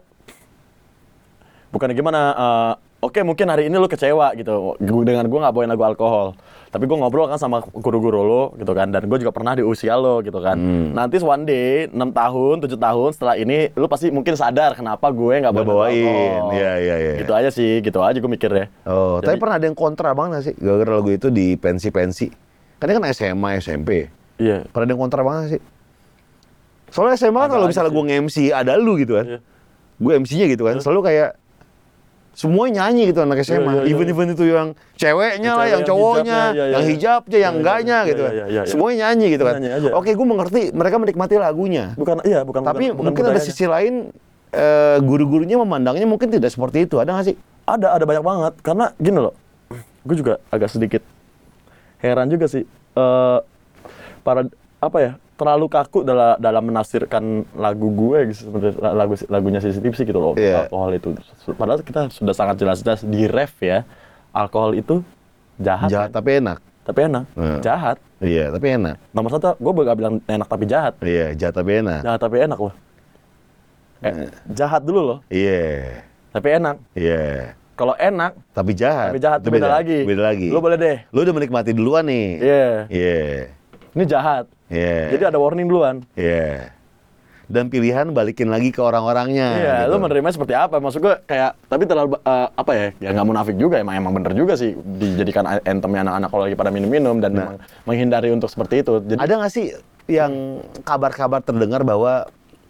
[SPEAKER 2] bukannya gimana, eh, oke mungkin hari ini lu kecewa gitu Gua- dengan gue nggak bawain lagu alkohol. Tapi gue ngobrol kan sama guru-guru lo gitu kan, dan gue juga pernah di usia lo gitu kan.
[SPEAKER 1] Hmm.
[SPEAKER 2] Nanti one day, enam tahun, tujuh tahun setelah ini, lu pasti mungkin sadar kenapa gue nggak
[SPEAKER 1] Nggak
[SPEAKER 2] bawain, lagu
[SPEAKER 1] bawain.
[SPEAKER 2] alkohol.
[SPEAKER 1] Iya, iya, iya.
[SPEAKER 2] Gitu aja sih, gitu aja gue mikirnya.
[SPEAKER 1] Oh, tapi
[SPEAKER 2] Jadi-
[SPEAKER 1] pernah ada yang kontra banget nggak sih? Gara-gara lagu itu di pensi-pensi. Kan ini kan S M A, S M P.
[SPEAKER 2] Iya.
[SPEAKER 1] Pernah ada yang kontra banget nggak sih? Soalnya S M A kan
[SPEAKER 2] Ada
[SPEAKER 1] kalau
[SPEAKER 2] aja
[SPEAKER 1] misalnya
[SPEAKER 2] sih.
[SPEAKER 1] gue nge-M C, ada lu gitu kan.
[SPEAKER 2] Iya.
[SPEAKER 1] Gue M C-nya gitu kan, selalu kayak semua nyanyi gitu anak S M A.
[SPEAKER 2] Iya, iya, iya.
[SPEAKER 1] Even-even itu yang ceweknya lah,
[SPEAKER 2] Yang
[SPEAKER 1] yang
[SPEAKER 2] cewek, yang
[SPEAKER 1] cowoknya,
[SPEAKER 2] hijabnya, iya, iya,
[SPEAKER 1] yang
[SPEAKER 2] iya.
[SPEAKER 1] hijabnya, yang
[SPEAKER 2] Iya,
[SPEAKER 1] enggaknya
[SPEAKER 2] iya,
[SPEAKER 1] gitu
[SPEAKER 2] iya,
[SPEAKER 1] kan.
[SPEAKER 2] iya, iya.
[SPEAKER 1] Semuanya nyanyi gitu kan.
[SPEAKER 2] Nyanyi aja.
[SPEAKER 1] Oke, gue mengerti mereka menikmati lagunya.
[SPEAKER 2] Bukan, iya bukan.
[SPEAKER 1] Tapi
[SPEAKER 2] bukan, bukan
[SPEAKER 1] mungkin ada
[SPEAKER 2] budayanya.
[SPEAKER 1] sisi lain, eh, guru-gurunya memandangnya mungkin tidak seperti itu. Ada nggak sih?
[SPEAKER 2] Ada, ada banyak banget. Karena gini loh, gue juga agak sedikit heran juga sih. Eh para apa ya, terlalu kaku dalam dalam menafsirkan lagu gue gitu sebenarnya, lagu lagunya C C T V sih gitu loh.
[SPEAKER 1] Iya.
[SPEAKER 2] Alkohol itu. Padahal kita sudah sangat jelas-jelas di ref ya. Alkohol itu jahat.
[SPEAKER 1] Jahat
[SPEAKER 2] kan?
[SPEAKER 1] tapi enak.
[SPEAKER 2] Tapi enak.
[SPEAKER 1] Hmm.
[SPEAKER 2] Jahat.
[SPEAKER 1] Iya, tapi enak.
[SPEAKER 2] Nomor satu, gue gak bilang enak tapi jahat.
[SPEAKER 1] Iya, jahat tapi enak.
[SPEAKER 2] Jahat tapi enak loh. Eh, jahat dulu loh,
[SPEAKER 1] Iya,
[SPEAKER 2] tapi enak.
[SPEAKER 1] iya.
[SPEAKER 2] Kalau enak,
[SPEAKER 1] Tapi jahat.
[SPEAKER 2] tapi jahat
[SPEAKER 1] itu
[SPEAKER 2] itu beda, lagi.
[SPEAKER 1] Beda lagi.
[SPEAKER 2] Lu boleh deh.
[SPEAKER 1] Lu udah menikmati duluan nih.
[SPEAKER 2] Iya.
[SPEAKER 1] Iya.
[SPEAKER 2] Ini jahat.
[SPEAKER 1] Iya.
[SPEAKER 2] Jadi ada warning duluan.
[SPEAKER 1] Iya. Dan pilihan balikin lagi ke orang-orangnya.
[SPEAKER 2] Iya,
[SPEAKER 1] gitu.
[SPEAKER 2] lu menerima seperti apa? Maksud gue kayak, tapi terlalu eh, apa ya? Ya nggak munafik juga, emang emang bener juga sih dijadikan anthemnya anak-anak kalau lagi pada minum-minum dan
[SPEAKER 1] Nah.
[SPEAKER 2] memang menghindari untuk seperti itu. Jadi
[SPEAKER 1] Ada nggak sih yang kabar-kabar terdengar bahwa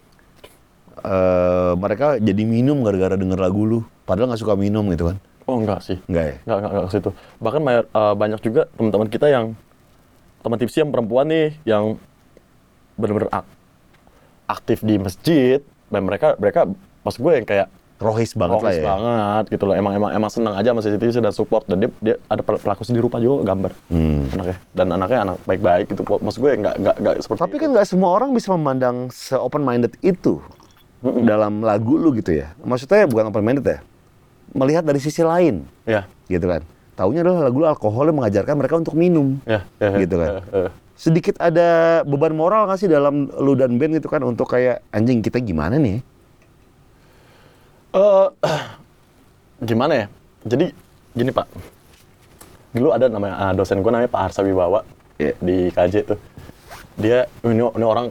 [SPEAKER 1] eh, mereka jadi minum gara-gara denger lagu lu, padahal nggak suka minum gitu kan?
[SPEAKER 2] oh enggak sih,
[SPEAKER 1] Enggak ya?
[SPEAKER 2] enggak enggak, enggak ke situ. Bahkan mayor- eh, banyak juga teman-teman kita yang teman tipsi yang perempuan nih yang bener-bener ak- aktif di masjid, dan mereka mereka maksud gue yang kayak
[SPEAKER 1] Rohis banget lah
[SPEAKER 2] rohis
[SPEAKER 1] ya.
[SPEAKER 2] banget gitu loh. Emang emang emang senang aja sama C C T V dan support, dan dia dia ada pel- pelaku seni rupa juga gambar.
[SPEAKER 1] Hmm.
[SPEAKER 2] Anaknya, dan anaknya anak baik-baik gitu. Maksud gue nggak nggak nggak seperti
[SPEAKER 1] Tapi
[SPEAKER 2] itu.
[SPEAKER 1] kan nggak semua orang bisa memandang se-open minded itu dalam lagu lu gitu ya. Maksudnya bukan open minded ya. Melihat dari sisi lain
[SPEAKER 2] ya
[SPEAKER 1] gitu kan. Taunya adalah lagu lu alkohol yang mengajarkan mereka untuk minum.
[SPEAKER 2] ya, ya
[SPEAKER 1] Gitu kan.
[SPEAKER 2] ya, ya.
[SPEAKER 1] Sedikit ada beban moral nggak sih dalam lu dan band gitu kan untuk kayak anjing kita gimana nih?
[SPEAKER 2] Eh, gimana ya? Jadi gini Pak, dulu ada namanya uh, dosen gue namanya Pak Harsa Wibawa
[SPEAKER 1] Iya.
[SPEAKER 2] di K J tuh. Dia ini, ini orang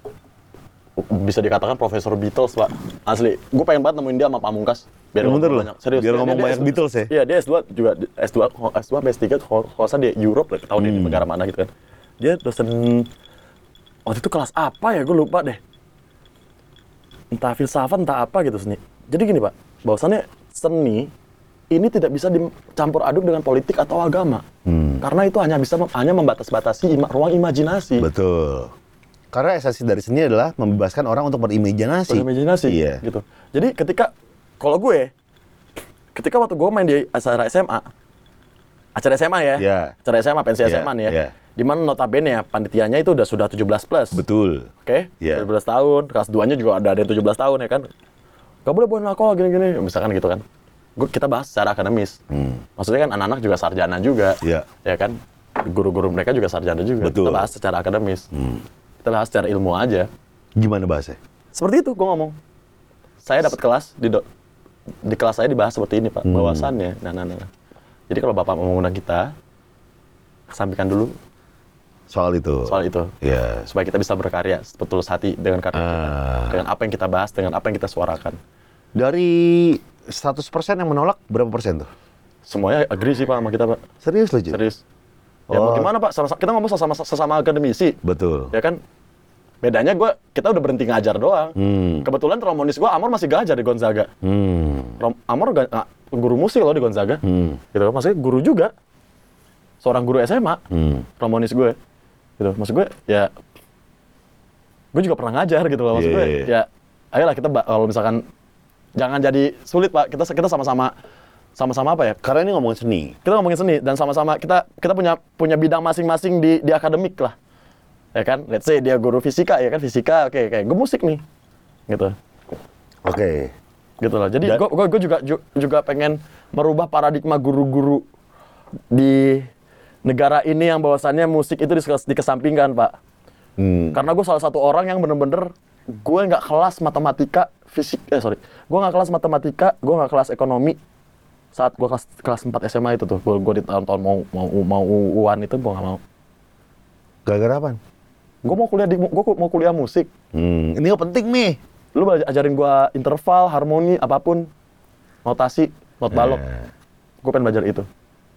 [SPEAKER 2] bisa dikatakan Profesor Beatles Pak, asli. Gue pengen banget nemuin dia sama Pamungkas. Biar
[SPEAKER 1] Bener
[SPEAKER 2] ngomong
[SPEAKER 1] loh,
[SPEAKER 2] banyak. Serius.
[SPEAKER 1] biar
[SPEAKER 2] Dia-
[SPEAKER 1] ngomong
[SPEAKER 2] dia
[SPEAKER 1] banyak
[SPEAKER 2] S-
[SPEAKER 1] Beatles ya?
[SPEAKER 2] Iya, dia S dua juga, S dua, S dua, S tiga, kalau kalau saya di Europe, tahu dia di
[SPEAKER 1] Hmm.
[SPEAKER 2] negara mana gitu kan. Dia dosen, waktu itu kelas apa ya, gue lupa deh. Entah filsafat, entah apa gitu seni. Jadi gini Pak, bahwasannya seni ini tidak bisa dicampur aduk dengan politik atau agama.
[SPEAKER 1] Hmm.
[SPEAKER 2] Karena itu hanya bisa hanya membatas-batasi ima- ruang imajinasi.
[SPEAKER 1] Betul. Karena esensi dari seni adalah membebaskan orang untuk berimajinasi.
[SPEAKER 2] Berimajinasi.
[SPEAKER 1] Iya.
[SPEAKER 2] Gitu. Jadi ketika kalau gue ketika waktu gue main di acara S M A, acara S M A ya,
[SPEAKER 1] Iya.
[SPEAKER 2] acara S M A, pensi
[SPEAKER 1] Iya,
[SPEAKER 2] S M A nih ya,
[SPEAKER 1] iya.
[SPEAKER 2] di mana notabene ya panitianya itu udah sudah tujuh belas plus.
[SPEAKER 1] Betul.
[SPEAKER 2] Oke,
[SPEAKER 1] Iya.
[SPEAKER 2] tujuh belas tahun, kelas dua-nya juga ada ada yang tujuh belas tahun ya kan. Gak boleh bawa alkohol gini-gini, misalkan gitu kan. Gue kita bahas secara akademis.
[SPEAKER 1] Hmm.
[SPEAKER 2] Maksudnya kan anak-anak juga sarjana juga.
[SPEAKER 1] Iya.
[SPEAKER 2] Ya kan? Guru-guru mereka juga sarjana juga.
[SPEAKER 1] Betul.
[SPEAKER 2] Kita bahas secara akademis.
[SPEAKER 1] Hmm.
[SPEAKER 2] Kita bahas secara ilmu aja.
[SPEAKER 1] Gimana bahasanya?
[SPEAKER 2] Seperti itu gue ngomong. Saya dapat kelas di do- di kelas saya dibahas seperti ini, Pak.
[SPEAKER 1] Hmm.
[SPEAKER 2] Bahwasannya. Nah, nah, nah. nah. Jadi kalau Bapak mau mengundang kita, kesampingkan dulu
[SPEAKER 1] Soal itu.
[SPEAKER 2] soal itu.
[SPEAKER 1] Iya.
[SPEAKER 2] Supaya kita bisa berkarya setulus hati dengan karya kita.
[SPEAKER 1] Ah.
[SPEAKER 2] Dengan apa yang kita bahas, dengan apa yang kita suarakan.
[SPEAKER 1] Dari seratus persen yang menolak, berapa persen tuh?
[SPEAKER 2] Semuanya agree sih Pak sama kita Pak.
[SPEAKER 1] Serius loh, Jun?
[SPEAKER 2] Serius. Ya
[SPEAKER 1] Oh.
[SPEAKER 2] mau gimana Pak? Sama, kita ngomong sesama, sesama akademisi.
[SPEAKER 1] Betul.
[SPEAKER 2] Ya kan? Bedanya gue, kita udah berhenti ngajar doang.
[SPEAKER 1] Hmm.
[SPEAKER 2] Kebetulan Romonis gue, Amor masih ngajar di Gonzaga.
[SPEAKER 1] Hmm.
[SPEAKER 2] Rom, Amor ga- ah, guru musik loh di Gonzaga.
[SPEAKER 1] Hmm.
[SPEAKER 2] Gitu. Maksudnya guru juga. Seorang guru S M A.
[SPEAKER 1] Hmm.
[SPEAKER 2] Romonis gue. Gitu. Maksud gue, ya... Gue juga pernah ngajar gitu loh. Maksud
[SPEAKER 1] Iya,
[SPEAKER 2] gue,
[SPEAKER 1] iya.
[SPEAKER 2] ya... Ayolah kita, ba- kalau misalkan... Jangan jadi sulit Pak. Kita kita sama-sama... Sama-sama apa ya?
[SPEAKER 1] Karena ini ngomongin seni.
[SPEAKER 2] Kita ngomongin seni dan sama-sama kita kita punya punya bidang masing-masing di di akademik lah, ya kan? Let's say dia guru fisika ya kan, fisika, oke kayak gue musik nih, gitu,
[SPEAKER 1] Oke.
[SPEAKER 2] gitu loh. Jadi
[SPEAKER 1] Dan-
[SPEAKER 2] gue gue juga ju- juga pengen merubah paradigma guru-guru di negara ini yang bahwasannya musik itu dikes- dikesampingkan Pak.
[SPEAKER 1] Hmm.
[SPEAKER 2] Karena gue salah satu orang yang bener-bener gue nggak kelas matematika, fisik, eh sorry, gue nggak kelas matematika, gue nggak kelas ekonomi. Saat gue kelas kelas empat S M A itu tuh, gue gue di tahun-tahun mau mau mau U A N itu gue nggak mau.
[SPEAKER 1] Gara-gara apa?
[SPEAKER 2] Gue mau kuliah di gue mau kuliah musik.
[SPEAKER 1] Hmm. Ini nggak penting nih.
[SPEAKER 2] Lu belajar- ajarin gue interval, harmoni, apapun, notasi, not balok.
[SPEAKER 1] Eh.
[SPEAKER 2] Gue pengen belajar itu.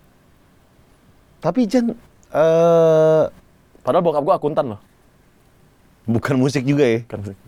[SPEAKER 1] Tapi Jan, eh
[SPEAKER 2] Padahal bokap gue akuntan loh.
[SPEAKER 1] bukan musik juga ya.
[SPEAKER 2] Kan musik.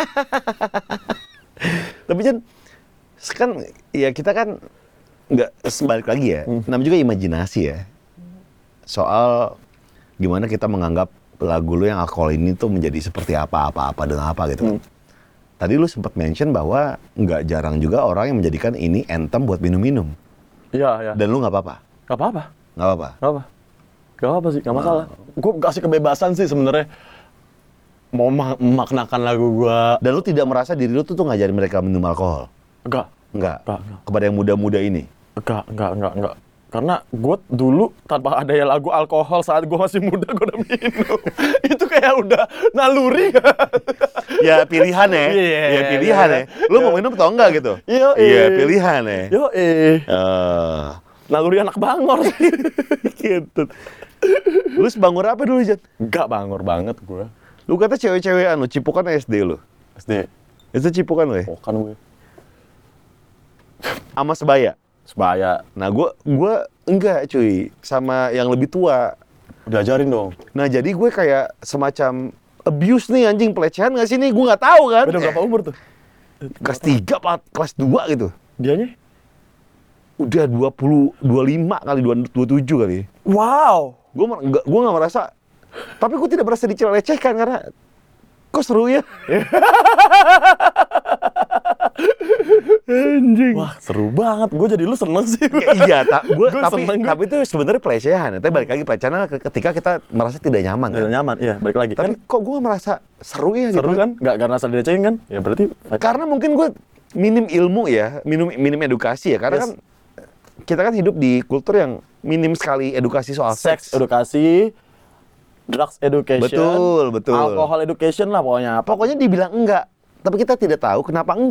[SPEAKER 1] Tapi Jan, kan ya kita kan nggak sebalik lagi ya. Namanya juga imajinasi ya. Soal gimana kita menganggap lagu lu yang alkohol ini tuh menjadi seperti apa, apa, apa, dan apa gitu kan. Tadi lu sempat mention bahwa nggak jarang juga orang yang menjadikan ini anthem buat minum-minum.
[SPEAKER 2] Iya iya.
[SPEAKER 1] Dan lu nggak apa-apa.
[SPEAKER 2] Gak apa-apa.
[SPEAKER 1] Nggak apa-apa.
[SPEAKER 2] Gak apa. Gak apa sih, gak masalah. Gue kasih kebebasan sih sebenarnya. Mau ma- memaknakan lagu gue.
[SPEAKER 1] Dan lu tidak merasa diri lu tuh tuh ngajarin mereka minum alkohol.
[SPEAKER 2] Enggak.
[SPEAKER 1] Enggak.
[SPEAKER 2] Enggak, enggak.
[SPEAKER 1] Kepada yang muda-muda ini.
[SPEAKER 2] Enggak, enggak, enggak, enggak. Karena gue dulu tanpa ada ya lagu alkohol saat gue masih muda gue udah minum. Itu kayak udah naluri.
[SPEAKER 1] Ya pilihan ya.
[SPEAKER 2] Iya,
[SPEAKER 1] Ya pilihan
[SPEAKER 2] iya.
[SPEAKER 1] ya. Lu mau minum atau enggak gitu?
[SPEAKER 2] Iya,
[SPEAKER 1] Iya,
[SPEAKER 2] iya.
[SPEAKER 1] pilihan ya.
[SPEAKER 2] Yo eh,
[SPEAKER 1] Eh,
[SPEAKER 2] naluri anak bangor sih.
[SPEAKER 1] gitu. Lu sebangor apa dulu, Jan?
[SPEAKER 2] Enggak bangor banget gue.
[SPEAKER 1] Lu kata cewek-cewekan lu, cipukan S D lu.
[SPEAKER 2] S D.
[SPEAKER 1] Itu cipukan lu ya?
[SPEAKER 2] Oh kan gue.
[SPEAKER 1] Sama sebaya.
[SPEAKER 2] Sebaya.
[SPEAKER 1] Nah, gua gua enggak, cuy. Sama yang lebih tua.
[SPEAKER 2] Diajarin dong.
[SPEAKER 1] Nah, jadi gue kayak semacam abuse nih anjing, pelecehan nggak sih nih? Gue nggak tahu kan.
[SPEAKER 2] Udah berapa umur tuh?
[SPEAKER 1] Kelas tiga, apa kelas dua gitu.
[SPEAKER 2] Dianya?
[SPEAKER 1] Udah dua puluh, dua puluh lima kali, dua puluh tujuh kali.
[SPEAKER 2] Wow.
[SPEAKER 1] Gue enggak gua nggak merasa, tapi gue tidak merasa dilecehkan karena kok seru ya. Anjing.
[SPEAKER 2] Wah seru banget. Gue jadi lu seneng sih.
[SPEAKER 1] Ya, iya, ta- gua,
[SPEAKER 2] Gua
[SPEAKER 1] tapi
[SPEAKER 2] seneng, gua.
[SPEAKER 1] tapi itu sebenarnya pelecehan. Tapi balik lagi pelecehan ketika kita merasa tidak nyaman.
[SPEAKER 2] Gak
[SPEAKER 1] Kan?
[SPEAKER 2] nyaman. Iya balik lagi.
[SPEAKER 1] Tapi
[SPEAKER 2] Kan
[SPEAKER 1] kok gue merasa seru ya
[SPEAKER 2] seru
[SPEAKER 1] gitu.
[SPEAKER 2] kan? Gak karena asal dilecehin kan? Ya berarti.
[SPEAKER 1] Karena mungkin gue minim ilmu ya, minim minim edukasi ya. Karena
[SPEAKER 2] Yes.
[SPEAKER 1] kan kita kan hidup di kultur yang minim sekali edukasi soal
[SPEAKER 2] Seks
[SPEAKER 1] seks.
[SPEAKER 2] edukasi, drugs education,
[SPEAKER 1] Betul, betul.
[SPEAKER 2] alkohol education lah pokoknya. Apa?
[SPEAKER 1] Pokoknya dibilang enggak, tapi kita tidak tahu kenapa enggak.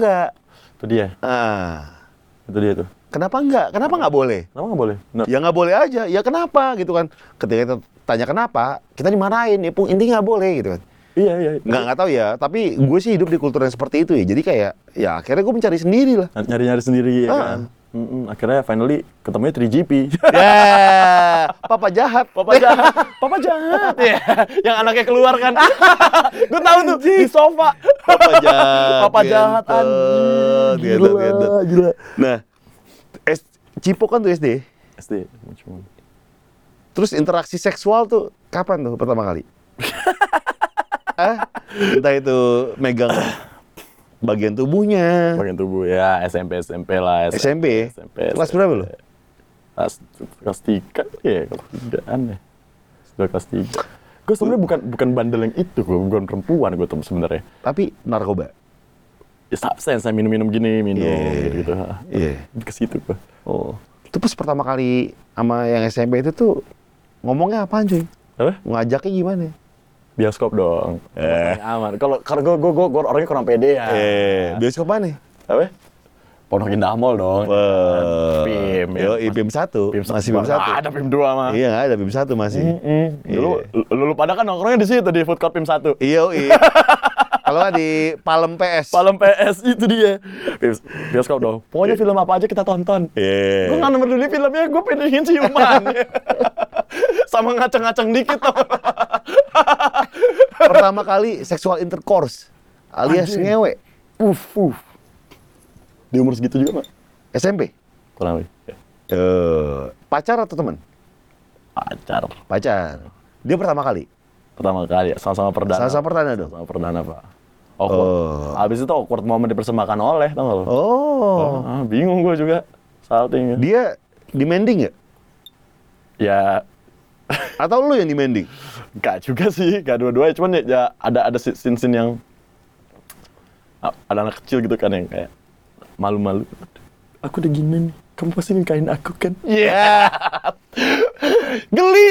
[SPEAKER 2] Itu dia.
[SPEAKER 1] Ah,
[SPEAKER 2] Itu dia tuh.
[SPEAKER 1] kenapa enggak? Kenapa nggak boleh?
[SPEAKER 2] Kenapa nggak boleh? Nah,
[SPEAKER 1] Ya nggak boleh aja. Ya kenapa gitu kan? Ketika kita tanya kenapa, kita dimarahin. Ya pun intinya nggak boleh gitu kan.
[SPEAKER 2] iya, iya.
[SPEAKER 1] Nggak nggak tahu ya. Tapi gue sih hidup di kultur yang seperti itu ya. Jadi kayak ya akhirnya gue mencari sendiri lah.
[SPEAKER 2] Nyari-nyari sendiri ya
[SPEAKER 1] Ah.
[SPEAKER 2] kan. Mm-mm, akhirnya finally ketemunya tiga G P.
[SPEAKER 1] Ya, papa jahat.
[SPEAKER 2] Papa jahat, papa jahat ya. Yang anaknya keluar kan. Gue tahu tuh di sofa.
[SPEAKER 1] Papa jahat.
[SPEAKER 2] Papa jahat
[SPEAKER 1] Gentot,
[SPEAKER 2] anjing.
[SPEAKER 1] gentot, gentot.
[SPEAKER 2] Gila, gila.
[SPEAKER 1] Nah, S Cipo kan tuh S D.
[SPEAKER 2] S D cuma.
[SPEAKER 1] Terus interaksi seksual tuh kapan tuh pertama kali? ah, entah itu megang bagian tubuhnya.
[SPEAKER 2] Bagian tubuh ya S M P S M P lah.
[SPEAKER 1] S M P?
[SPEAKER 2] S M P.
[SPEAKER 1] Kelas berapa lo?
[SPEAKER 2] Kelas kelas tiga ya, kelas tiga aneh. Sudah kelas tiga. Gue sebenarnya bukan bukan bandel yang itu, gue bukan perempuan gue tuh sebenarnya.
[SPEAKER 1] Tapi narkoba.
[SPEAKER 2] Ya substance, saya minum-minum gini, minum
[SPEAKER 1] Iya.
[SPEAKER 2] gitu-gitu.
[SPEAKER 1] Iya.
[SPEAKER 2] Ke situ gue.
[SPEAKER 1] Oh. Itu pas pertama kali sama yang S M P itu tuh ngomongnya apaan cuy?
[SPEAKER 2] Apa?
[SPEAKER 1] Ngajaknya gimana?
[SPEAKER 2] Bioskop dong.
[SPEAKER 1] Eh.
[SPEAKER 2] Aman. Kalau karena gue gue gue orangnya kurang pede ya.
[SPEAKER 1] Eh, bioskop mana?
[SPEAKER 2] Apa? Pondok Indah Mall dong.
[SPEAKER 1] Wah.
[SPEAKER 2] Pim, ya.
[SPEAKER 1] Yo, Pim satu. Masih Pim
[SPEAKER 2] Nggak
[SPEAKER 1] satu.
[SPEAKER 2] ada Pim dua mah.
[SPEAKER 1] Iya, nggak ada Pim satu masih.
[SPEAKER 2] Dulu lu, lu pada kan nongkrongnya di situ di food court Pim satu.
[SPEAKER 1] Iya, iya. Kalau nggak di Palem P S.
[SPEAKER 2] Palem P S itu dia. Bios- Bioskop dong. Pokoknya film apa aja kita tonton.
[SPEAKER 1] Iya.
[SPEAKER 2] Gue nggak peduli filmnya, gue pengen ciuman. Sama ngaceng-ngaceng dikit tau.
[SPEAKER 1] Pertama kali seksual intercourse alias
[SPEAKER 2] Anjing.
[SPEAKER 1] ngewe.
[SPEAKER 2] Uf, uf. Di umur segitu juga, Pak?
[SPEAKER 1] S M P.
[SPEAKER 2] Kurang lebih. Ya.
[SPEAKER 1] Eh, pacar atau teman?
[SPEAKER 2] Pacar.
[SPEAKER 1] Pacar. Dia pertama kali.
[SPEAKER 2] Pertama kali, sama-sama perdana.
[SPEAKER 1] Sama-sama perdana dong.
[SPEAKER 2] Sama perdana, Pak. Awkward.
[SPEAKER 1] Oh.
[SPEAKER 2] Habis itu awkward moment dipersembahkan oleh, tau gak lo?
[SPEAKER 1] Oh.
[SPEAKER 2] Ah, bingung gue juga. Salting ya.
[SPEAKER 1] Dia demanding nggak?
[SPEAKER 2] Ya,
[SPEAKER 1] Atau lu yang demanding?
[SPEAKER 2] gak juga sih, gak dua-duanya. Cuman ya, ya ada ada scene-scene yang a- ada anak kecil gitu kan yang kayak malu-malu. Aku udah gini nih, kamu pasti nikahin aku kan? Iya. Geli.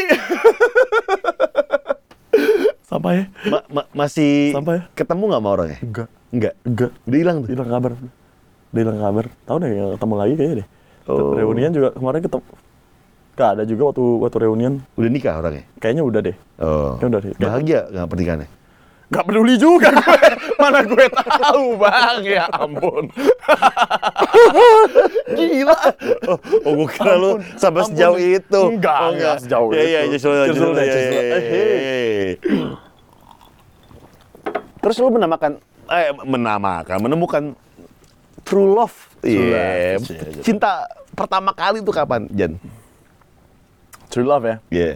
[SPEAKER 2] Sampai ya?
[SPEAKER 1] Ma- ma- masih
[SPEAKER 2] Sampai.
[SPEAKER 1] ketemu nggak sama orangnya?
[SPEAKER 2] Enggak.
[SPEAKER 1] Enggak.
[SPEAKER 2] Enggak.
[SPEAKER 1] Udah hilang tuh.
[SPEAKER 2] Hilang kabar. Udah hilang kabar. Tahu deh nggak ketemu lagi kayaknya deh.
[SPEAKER 1] Oh.
[SPEAKER 2] Reunian juga kemarin ketemu. Gak ada juga waktu waktu reunian.
[SPEAKER 1] Udah nikah orangnya?
[SPEAKER 2] Kayaknya udah deh.
[SPEAKER 1] Oh.
[SPEAKER 2] Kayaknya udah deh.
[SPEAKER 1] Bahagia nggak pernikahannya?
[SPEAKER 2] Gak peduli juga gue. Mana gue tahu bang. Ya ampun. Gila.
[SPEAKER 1] Oh, oh gue kira lu
[SPEAKER 2] Ampun,
[SPEAKER 1] sampai
[SPEAKER 2] ampun.
[SPEAKER 1] sejauh itu.
[SPEAKER 2] Enggak,
[SPEAKER 1] oh,
[SPEAKER 2] enggak sejauh
[SPEAKER 1] Iya, iya,
[SPEAKER 2] itu.
[SPEAKER 1] justru,
[SPEAKER 2] Justru
[SPEAKER 1] justru,
[SPEAKER 2] deh,
[SPEAKER 1] iya,
[SPEAKER 2] justru.
[SPEAKER 1] iya, iya, iya. Terus lu menamakan, eh, menamakan, menemukan true love.
[SPEAKER 2] True
[SPEAKER 1] Iya.
[SPEAKER 2] love, iya, iya.
[SPEAKER 1] Cinta pertama kali itu kapan, Jan?
[SPEAKER 2] True love ya.
[SPEAKER 1] Iya.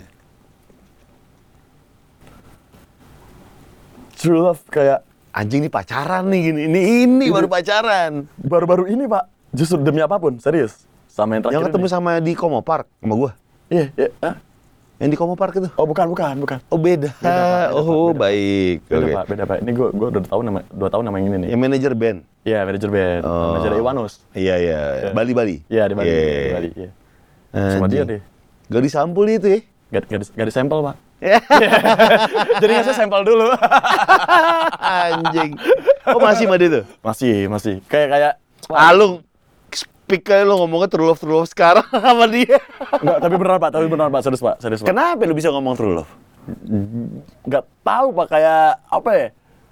[SPEAKER 2] True love kayak
[SPEAKER 1] Anjing nih pacaran nih gini. Ini ini baru pacaran.
[SPEAKER 2] baru-baru ini pak. Justru demi apapun, serius. Sama yang terakhir
[SPEAKER 1] Yang ketemu
[SPEAKER 2] ini.
[SPEAKER 1] sama di Komo Park sama gua.
[SPEAKER 2] Iya, iya. ah.
[SPEAKER 1] Yang di Komo Park itu.
[SPEAKER 2] Oh bukan, bukan, bukan.
[SPEAKER 1] Oh beda.
[SPEAKER 2] Beda, Pak, beda,
[SPEAKER 1] oh
[SPEAKER 2] Pak, beda,
[SPEAKER 1] baik.
[SPEAKER 2] Beda
[SPEAKER 1] Oke.
[SPEAKER 2] pak, beda pak. Ini gue gue udah tahu nama, dua tahun nama yang ini nih.
[SPEAKER 1] Yang manajer band.
[SPEAKER 2] Iya, manajer band.
[SPEAKER 1] Oh.
[SPEAKER 2] Manajer Iwanus.
[SPEAKER 1] Iya iya. Bali Bali.
[SPEAKER 2] Iya di Bali.
[SPEAKER 1] Iya.
[SPEAKER 2] Di Bali. Iya. Sama dia
[SPEAKER 1] Anjing.
[SPEAKER 2] deh.
[SPEAKER 1] Gak disampul itu ya?
[SPEAKER 2] Gak, gak, di- gak di sampel pak. Jadi ngasih sampel dulu.
[SPEAKER 1] Anjing. Oh masih sama dia tuh?
[SPEAKER 2] Masih, masih. Kayak kayak.
[SPEAKER 1] Alung. Speaker lo ngomongnya true love true love sekarang sama dia.
[SPEAKER 2] Enggak, tapi benar pak, tapi benar pak, serius pak, serius pak.
[SPEAKER 1] Kenapa lu bisa ngomong true love?
[SPEAKER 2] Nggak tahu pak, kayak apa ya?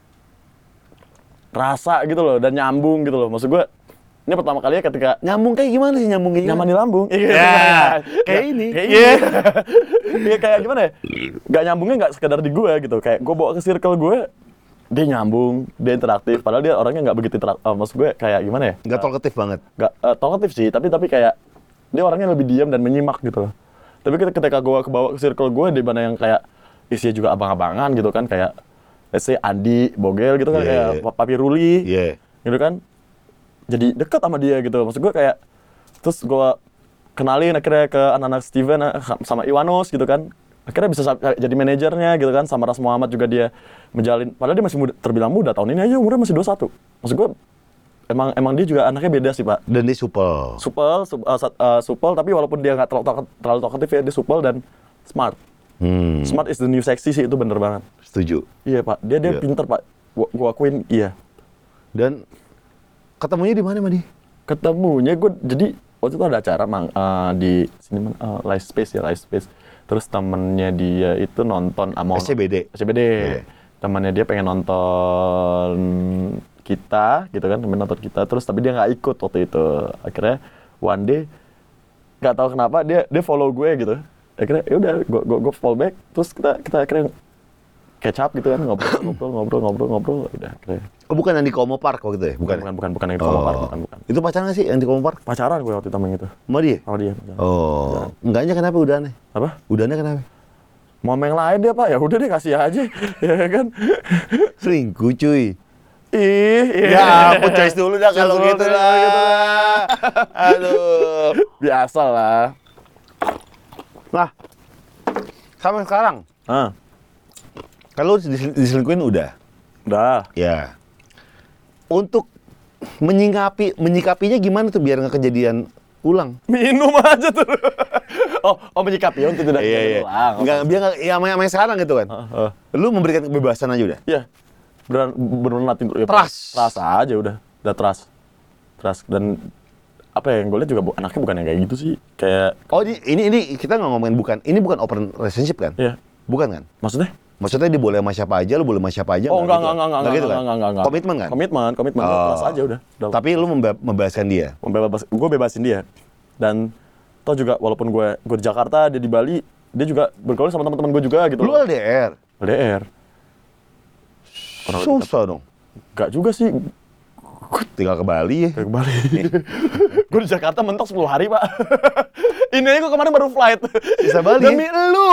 [SPEAKER 2] Rasa gitu loh, dan nyambung gitu loh. Maksud gue, ini pertama kalinya ketika
[SPEAKER 1] Nyambung kayak gimana sih nyambung kayak
[SPEAKER 2] nyaman
[SPEAKER 1] gimana?
[SPEAKER 2] di lambung. Iya,
[SPEAKER 1] Ya, kayak ini.
[SPEAKER 2] Kayak
[SPEAKER 1] Iya.
[SPEAKER 2] ini. Iya kayak gimana ya? Nggak nyambungnya nggak sekedar di gue gitu. Kayak gue bawa ke circle gue, dia nyambung, dia interaktif. Padahal dia orangnya nggak begitu interaktif. maksud gue kayak gimana ya?
[SPEAKER 1] Nggak talkative banget.
[SPEAKER 2] Nggak uh, talkatif sih, tapi tapi kayak dia orangnya lebih diam dan menyimak gitu loh. Tapi ketika ketika gue kebawa ke circle gue, di mana yang kayak isinya juga abang-abangan gitu kan, kayak let's say Andi, Bogel gitu kan,
[SPEAKER 1] Yeah.
[SPEAKER 2] kayak Papi Ruli,
[SPEAKER 1] Iya.
[SPEAKER 2] gitu kan. Jadi dekat sama dia gitu. Maksud gue kayak, terus gue kenalin akhirnya ke anak-anak Steven eh, sama Iwanus gitu kan. Akhirnya bisa sa- jadi manajernya gitu kan, sama Ras Muhammad juga dia menjalin. Padahal dia masih muda, terbilang muda, tahun ini aja umurnya masih dua puluh satu. Maksud gue, emang emang dia juga anaknya beda sih pak.
[SPEAKER 1] Dan dia supel.
[SPEAKER 2] Supel, sup- uh, sat- uh, supel, tapi walaupun dia nggak terlalu, tok- terlalu talkatif ya, dia supel dan smart.
[SPEAKER 1] Hmm.
[SPEAKER 2] Smart is the new sexy sih, itu bener banget.
[SPEAKER 1] Setuju.
[SPEAKER 2] Iya pak, dia dia
[SPEAKER 1] Iya.
[SPEAKER 2] pinter pak. Gua, gua akuin iya.
[SPEAKER 1] Dan Ketemunya di mana sama dia?
[SPEAKER 2] Ketemunya gue jadi waktu itu ada acara mang, uh, di sini mana uh, Live Space ya Live Space. Terus temennya dia itu nonton uh, mau
[SPEAKER 1] S C B D.
[SPEAKER 2] S C B D.
[SPEAKER 1] Yeah.
[SPEAKER 2] Temannya dia pengen nonton kita gitu kan, pengen nonton kita. Terus tapi dia nggak ikut waktu itu. Akhirnya one day nggak tahu kenapa dia dia follow gue gitu. Akhirnya ya udah gue gue gue follow back. Terus kita kita akhirnya catch up gitu kan, ngobrol ngobrol ngobrol ngobrol ngobrol udah akhirnya.
[SPEAKER 1] Oh, bukan yang di Komo Park waktu itu ya? Bukan.
[SPEAKER 2] Bukan bukan bukan yang di Komo Park, bukan bukan.
[SPEAKER 1] Itu pacaran nggak sih yang di Komo Park?
[SPEAKER 2] Pacaran gue waktu itu sama yang itu.
[SPEAKER 1] Sama dia?
[SPEAKER 2] Sama dia. pacaran.
[SPEAKER 1] Oh, enggaknya kenapa udahannya?
[SPEAKER 2] Apa?
[SPEAKER 1] Udahannya kenapa?
[SPEAKER 2] Mau sama yang lain dia Pak, ya udah deh kasih aja, ya kan?
[SPEAKER 1] Selingkuh cuy.
[SPEAKER 2] Ih,
[SPEAKER 1] Ya ampun, choice dulu dah kalau
[SPEAKER 2] Choice
[SPEAKER 1] gitu
[SPEAKER 2] dulu,
[SPEAKER 1] lah.
[SPEAKER 2] gitu
[SPEAKER 1] Aduh.
[SPEAKER 2] biasa lah.
[SPEAKER 1] Nah, sampai sekarang,
[SPEAKER 2] Ah,
[SPEAKER 1] kalau disel- diselingkuhin udah.
[SPEAKER 2] udah.
[SPEAKER 1] Ya. Untuk menyikapi menyikapinya gimana tuh biar nggak kejadian ulang?
[SPEAKER 2] Minum aja tuh. oh, oh menyikapi untuk tidak
[SPEAKER 1] Iya, iya.
[SPEAKER 2] ulang.
[SPEAKER 1] Enggak, biar nggak, ya sama sama yang sekarang gitu kan.
[SPEAKER 2] Heeh.
[SPEAKER 1] Lu memberikan kebebasan aja udah.
[SPEAKER 2] Iya. Beneran beneran natin ya,
[SPEAKER 1] Trust.
[SPEAKER 2] Trust aja udah. Udah trust. Trust dan apa ya yang gue lihat juga bu- anaknya bukan yang kayak gitu sih. Kayak
[SPEAKER 1] Oh, ini ini, ini kita nggak ngomongin bukan. Ini bukan open relationship kan?
[SPEAKER 2] Iya.
[SPEAKER 1] Bukan kan?
[SPEAKER 2] Maksudnya?
[SPEAKER 1] Maksudnya dia boleh sama siapa aja, lu boleh sama siapa aja.
[SPEAKER 2] Oh enggak
[SPEAKER 1] gitu
[SPEAKER 2] enggak
[SPEAKER 1] kan?
[SPEAKER 2] enggak enggak
[SPEAKER 1] gitu kan?
[SPEAKER 2] enggak enggak enggak.
[SPEAKER 1] Komitmen kan?
[SPEAKER 2] Komitmen, komitmen.
[SPEAKER 1] Oh.
[SPEAKER 2] Trust aja udah. udah.
[SPEAKER 1] Tapi lu membe- membebaskan dia.
[SPEAKER 2] Membebas, gue bebasin dia. Dan toh juga walaupun gue gue di Jakarta, dia di Bali, dia juga bergaul sama teman-teman gue juga gitu
[SPEAKER 1] Lu
[SPEAKER 2] loh.
[SPEAKER 1] L D R.
[SPEAKER 2] L D R. Orang
[SPEAKER 1] Susah dong.
[SPEAKER 2] Enggak juga sih.
[SPEAKER 1] Tinggal ke Bali ya.
[SPEAKER 2] Kayak ke Bali. gue di Jakarta mentok sepuluh hari, Pak. Ini aja gue kemarin baru flight.
[SPEAKER 1] Bisa Bali.
[SPEAKER 2] Demi elu.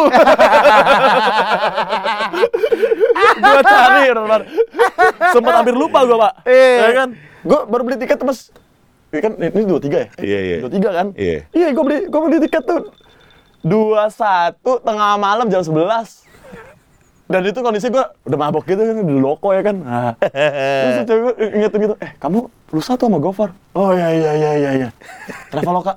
[SPEAKER 2] gue cari, benar sempat hampir lupa gue, Pak.
[SPEAKER 1] Eh.
[SPEAKER 2] Ya kan? Gue baru beli tiket mas. Ini kan ini dua tiga ya?
[SPEAKER 1] Iya, iya.
[SPEAKER 2] dua tiga kan?
[SPEAKER 1] Iya.
[SPEAKER 2] Iya, gue beli gue beli tiket tuh dua satu tengah malam jam sebelas. Dan itu kondisi gue udah mabok gitu kan, udah loko ya kan. Nah. Terus cewek gue ingetin gitu, eh kamu lusa tuh sama Gofar? Oh iya iya iya iya iya. Traveloka.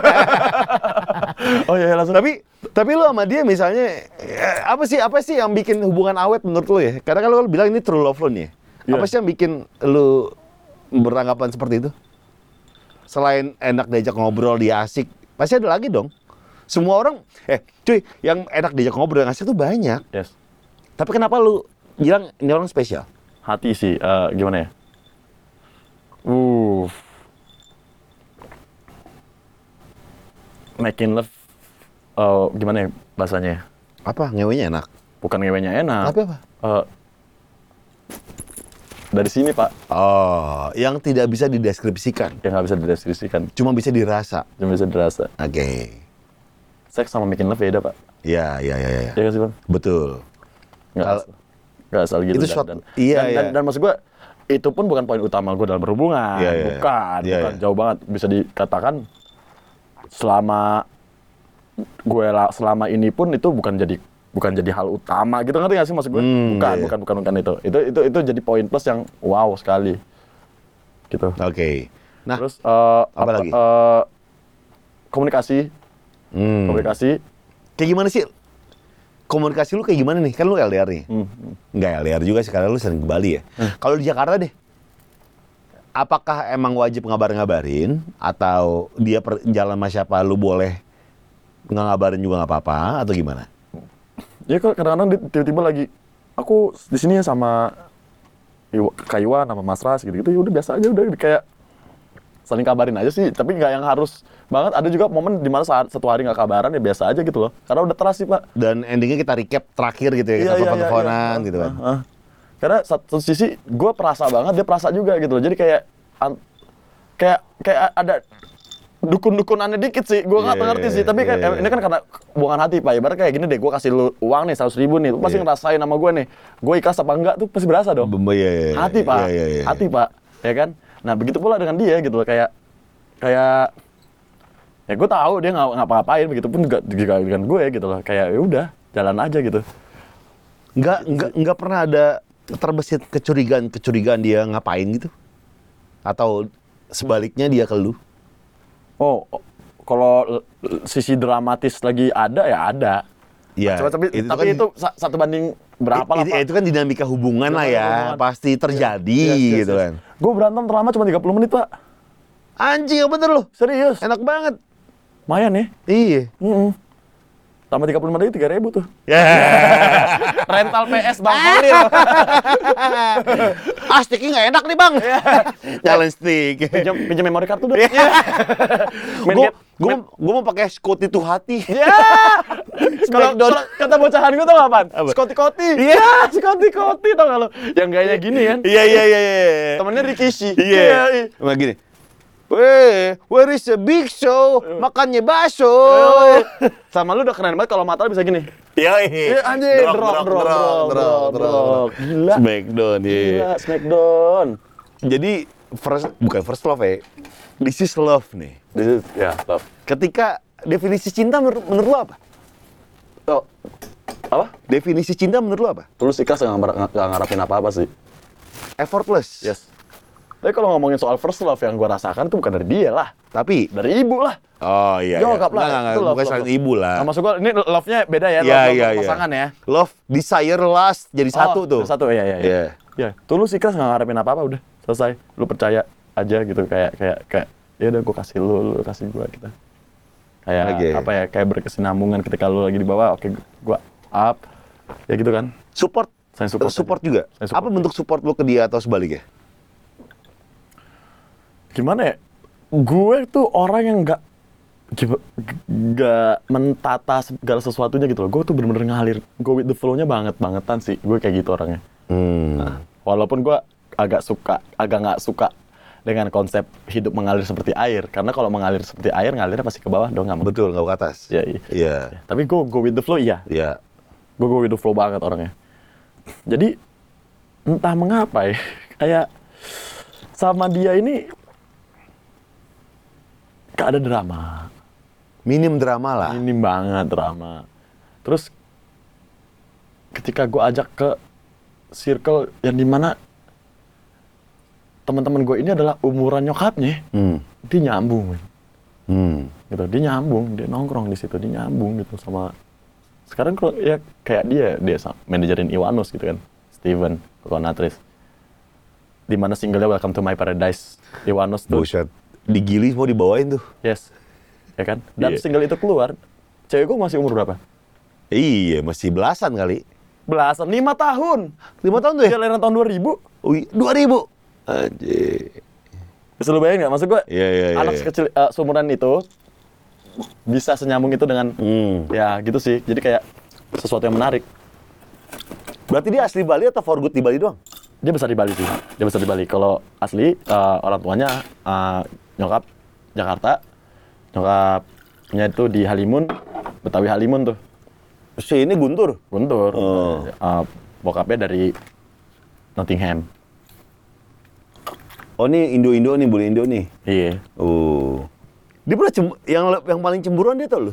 [SPEAKER 2] oh iya, iya langsung.
[SPEAKER 1] Tapi tapi lu sama dia misalnya eh, apa sih apa sih yang bikin hubungan awet menurut lu ya? Karena kalau lu bilang ini true love lu nih.
[SPEAKER 2] Iya.
[SPEAKER 1] Apa sih yang bikin lu beranggapan seperti itu? Selain enak diajak ngobrol, dia asik, pasti ada lagi dong. Semua orang, eh cuy, yang enak diajak ngobrol, yang asik tuh banyak.
[SPEAKER 2] Yes.
[SPEAKER 1] Tapi kenapa lu bilang ini orang spesial?
[SPEAKER 2] Hati sih, eh, gimana ya? Uh, making love, eh, gimana ya bahasanya?
[SPEAKER 1] Apa? Ngewenya enak?
[SPEAKER 2] Bukan ngewenya enak.
[SPEAKER 1] Tapi apa?
[SPEAKER 2] Eh, dari sini Pak,
[SPEAKER 1] Oh, yang tidak bisa dideskripsikan.
[SPEAKER 2] yang nggak bisa dideskripsikan,
[SPEAKER 1] Cuma bisa dirasa.
[SPEAKER 2] cuma bisa dirasa.
[SPEAKER 1] Oke.
[SPEAKER 2] Seks sama making love beda Pak.
[SPEAKER 1] Iya, iya, iya. Ya.
[SPEAKER 2] Iya kan sih Bang?
[SPEAKER 1] Betul.
[SPEAKER 2] Nggak
[SPEAKER 1] Kal-
[SPEAKER 2] asal, nggak asal gitu.
[SPEAKER 1] Itu
[SPEAKER 2] dan,
[SPEAKER 1] suatu-
[SPEAKER 2] dan,
[SPEAKER 1] iya,
[SPEAKER 2] dan,
[SPEAKER 1] iya.
[SPEAKER 2] dan, dan maksud gue, itu pun bukan poin utama gue dalam berhubungan.
[SPEAKER 1] Iya, iya, iya.
[SPEAKER 2] bukan,
[SPEAKER 1] Iya,
[SPEAKER 2] bukan.
[SPEAKER 1] iya.
[SPEAKER 2] Jauh banget. Bisa dikatakan, selama gue la- selama ini pun itu bukan jadi bukan jadi hal utama gitu, ngerti nggak sih maksud gue?
[SPEAKER 1] Hmm,
[SPEAKER 2] bukan,
[SPEAKER 1] iya.
[SPEAKER 2] bukan, bukan, bukan itu. Itu itu itu jadi poin plus yang wow sekali. Gitu.
[SPEAKER 1] Oke. Nah,
[SPEAKER 2] Terus eh,
[SPEAKER 1] apa lagi?
[SPEAKER 2] eh, komunikasi,
[SPEAKER 1] hmm.
[SPEAKER 2] komunikasi.
[SPEAKER 1] Kayak gimana sih? Komunikasi lu kayak gimana nih? Kan lu L D R nih.
[SPEAKER 2] Hmm, hmm.
[SPEAKER 1] Nggak L D R juga sih, karena lu sering ke Bali ya. Kalau di Jakarta deh, apakah emang wajib ngabar-ngabarin? Atau dia per, jalan sama siapa, lu boleh nggak ngabarin juga nggak apa-apa? Atau gimana?
[SPEAKER 2] Ya kok kadang-kadang dia tiba-tiba lagi, aku di sini ya sama Iwa- Kak Iwan sama Mas Ras gitu-gitu, ya udah biasa aja, udah kayak saling kabarin aja sih, tapi nggak yang harus banget. Ada juga momen di mana saat satu hari nggak kabaran ya biasa aja gitu loh, karena udah trust sih Pak.
[SPEAKER 1] Dan endingnya kita recap terakhir gitu ya, kita telepon-teleponan gitu kan.
[SPEAKER 2] Ah, ah. Karena satu sisi gue perasa banget, dia perasa juga gitu loh, jadi kayak an- kayak kayak ada dukun-dukunannya dikit sih, gue nggak
[SPEAKER 1] Iya,
[SPEAKER 2] ngerti sih, tapi kan
[SPEAKER 1] iya, iya.
[SPEAKER 2] ini kan karena hubungan hati Pak. Ibarat kayak gini deh, gue kasih lu uang nih seratus ribu nih, lu pasti
[SPEAKER 1] Iya.
[SPEAKER 2] ngerasain sama gue nih, gue ikhlas apa enggak tuh pasti berasa dong.
[SPEAKER 1] Bembe, iya, iya,
[SPEAKER 2] Hati
[SPEAKER 1] iya,
[SPEAKER 2] Pak,
[SPEAKER 1] iya, iya.
[SPEAKER 2] hati Pak, ya kan. Nah begitu pula dengan dia gitu loh, kayak kayak ya gue tahu dia nggak ngapa-ngapain, begitu pun juga juga dengan gue gitu loh, kayak ya udah jalan aja gitu.
[SPEAKER 1] Nggak, nggak, nggak pernah ada terbesit kecurigaan-kecurigaan dia ngapain gitu? Atau sebaliknya dia ke lu?
[SPEAKER 2] Oh, oh, kalau l- l- sisi dramatis lagi ada ya ada.
[SPEAKER 1] Iya,
[SPEAKER 2] Coba, tapi
[SPEAKER 1] itu
[SPEAKER 2] tapi
[SPEAKER 1] kan-
[SPEAKER 2] itu sa- satu banding berapa lah,
[SPEAKER 1] It-
[SPEAKER 2] Pak?
[SPEAKER 1] itu kan dinamika hubungan lah ya,
[SPEAKER 2] Hubungan.
[SPEAKER 1] pasti terjadi
[SPEAKER 2] Yes, yes,
[SPEAKER 1] gitu
[SPEAKER 2] yes.
[SPEAKER 1] kan.
[SPEAKER 2] Gue berantem terlama cuma tiga puluh menit, Pak.
[SPEAKER 1] Anjing, yang bener loh.
[SPEAKER 2] Serius.
[SPEAKER 1] Enak banget.
[SPEAKER 2] Lumayan ya.
[SPEAKER 1] Iya.
[SPEAKER 2] Mm-mm. Tambah tiga puluh lima detik tiga ribu tuh.
[SPEAKER 1] Ya.
[SPEAKER 2] Rental P S Bang Khalil.
[SPEAKER 1] Ah, sticknya nggak enak nih bang. Nyalain stick.
[SPEAKER 2] Pinjam pinjam memori kartu dong. Main
[SPEAKER 1] Gue
[SPEAKER 2] game-
[SPEAKER 1] gue
[SPEAKER 2] main-
[SPEAKER 1] gue mau pakai Scott itu hati.
[SPEAKER 2] Ya. Kalau kalau kata bocahan gue tau gak apaan?
[SPEAKER 1] Apa?
[SPEAKER 2] Scotty Koti.
[SPEAKER 1] Iya.
[SPEAKER 2] Scotty Koti tau gak lo? Yang gayanya gini kan.
[SPEAKER 1] Iya iya iya iya.
[SPEAKER 2] Temennya Rikishi.
[SPEAKER 1] Iya. Nah gini. Weh, where is the big show? Makannya bakso.
[SPEAKER 2] Sama lu udah keren banget kalau mata lu bisa gini.
[SPEAKER 1] Iya
[SPEAKER 2] Iya anjir, drop drop drop drop drop. Gila.
[SPEAKER 1] Smackdown, iya.
[SPEAKER 2] Gila, Smackdown.
[SPEAKER 1] Jadi first bukan first love ya. This is love nih.
[SPEAKER 2] This is, ya, love.
[SPEAKER 1] Ketika definisi cinta menurut, menurut lu apa?
[SPEAKER 2] Oh, apa?
[SPEAKER 1] Definisi cinta menurut lu apa?
[SPEAKER 2] Tulus ikhlas gak, ngar- gak ngarapin apa-apa sih.
[SPEAKER 1] Effortless.
[SPEAKER 2] Yes. Tapi kalau ngomongin soal first love yang gua rasakan tuh bukan dari dia lah.
[SPEAKER 1] Tapi
[SPEAKER 2] Dari ibu lah.
[SPEAKER 1] oh iya.
[SPEAKER 2] Nyokap
[SPEAKER 1] iya.
[SPEAKER 2] lah.
[SPEAKER 1] Nggak, nggak,
[SPEAKER 2] Itu love,
[SPEAKER 1] bukan
[SPEAKER 2] love,
[SPEAKER 1] selain
[SPEAKER 2] love.
[SPEAKER 1] ibu lah.
[SPEAKER 2] Nah, maksud gua ini love-nya beda ya.
[SPEAKER 1] Iya
[SPEAKER 2] love,
[SPEAKER 1] iya
[SPEAKER 2] love
[SPEAKER 1] iya.
[SPEAKER 2] pasangan ya.
[SPEAKER 1] Love, desire, lust jadi satu
[SPEAKER 2] Oh,
[SPEAKER 1] tuh.
[SPEAKER 2] Satu, iya, iya.
[SPEAKER 1] Iya.
[SPEAKER 2] Ya, tulus ikhlas nggak ngarepin apa-apa udah selesai. Lu percaya aja gitu kayak kayak kayak ya udah gua kasih lu, lu kasih gua gitu. Kayak
[SPEAKER 1] Oke.
[SPEAKER 2] apa ya? Kayak berkesinambungan ketika lu lagi di bawah, oke gua up. Ya gitu kan.
[SPEAKER 1] Support.
[SPEAKER 2] Saya support
[SPEAKER 1] Support
[SPEAKER 2] aja.
[SPEAKER 1] juga.
[SPEAKER 2] Saya support.
[SPEAKER 1] Apa bentuk support lu ke dia atau sebaliknya?
[SPEAKER 2] Gimana ya? Gue tuh orang yang nggak giba- nggak mentata segala sesuatunya gitu loh. Gue tuh bener-bener ngalir. Go with the flow-nya banget bangetan sih. Gue kayak gitu orangnya.
[SPEAKER 1] Hmm.
[SPEAKER 2] Walaupun gue agak suka, agak nggak suka dengan konsep hidup mengalir seperti air. Karena kalau mengalir seperti air, ngalirnya pasti ke bawah dong, nggak mungkin.
[SPEAKER 1] Betul, nggak ke atas.
[SPEAKER 2] Iya, iya.
[SPEAKER 1] Iya.
[SPEAKER 2] Tapi gue go with the flow, iya.
[SPEAKER 1] Iya.
[SPEAKER 2] Gue go with the flow banget orangnya. Jadi entah mengapa ya, kayak sama dia ini gak ada drama.
[SPEAKER 1] Minim drama lah.
[SPEAKER 2] Ini banget drama. Terus ketika gue ajak ke circle yang dimana teman-teman gue ini adalah umuran nyokapnya,
[SPEAKER 1] Hmm.
[SPEAKER 2] dia nyambung, men.
[SPEAKER 1] Hmm.
[SPEAKER 2] Gitu. Dia nyambung, dia nongkrong di situ, dia nyambung gitu sama. Sekarang kalau ya kayak dia, dia sa- manajerin Iwanus gitu kan, Steven Kokonatris. Di mana singlenya Welcome to My Paradise, Iwanus tuh.
[SPEAKER 1] Buset. Digili mau dibawain tuh.
[SPEAKER 2] Yes. Ya kan? Dan
[SPEAKER 1] Iya.
[SPEAKER 2] single itu keluar, cewek gue masih umur berapa?
[SPEAKER 1] Iya, masih belasan kali.
[SPEAKER 2] Belasan, lima tahun.
[SPEAKER 1] Lima tahun tuh ya?
[SPEAKER 2] Dia lahiran tahun dua ribu.
[SPEAKER 1] Ui, dua ribu. Anjir.
[SPEAKER 2] Bisa lu bayangin nggak? Maksud gue,
[SPEAKER 1] Iya, iya, iya.
[SPEAKER 2] anak
[SPEAKER 1] iya.
[SPEAKER 2] sekecil uh, seumuran itu bisa senyambung itu dengan,
[SPEAKER 1] Hmm.
[SPEAKER 2] ya gitu sih. Jadi kayak sesuatu yang menarik.
[SPEAKER 1] Berarti dia asli Bali atau for good di Bali doang?
[SPEAKER 2] Dia besar di Bali sih. Dia besar di Bali. Kalau asli uh, orang tuanya uh, nyokap Jakarta, nyokapnya itu di Halimun, Betawi Halimun tuh,
[SPEAKER 1] Si ini Guntur.
[SPEAKER 2] Guntur.
[SPEAKER 1] Oh.
[SPEAKER 2] Uh, bokapnya dari Nottingham.
[SPEAKER 1] Oh ini Indo-Indo nih, boleh Indo nih.
[SPEAKER 2] Iya.
[SPEAKER 1] Oh. Dia pernah cem- yang yang paling cemburuan dia tau lu?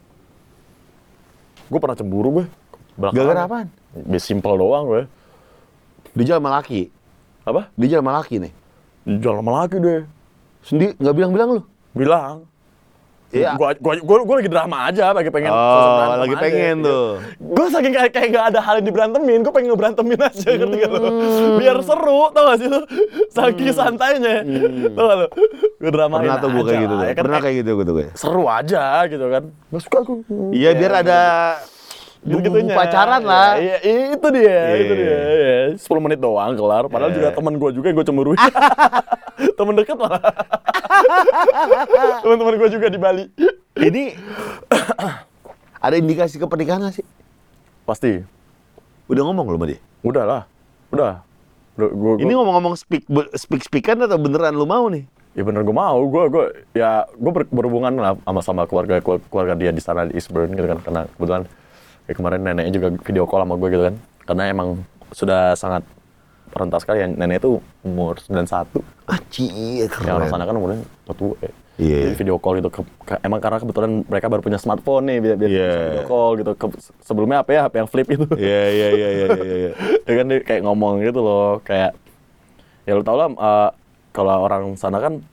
[SPEAKER 2] Gue pernah cemburu gue. Belakangan.
[SPEAKER 1] Gara-gara apaan?
[SPEAKER 2] Ya, simple doang gue.
[SPEAKER 1] Dia jalan sama laki.
[SPEAKER 2] Apa?
[SPEAKER 1] Dia jalan sama laki nih.
[SPEAKER 2] Jalan sama laki deh.
[SPEAKER 1] Sendiri nggak bilang-bilang lu?
[SPEAKER 2] Bilang.
[SPEAKER 1] Iya.
[SPEAKER 2] Gua, gua, gua, gua lagi drama aja, lagi pengen.
[SPEAKER 1] Oh,
[SPEAKER 2] sosok berantem
[SPEAKER 1] lagi
[SPEAKER 2] aja,
[SPEAKER 1] pengen
[SPEAKER 2] gitu.
[SPEAKER 1] tuh.
[SPEAKER 2] Gue saking kayak, kayak gak ada hal yang diberantemin, gue pengen ngeberantemin aja, ngerti gak lo? Biar seru, tau gak sih lo? Saking santainya, tau gak lo? Gue dramain
[SPEAKER 1] Pernah tuh gue kayak
[SPEAKER 2] aja
[SPEAKER 1] gitu
[SPEAKER 2] lah,
[SPEAKER 1] tuh.
[SPEAKER 2] ya kan?
[SPEAKER 1] Pernah kayak gitu gue tuh gue.
[SPEAKER 2] Seru aja gitu kan. Gak suka aku.
[SPEAKER 1] Iya biar ada bumbu pacaran lah.
[SPEAKER 2] Iya, iya, itu dia,
[SPEAKER 1] Iya.
[SPEAKER 2] itu dia. Iya. sepuluh menit doang kelar, padahal
[SPEAKER 1] Iya.
[SPEAKER 2] juga teman gue juga yang gue cemburuin. Temen deket malah. Teman-teman gue juga di Bali.
[SPEAKER 1] Ini ada indikasi ke pernikahan nggak sih?
[SPEAKER 2] Pasti.
[SPEAKER 1] Udah ngomong lu sama dia?
[SPEAKER 2] Udah lah. Udah. Udah gua, gua,
[SPEAKER 1] Ini ngomong-ngomong speak speak speakan atau beneran lu mau nih?
[SPEAKER 2] ya bener gue mau. Gue gue ya gue ber, berhubungan lah sama sama keluarga keluarga dia di sana di Eastbourne gitu kan, karena kebetulan ya kemarin neneknya juga video call sama gue gitu kan. Karena emang sudah sangat rentas sekali ya, nenek itu umur sembilan puluh satu.
[SPEAKER 1] Anjir,
[SPEAKER 2] Ya orang sana kan umurnya tua ya.
[SPEAKER 1] Iya.
[SPEAKER 2] Jadi video call gitu. Ke, ke- emang karena kebetulan mereka baru punya smartphone nih, biar, biar
[SPEAKER 1] Iya.
[SPEAKER 2] bisa video call gitu. Ke- sebelumnya H P ya, H P yang flip itu.
[SPEAKER 1] Iya iya iya iya iya. iya.
[SPEAKER 2] Ya kan dia kayak ngomong gitu loh, kayak ya lu tau lah eh, kalau orang sana kan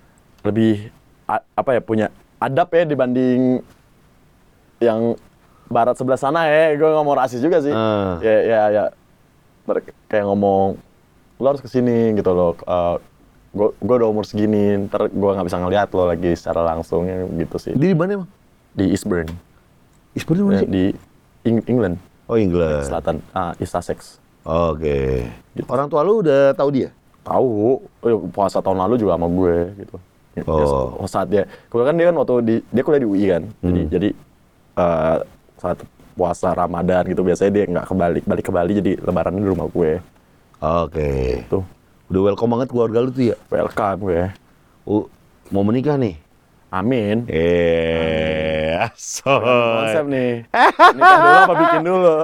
[SPEAKER 2] lebih a- apa ya, punya adab ya dibanding yang barat sebelah sana ya, gue nggak mau rasis juga sih.
[SPEAKER 1] Ah.
[SPEAKER 2] Ya, ya, ya. Mereka kayak ngomong, lo harus kesini gitu loh. Uh, gue gue udah umur segini, ntar gue nggak bisa ngeliat lo lagi secara langsung gitu sih.
[SPEAKER 1] Di mana emang?
[SPEAKER 2] Di Eastbourne,
[SPEAKER 1] Eastbourne mana
[SPEAKER 2] ya,
[SPEAKER 1] sih?
[SPEAKER 2] di Eng- England
[SPEAKER 1] Oh, England.
[SPEAKER 2] Selatan, ah, East Sussex.
[SPEAKER 1] Oke. Orang tua lu udah tahu dia?
[SPEAKER 2] Tahu, oh, puasa tahun lalu juga sama gue gitu. Ya,
[SPEAKER 1] Oh.
[SPEAKER 2] ya, saat dia, kebetulan kan dia kan waktu di dia kuliah di U I kan, jadi
[SPEAKER 1] Hmm.
[SPEAKER 2] jadi uh, saat puasa Ramadan gitu biasanya dia nggak kebalik balik ke Bali, jadi lebarannya di rumah gue.
[SPEAKER 1] Oke.
[SPEAKER 2] Tuh,
[SPEAKER 1] Udah welcome banget keluarga lu tuh ya?
[SPEAKER 2] welcome gue.
[SPEAKER 1] Uh, mau menikah nih?
[SPEAKER 2] Amin.
[SPEAKER 1] Eh,
[SPEAKER 2] Konsep nih. Nikah dulu apa bikin dulu?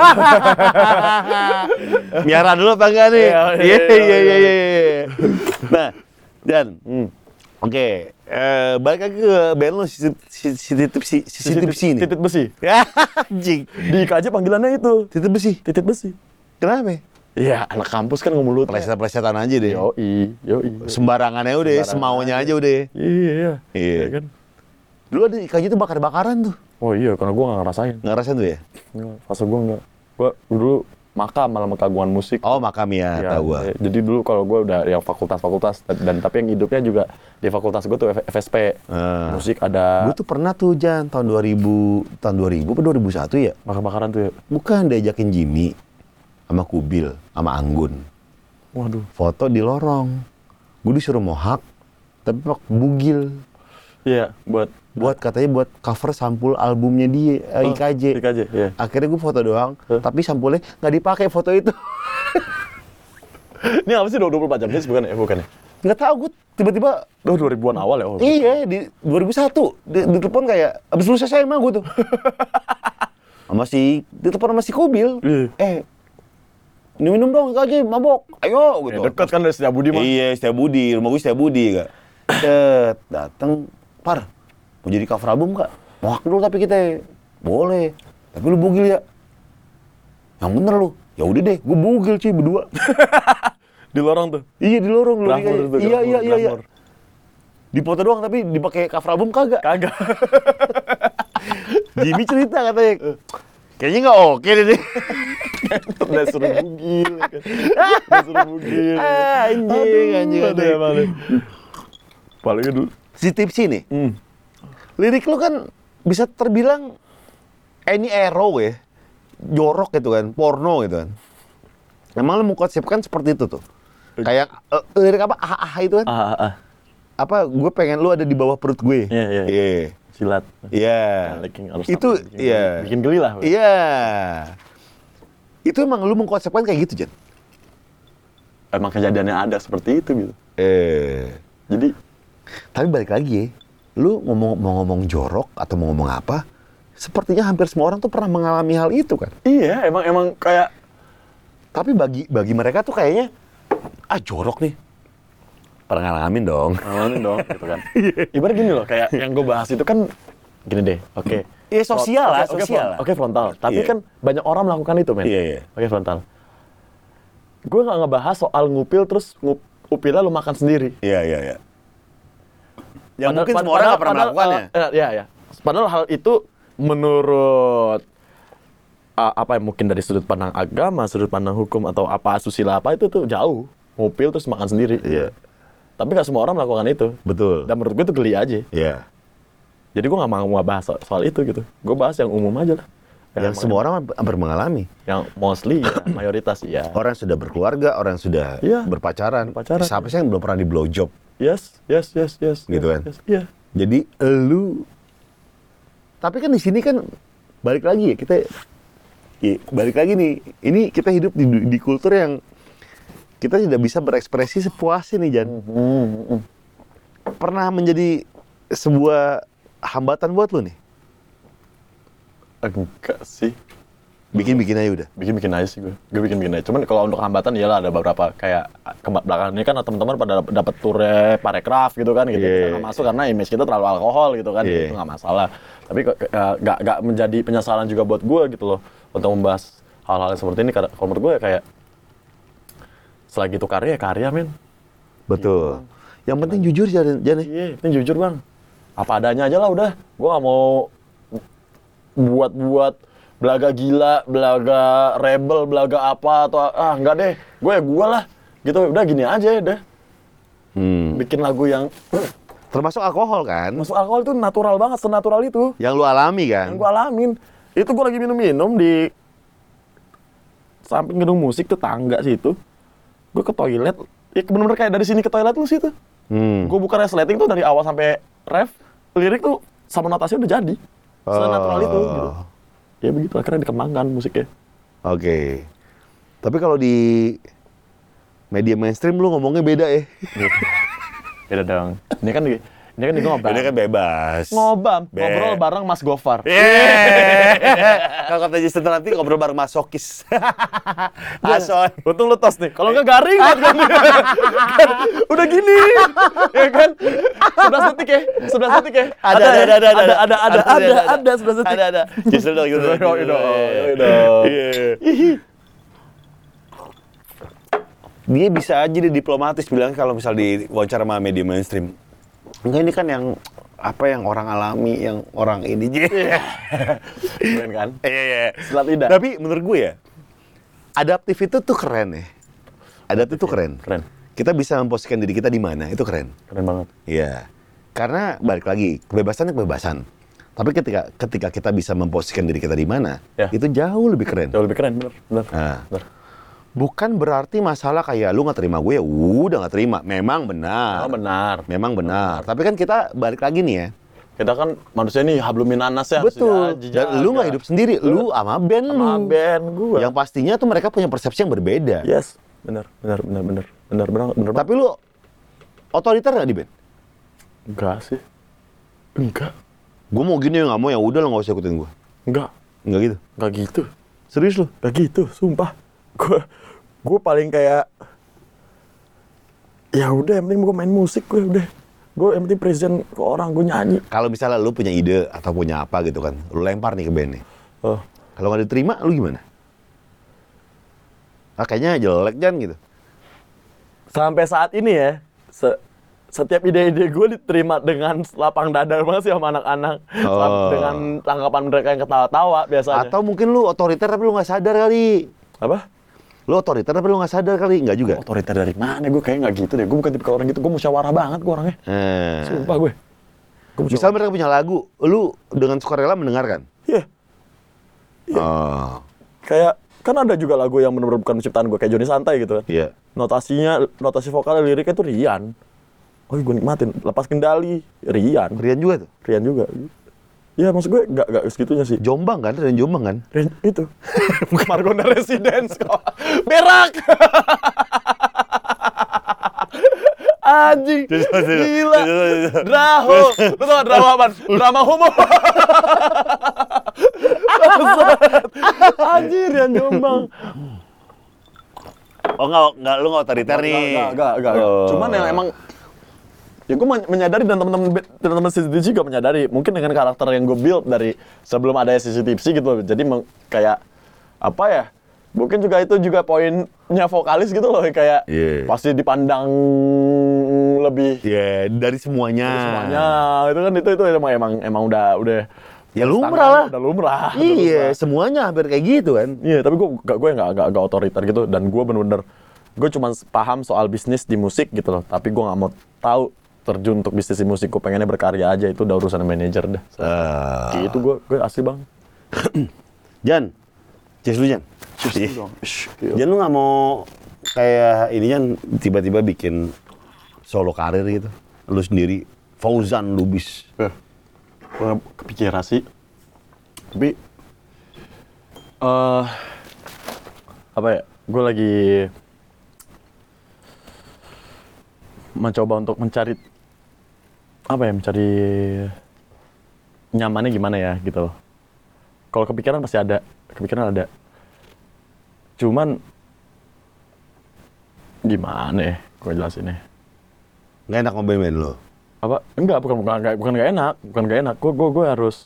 [SPEAKER 1] Miara dulu apa enggak nih?
[SPEAKER 2] Iya,
[SPEAKER 1] Iya,
[SPEAKER 2] iya,
[SPEAKER 1] iya, iya, iya. Nah, Dan,
[SPEAKER 2] Hmm.
[SPEAKER 1] oke, eh, balik lagi ke band lu, si si si titip si si titip si nih.
[SPEAKER 2] Titit besi.
[SPEAKER 1] Anjing,
[SPEAKER 2] Di I K J panggilannya itu.
[SPEAKER 1] titip besi.
[SPEAKER 2] Titit besi.
[SPEAKER 1] Kenapa?
[SPEAKER 2] Iya, anak kampus kan ngemulut.
[SPEAKER 1] Pleset-plesetan aja deh.
[SPEAKER 2] Yoi, yoi.
[SPEAKER 1] Sembarangannya udah,
[SPEAKER 2] Sembarangan
[SPEAKER 1] semaunya
[SPEAKER 2] aja.
[SPEAKER 1] aja udah.
[SPEAKER 2] Iya, iya.
[SPEAKER 1] Iya.
[SPEAKER 2] Iya kan?
[SPEAKER 1] Dulu ada I K J tuh bakar-bakaran tuh.
[SPEAKER 2] Oh iya, karena gue gak ngerasain.
[SPEAKER 1] Nggak ngerasain tuh ya?
[SPEAKER 2] Nggak, fase gue enggak. Gue dulu makam malah kekaguan musik.
[SPEAKER 1] Oh, makam ya,
[SPEAKER 2] Ya,
[SPEAKER 1] tahu gua.
[SPEAKER 2] eh, Jadi dulu kalau gue udah yang fakultas-fakultas, dan tapi yang hidupnya juga di fakultas gue tuh F- FSP.
[SPEAKER 1] Ah.
[SPEAKER 2] Musik ada
[SPEAKER 1] Gue tuh pernah tuh, Jan, tahun dua ribu, tahun dua ribu apa dua ribu satu ya?
[SPEAKER 2] bakar-bakaran tuh ya.
[SPEAKER 1] Bukan, diajakin Jimmy sama Kubil, sama Anggun.
[SPEAKER 2] Waduh.
[SPEAKER 1] Foto di lorong. Gue disuruh mohak, tapi pakai bugil.
[SPEAKER 2] Iya, buat
[SPEAKER 1] Buat katanya buat cover sampul albumnya dia, eh, I K J.
[SPEAKER 2] I K J, iya.
[SPEAKER 1] Akhirnya gue foto doang,
[SPEAKER 2] Huh?
[SPEAKER 1] tapi sampulnya nggak dipakai foto itu.
[SPEAKER 2] Ini apa sih dua puluh empat jam ini bukan ya? Bukan ya?
[SPEAKER 1] Nggak tahu, gue tiba-tiba,
[SPEAKER 2] Oh, dua ribuan awal ya? Oh,
[SPEAKER 1] iya, di dua ribu satu, di, di telepon kayak, abis lulus S M A gue tuh. Sama si, di telepon sama si Kubil.
[SPEAKER 2] Iya.
[SPEAKER 1] Eh, minum-minum dong, I K J, mabok, ayo
[SPEAKER 2] Ya,
[SPEAKER 1] gitu.
[SPEAKER 2] dekat kan dari Setiabudi mah.
[SPEAKER 1] Iya, Setiabudi, rumah gue Setiabudi kak. Set, dateng, par, mau jadi cover album kak? Mohak dulu tapi kita, boleh. Tapi lu bugil ya? Yang bener lu. Ya udah deh, gue bugil cuy berdua.
[SPEAKER 2] Di lorong tuh.
[SPEAKER 1] Iya di lorong lu.
[SPEAKER 2] Glamor itu,
[SPEAKER 1] Iya iya iya iya.
[SPEAKER 2] glamor.
[SPEAKER 1] Di foto doang tapi dipakai cover album kagak.
[SPEAKER 2] Kagak.
[SPEAKER 1] Jimmy cerita katanya, kayaknya nggak oke deh. deh.
[SPEAKER 2] Udah suruh bugil. ya kan. Udah suruh bugil.
[SPEAKER 1] Ah, anjing,
[SPEAKER 2] Aduh,
[SPEAKER 1] anjing,
[SPEAKER 2] ada
[SPEAKER 1] anjing.
[SPEAKER 2] yang malu. Paling dulu.
[SPEAKER 1] Si Tipsy nih,
[SPEAKER 2] Hmm.
[SPEAKER 1] lirik lu kan bisa terbilang any arrow ya, jorok gitu kan, porno gitu kan. Emang lu mengkonsepkan seperti itu tuh? Kayak eh, lirik apa? Ah, ah itu kan?
[SPEAKER 2] Ah, ah, ah.
[SPEAKER 1] Apa? Gue pengen lu ada di bawah perut gue.
[SPEAKER 2] Iya, iya.
[SPEAKER 1] Iya.
[SPEAKER 2] Silat.
[SPEAKER 1] Iya.
[SPEAKER 2] Liking harus
[SPEAKER 1] Itu,
[SPEAKER 2] bikin,
[SPEAKER 1] iya.
[SPEAKER 2] bikin geli lah.
[SPEAKER 1] Iya. Itu emang lu mengkonsepkan kayak gitu, Jan?
[SPEAKER 2] Emang kejadiannya ada seperti itu gitu.
[SPEAKER 1] Eh.
[SPEAKER 2] Jadi
[SPEAKER 1] Tapi balik lagi ya, lu ngomong mau ngomong jorok atau mau ngomong apa, sepertinya hampir semua orang tuh pernah mengalami hal itu kan.
[SPEAKER 2] iya, emang emang kayak
[SPEAKER 1] Tapi bagi bagi mereka tuh kayaknya ah jorok nih. Pernah ngalamin dong.
[SPEAKER 2] ngalamin dong gitu kan. Ibarat gini loh, kayak yang gue bahas itu kan gini deh. Oke.
[SPEAKER 1] Iya, sosial lah,
[SPEAKER 2] Oke, oke,
[SPEAKER 1] sosial
[SPEAKER 2] front-
[SPEAKER 1] lah.
[SPEAKER 2] Oke, frontal. Tapi
[SPEAKER 1] Iya.
[SPEAKER 2] kan banyak orang melakukan itu, men.
[SPEAKER 1] Iya, iya.
[SPEAKER 2] Oke, frontal. Gue nggak ngebahas soal ngupil terus ngup, upilnya lu makan sendiri.
[SPEAKER 1] Iya iya iya. Yang
[SPEAKER 2] Padahal-
[SPEAKER 1] mungkin
[SPEAKER 2] pad-
[SPEAKER 1] semua orang nggak pernah
[SPEAKER 2] padahal-
[SPEAKER 1] melakukannya.
[SPEAKER 2] eh, Iya, iya. Padahal hal itu menurut ah, apa ya, mungkin dari sudut pandang agama, sudut pandang hukum atau apa asusila apa itu tuh jauh. Ngupil terus makan sendiri.
[SPEAKER 1] Iya.
[SPEAKER 2] Tapi nggak semua orang melakukan itu.
[SPEAKER 1] Betul.
[SPEAKER 2] Dan menurut gue itu geli aja.
[SPEAKER 1] Iya.
[SPEAKER 2] Jadi gue nggak mau bahas so- soal itu gitu. Gue bahas yang umum aja lah.
[SPEAKER 1] Yang semua orang hampir mengalami.
[SPEAKER 2] Yang mostly ya, mayoritas ya.
[SPEAKER 1] Orang yang sudah berkeluarga, orang yang sudah
[SPEAKER 2] Iya.
[SPEAKER 1] berpacaran.
[SPEAKER 2] Berpacaran.
[SPEAKER 1] Siapa sih yang belum pernah di blowjob?
[SPEAKER 2] Yes, yes, yes, yes.
[SPEAKER 1] Gitu
[SPEAKER 2] yes,
[SPEAKER 1] kan?
[SPEAKER 2] yes. Iya.
[SPEAKER 1] Jadi elu. Tapi kan di sini kan balik lagi ya kita ya, balik lagi nih. Ini kita hidup di, di kultur yang kita tidak bisa berekspresi sepuasnya nih, Jan.
[SPEAKER 2] Hmm, hmm.
[SPEAKER 1] Pernah menjadi sebuah hambatan buat lu nih?
[SPEAKER 2] Enggak sih.
[SPEAKER 1] Bikin-bikin aja udah.
[SPEAKER 2] Bikin-bikin aja sih gue. Gue bikin-bikin aja. Cuman kalau untuk hambatan iyalah ada beberapa kayak ke belakang ini kan teman-teman pada dap- dapat ture parekraf gitu kan gitu.
[SPEAKER 1] Iya.
[SPEAKER 2] Kita nggak masuk karena image kita terlalu alkohol gitu kan.
[SPEAKER 1] Iya.
[SPEAKER 2] Itu nggak masalah. Tapi kok, eh, nggak nggak menjadi penyesalan juga buat gue gitu loh untuk membahas hal-hal yang seperti ini. Karena kalau menurut gue ya kayak selagi itu karya ya karya men.
[SPEAKER 1] Betul. Yang penting jujur Jan, Jan.
[SPEAKER 2] Iya, ini jujur bang. Apa adanya aja lah udah. Gue nggak mau buat-buat belaga gila, belaga rebel, belaga apa atau ah enggak deh, gue ya gue lah gitu, udah gini aja deh.
[SPEAKER 1] Hmm.
[SPEAKER 2] Bikin lagu yang
[SPEAKER 1] Termasuk alkohol kan?
[SPEAKER 2] masuk alkohol itu natural banget, senatural itu
[SPEAKER 1] Yang lu alami kan?
[SPEAKER 2] yang gue alamin. Itu gue lagi minum-minum di samping gedung musik tuh, tangga situ. Gue ke toilet, ya bener-bener kayak dari sini ke toilet lu situ.
[SPEAKER 1] Hmm.
[SPEAKER 2] Gue buka resleting tuh dari awal sampai ref, lirik tuh sama notasinya udah jadi. Senatural itu gitu. Ya begitu, akhirnya dikembangkan musiknya.
[SPEAKER 1] Oke. Tapi kalau di media mainstream lu ngomongnya beda ya?
[SPEAKER 2] Beda dong. Ini kan di, ini kan di ngobam.
[SPEAKER 1] Ini kan bebas.
[SPEAKER 2] Ngobam,
[SPEAKER 1] Be-
[SPEAKER 2] ngobrol bareng Mas Gofar.
[SPEAKER 1] Yeay. Kalau kata Justin nanti ngobrol bareng masokis. Asoy.
[SPEAKER 2] Untung lu tos nih. Kalau nggak garing banget kan. Kan udah gini. Ya kan? sebelas detik ya. sebelas detik ya.
[SPEAKER 1] Ada, ada,
[SPEAKER 2] ya?
[SPEAKER 1] ada, ada,
[SPEAKER 2] ada,
[SPEAKER 1] ada,
[SPEAKER 2] ada, ada, ada, ada, sebelas detik.
[SPEAKER 1] Ada, ada. Justin dong, gitu.
[SPEAKER 2] Yoi dong, yoi dong.
[SPEAKER 1] Iya. Dia bisa aja dia diplomatis bilang kalau misal di wawancara sama media mainstream. Enggak, ini kan yang apa yang orang alami, yang orang ini aja.
[SPEAKER 2] Keren kan?
[SPEAKER 1] Iya, iya.
[SPEAKER 2] Selat lidah.
[SPEAKER 1] Tapi menurut gue ya, adaptif itu tuh keren ya. Adaptif itu keren.
[SPEAKER 2] Keren.
[SPEAKER 1] Kita bisa memposisikan diri kita di mana, itu keren.
[SPEAKER 2] Keren banget.
[SPEAKER 1] Iya. Karena balik lagi, kebebasan itu kebebasan. Tapi ketika ketika kita bisa memposisikan diri kita di mana,
[SPEAKER 2] Ya.
[SPEAKER 1] itu jauh lebih keren.
[SPEAKER 2] Jauh lebih keren, bener. Bener.
[SPEAKER 1] Nah,
[SPEAKER 2] Bener.
[SPEAKER 1] bukan berarti masalah kayak lu nggak terima gue, ya udah nggak terima. Memang benar.
[SPEAKER 2] Oh, benar.
[SPEAKER 1] Memang benar. Tapi kan kita balik lagi nih ya.
[SPEAKER 2] Kita kan manusia nih hablumin nanas ya.
[SPEAKER 1] Betul.
[SPEAKER 2] harus
[SPEAKER 1] Dan lu nggak hidup sendiri, lu sama band lu.
[SPEAKER 2] sama band gua.
[SPEAKER 1] Yang pastinya tuh mereka punya persepsi yang berbeda.
[SPEAKER 2] Yes, benar, benar, benar, benar, benar, benar, benar.
[SPEAKER 1] Tapi lu otoriter nggak di band?
[SPEAKER 2] enggak sih, enggak,
[SPEAKER 1] Gue mau gini ya nggak mau, ya udah lo nggak usah ikutin gue.
[SPEAKER 2] enggak,
[SPEAKER 1] Nggak gitu.
[SPEAKER 2] enggak gitu,
[SPEAKER 1] Serius lu?
[SPEAKER 2] enggak gitu, sumpah. Gue, gue paling kayak, ya udah, yang penting gue main musik, gue udah, gue yang penting present ke orang, gue nyanyi.
[SPEAKER 1] Kalau misalnya lu punya ide atau punya apa gitu kan, lu lempar nih ke band nih.
[SPEAKER 2] Oh,
[SPEAKER 1] Kalau nggak diterima, lu gimana? Ah, kayaknya jelek Jan gitu.
[SPEAKER 2] sampai saat ini ya, se- setiap ide-ide gue diterima dengan lapang dada banget sih sama anak-anak.
[SPEAKER 1] Oh.
[SPEAKER 2] Dengan tanggapan mereka yang ketawa-tawa biasanya.
[SPEAKER 1] Atau mungkin lu otoriter tapi lu nggak sadar kali.
[SPEAKER 2] Apa?
[SPEAKER 1] Lu otoriter tapi lu nggak sadar kali, nggak juga?
[SPEAKER 2] Otoriter dari mana? Gue kayaknya nggak gitu deh. Gue bukan tipe orang gitu. Gue musyawarah banget gue orangnya.
[SPEAKER 1] Eh.
[SPEAKER 2] Sumpah gue. Gue
[SPEAKER 1] Misal mereka punya lagu, lu dengan sukarela mendengarkan?
[SPEAKER 2] Iya.
[SPEAKER 1] Oh,
[SPEAKER 2] Kayak kan ada juga lagu yang benar-benar bukan ciptaan gue, kayak Joni Santai gitu kan.
[SPEAKER 1] iya.
[SPEAKER 2] Notasinya, notasi vokal liriknya tuh Rian. Oh, gue nikmatin. Lepas kendali, Rian.
[SPEAKER 1] Rian juga tuh.
[SPEAKER 2] Rian juga. Ya maksud gue nggak nggak segitunya sih.
[SPEAKER 1] Jombang kan, Rian Jombang kan?
[SPEAKER 2] Rian itu. Margonda Residence kok. Berak. Anjing. Gila. Draho. Lu tau gak drama apa? Drama homo. Bangsat. Anjir, Rian Jombang.
[SPEAKER 1] Oh nggak, nggak lu nggak otoriter nih?
[SPEAKER 2] Enggak, enggak, enggak.
[SPEAKER 1] Oh.
[SPEAKER 2] Cuman yang emang ya gue menyadari dan teman-teman teman-teman C C T V juga menyadari, mungkin dengan karakter yang gue build dari sebelum ada C C T V gitu loh. Jadi meng, kayak apa ya? Mungkin juga itu juga poinnya vokalis gitu loh, kayak
[SPEAKER 1] Yeah.
[SPEAKER 2] pasti dipandang lebih
[SPEAKER 1] Iya, dari semuanya.
[SPEAKER 2] semuanya. Itu kan itu itu emang emang emang udah udah
[SPEAKER 1] Ya lumrah
[SPEAKER 2] standar,
[SPEAKER 1] lah.
[SPEAKER 2] Udah lumrah. udah
[SPEAKER 1] Iya,
[SPEAKER 2] lumrah.
[SPEAKER 1] semuanya hampir kayak gitu kan.
[SPEAKER 2] Iya, tapi gue gak gue nggak nggak nggak otoriter gitu, dan gue bener-bener gue cuma paham soal bisnis di musik gitu loh, tapi gue nggak mau tahu terjun untuk bisnis di musik. Gue pengennya berkarya aja, itu udah urusan manajer dah.
[SPEAKER 1] Ah.
[SPEAKER 2] Gitu gue gue asli bang.
[SPEAKER 1] Jan, cheers dulu Jan. Ih.
[SPEAKER 2] dong. Ish, iya.
[SPEAKER 1] Jan lu nggak mau kayak ini Jan tiba-tiba bikin solo karir gitu, lu sendiri, Fauzan Lubis.
[SPEAKER 2] Eh, gue kepikiran sih, tapi eh apa ya? Gue lagi mencoba untuk mencari apa ya? Mencari nyamannya gimana ya gitu. Kalau kepikiran pasti ada, kepikiran ada. Cuman gimana ya? Gue jelasinnya.
[SPEAKER 1] Nggak enak ngobrolin band lu.
[SPEAKER 2] Apa? Enggak, bukan bukan enggak, bukan enggak enak, bukan enggak enak. Gue gue gue harus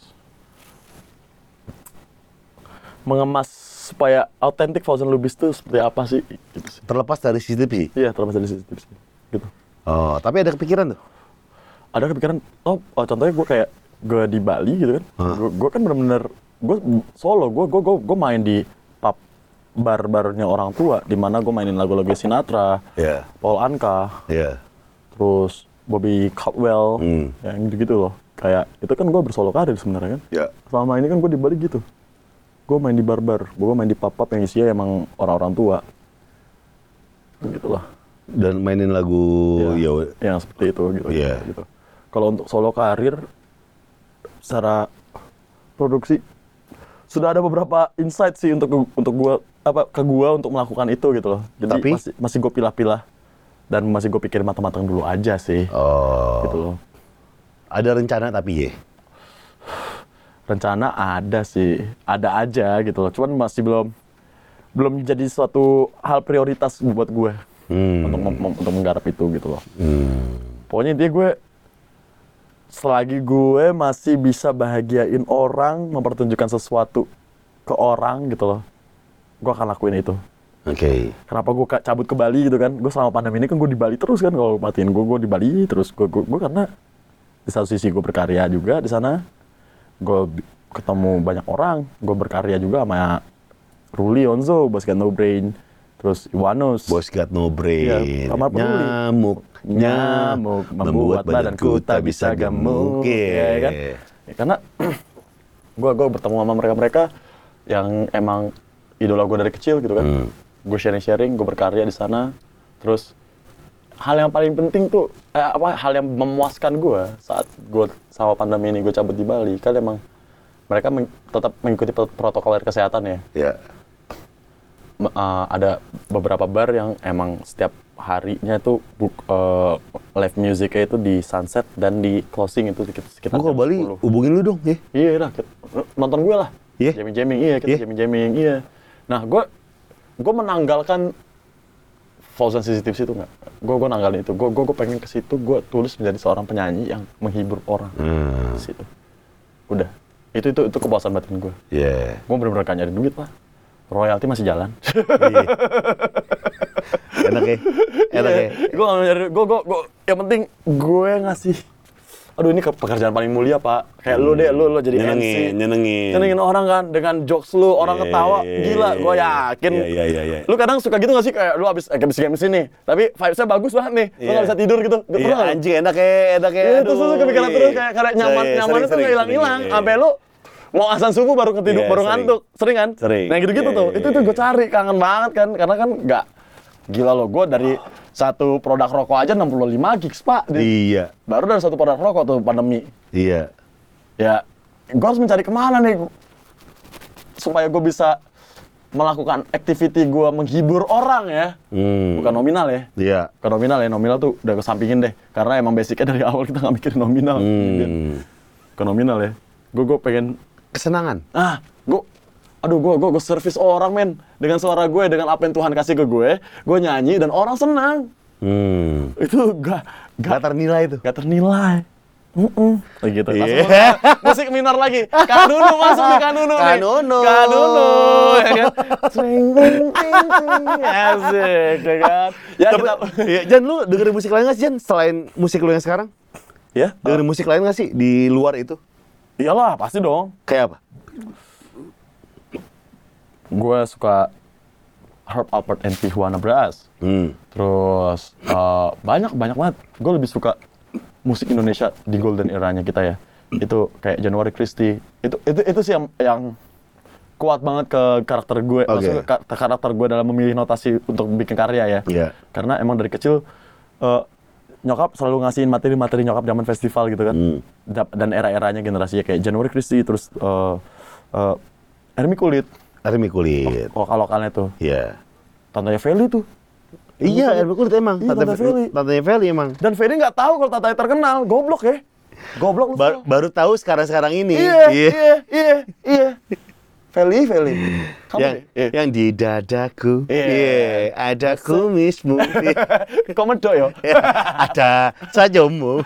[SPEAKER 2] mengemas supaya autentik Fauzan Lubis itu seperti apa sih gitu sih.
[SPEAKER 1] Terlepas dari C C T V.
[SPEAKER 2] Iya, terlepas dari sisi tips gitu.
[SPEAKER 1] Oh, tapi ada kepikiran tuh.
[SPEAKER 2] Ada kepikiran, oh, oh contohnya gue kayak gue di Bali gitu kan,
[SPEAKER 1] Hah?
[SPEAKER 2] gue kan bener-bener gue solo, gue gue gue main di pub bar-barnya orang tua, di mana gue mainin lagu-lagu Sinatra,
[SPEAKER 1] Iya.
[SPEAKER 2] Paul Anka,
[SPEAKER 1] Iya.
[SPEAKER 2] terus Bobby Caldwell,
[SPEAKER 1] Hmm.
[SPEAKER 2] yang gitu-gitu loh. Kayak itu kan gue bersolo karir sebenarnya kan.
[SPEAKER 1] Iya.
[SPEAKER 2] Selama ini kan gue di Bali gitu. Gue main di bar-bar, gue main di pub-pub yang isinya emang orang-orang tua. Gitu lah.
[SPEAKER 1] Dan mainin lagu
[SPEAKER 2] Ya,
[SPEAKER 1] ya,
[SPEAKER 2] yang seperti itu gitu.
[SPEAKER 1] Iya.
[SPEAKER 2] gitu. Kalau untuk solo karir secara produksi sudah ada beberapa insight sih untuk untuk gua apa ke gua untuk melakukan itu gitu loh. Jadi
[SPEAKER 1] Tapi?
[SPEAKER 2] masih masih gue pilah-pilah dan masih gue pikirin matang-matang dulu aja sih.
[SPEAKER 1] oh,
[SPEAKER 2] Gitu loh.
[SPEAKER 1] ada rencana tapi ya.
[SPEAKER 2] Rencana ada sih, ada aja gitu loh. Cuman masih belum belum jadi suatu hal prioritas buat gue
[SPEAKER 1] Hmm.
[SPEAKER 2] untuk mem- untuk menggarap itu gitu loh.
[SPEAKER 1] Hmm.
[SPEAKER 2] Pokoknya dia gue selagi gue masih bisa bahagiain orang, mempertunjukkan sesuatu ke orang gitu loh, gue akan lakuin itu.
[SPEAKER 1] Oke.
[SPEAKER 2] Kenapa gue ka- cabut ke Bali gitu kan? Gue selama pandemi ini kan gue di Bali terus kan, kalau matiin gue gue di Bali terus. Gue gue, gue karena di satu sisi gue berkarya juga di sana, gue bi- ketemu banyak orang, gue berkarya juga sama Ruli Onzo, Bos Got No Brain, terus Iwanos.
[SPEAKER 1] Bos got no brain.
[SPEAKER 2] Iya, sama peduli.
[SPEAKER 1] Nyamuk,
[SPEAKER 2] Nyamuk membuat badanku tak bisa gemuk.
[SPEAKER 1] Iya.
[SPEAKER 2] Ya kan? Ya, karena gue gue bertemu sama mereka-mereka yang emang idola gue dari kecil gitu kan.
[SPEAKER 1] Hmm.
[SPEAKER 2] Gue sharing-sharing, gue berkarya di sana. Terus hal yang paling penting tuh eh, apa hal yang memuaskan gue saat gue sama pandemi ini gue cabut di Bali kan emang mereka meng- tetap mengikuti pro- protokol kesehatan ya.
[SPEAKER 1] Ya.
[SPEAKER 2] M- uh, ada beberapa bar yang emang setiap harinya itu buk, uh, live musicnya itu di sunset dan di closing itu sekitar sekitar
[SPEAKER 1] Gue ke
[SPEAKER 2] jam
[SPEAKER 1] Bali,
[SPEAKER 2] sepuluh.
[SPEAKER 1] hubungin lu dong ya.
[SPEAKER 2] Iya lah, kita- nonton gue lah.
[SPEAKER 1] Iya?
[SPEAKER 2] Jamming jamming, iya kita
[SPEAKER 1] Iya?
[SPEAKER 2] jamming jamming, iya. Nah gue gue menanggalkan Fauzan Sensitives itu nggak. Gue gue nanggalin itu. Gue gue gue pengen ke situ. Gue tulus menjadi seorang penyanyi yang menghibur orang
[SPEAKER 1] Hmm.
[SPEAKER 2] di situ. Udah. Itu itu itu kepuasan batin gue.
[SPEAKER 1] Iya.
[SPEAKER 2] Gue bener-bener gak nyari duit lah. Royalti masih jalan.
[SPEAKER 1] Iya. Enak ya? Enak ya?
[SPEAKER 2] Gue gak nyari, gue, gue, gue, yang penting gue ngasih, aduh ini ke- pekerjaan paling mulia pak, kayak lu deh, lu, lu jadi M C,
[SPEAKER 1] Nyenengin, nyenengin.
[SPEAKER 2] nyenengin orang kan, dengan jokes lu, orang
[SPEAKER 1] Iya,
[SPEAKER 2] ketawa,
[SPEAKER 1] iya,
[SPEAKER 2] gila,
[SPEAKER 1] iya,
[SPEAKER 2] gue
[SPEAKER 1] iya.
[SPEAKER 2] yakin,
[SPEAKER 1] Iya, iya, iya, iya.
[SPEAKER 2] lu kadang suka gitu gak sih, kayak lu abis, eh, abis M C nih, tapi vibes-nya bagus banget nih, lu
[SPEAKER 1] Iya.
[SPEAKER 2] gak bisa tidur gitu,
[SPEAKER 1] Iya,
[SPEAKER 2] pernah nggak?
[SPEAKER 1] anjing enak ya, enak ya.
[SPEAKER 2] Iya, terus lu
[SPEAKER 1] aduh,
[SPEAKER 2] kepikiran
[SPEAKER 1] iya.
[SPEAKER 2] terus, kayak, kayak nyaman,
[SPEAKER 1] Saya
[SPEAKER 2] nyamannya
[SPEAKER 1] sering,
[SPEAKER 2] tuh gak
[SPEAKER 1] sering,
[SPEAKER 2] hilang-hilang,
[SPEAKER 1] sering,
[SPEAKER 2] sampai
[SPEAKER 1] iya.
[SPEAKER 2] lu mau azan subuh baru ketidur,
[SPEAKER 1] Iya,
[SPEAKER 2] baru
[SPEAKER 1] sering.
[SPEAKER 2] ngantuk, sering kan?
[SPEAKER 1] Sering.
[SPEAKER 2] Nah gitu-gitu
[SPEAKER 1] Iya,
[SPEAKER 2] tuh,
[SPEAKER 1] iya,
[SPEAKER 2] itu tuh
[SPEAKER 1] iya.
[SPEAKER 2] gue cari, kangen banget kan, karena kan nggak, gila loh, gue dari satu produk rokok aja enam puluh lima gigs pak, Di-
[SPEAKER 1] Iya,
[SPEAKER 2] baru dari satu produk rokok tuh pandemi.
[SPEAKER 1] iya.
[SPEAKER 2] Ya, gue harus mencari kemana nih supaya gue bisa melakukan activity gue menghibur orang ya,
[SPEAKER 1] Hmm.
[SPEAKER 2] bukan nominal ya.
[SPEAKER 1] Iya.
[SPEAKER 2] Bukan nominal ya, nominal tuh udah kesampingin deh, karena emang basicnya dari awal kita nggak mikirin nominal.
[SPEAKER 1] Hmm.
[SPEAKER 2] Bukan nominal ya. Gue gue pengen,
[SPEAKER 1] Kesenangan.
[SPEAKER 2] ah, gue, aduh gue gue gue service orang men, dengan suara gue, dengan apa yang Tuhan kasih ke gue, gue nyanyi dan orang senang.
[SPEAKER 1] Hmm.
[SPEAKER 2] Itu gak
[SPEAKER 1] Gak
[SPEAKER 2] gak
[SPEAKER 1] ternilai tuh.
[SPEAKER 2] gak ternilai. Mm-mm. Kayak gitu.
[SPEAKER 1] Iya.
[SPEAKER 2] Langsung masuk musik minor lagi. Kanunu masuk nih Kanunu nih.
[SPEAKER 1] Kanunu.
[SPEAKER 2] Kanunu. Ya kan? Swing, swing, swing, swing. Asik, ya kan? Ya
[SPEAKER 1] Tapi,
[SPEAKER 2] kita...
[SPEAKER 1] ya, Jan, lu dengerin musik lain gak sih, Jan? Selain musik lu yang sekarang?
[SPEAKER 2] Ya?
[SPEAKER 1] Dengerin musik lain gak sih di luar itu?
[SPEAKER 2] Iyalah, pasti dong.
[SPEAKER 1] Kayak apa?
[SPEAKER 2] Gue suka Herb Alpert and Tijuana Brass.
[SPEAKER 1] Hmm.
[SPEAKER 2] Terus eh, banyak banyak banget. Gue lebih suka musik Indonesia di golden eranya kita ya. Itu kayak January Christie. Itu itu itu sih yang, yang kuat banget ke karakter gue.
[SPEAKER 1] Oke.
[SPEAKER 2] Maksudnya ka- ke karakter gue dalam memilih notasi untuk bikin karya ya.
[SPEAKER 1] Iya.
[SPEAKER 2] Karena emang dari kecil eh, nyokap selalu ngasihin materi-materi nyokap zaman festival gitu kan.
[SPEAKER 1] Hmm.
[SPEAKER 2] Da- Dan era-eranya generasinya kayak January Christie terus eh eh, Ermi Kulit.
[SPEAKER 1] Army Kulit.
[SPEAKER 2] Lokal-lokalnya tuh.
[SPEAKER 1] Iya.
[SPEAKER 2] Tantanya Feli tuh.
[SPEAKER 1] Iya, Army Kulit emang.
[SPEAKER 2] Iya, Tante Feli.
[SPEAKER 1] Tantenya Feli emang.
[SPEAKER 2] Dan Ferry nggak tahu kalau Tata terkenal, goblok ya. Goblok lu.
[SPEAKER 1] Bar-
[SPEAKER 2] Sal.
[SPEAKER 1] baru tahu sekarang-sekarang ini.
[SPEAKER 2] Iya, iya, iya, iya. Feli, Feli. Kamu
[SPEAKER 1] yang,
[SPEAKER 2] deh. Iya.
[SPEAKER 1] yang di dadaku,
[SPEAKER 2] Iya.
[SPEAKER 1] iya, ada kumismu,
[SPEAKER 2] Komedo yo.
[SPEAKER 1] ada sajomu.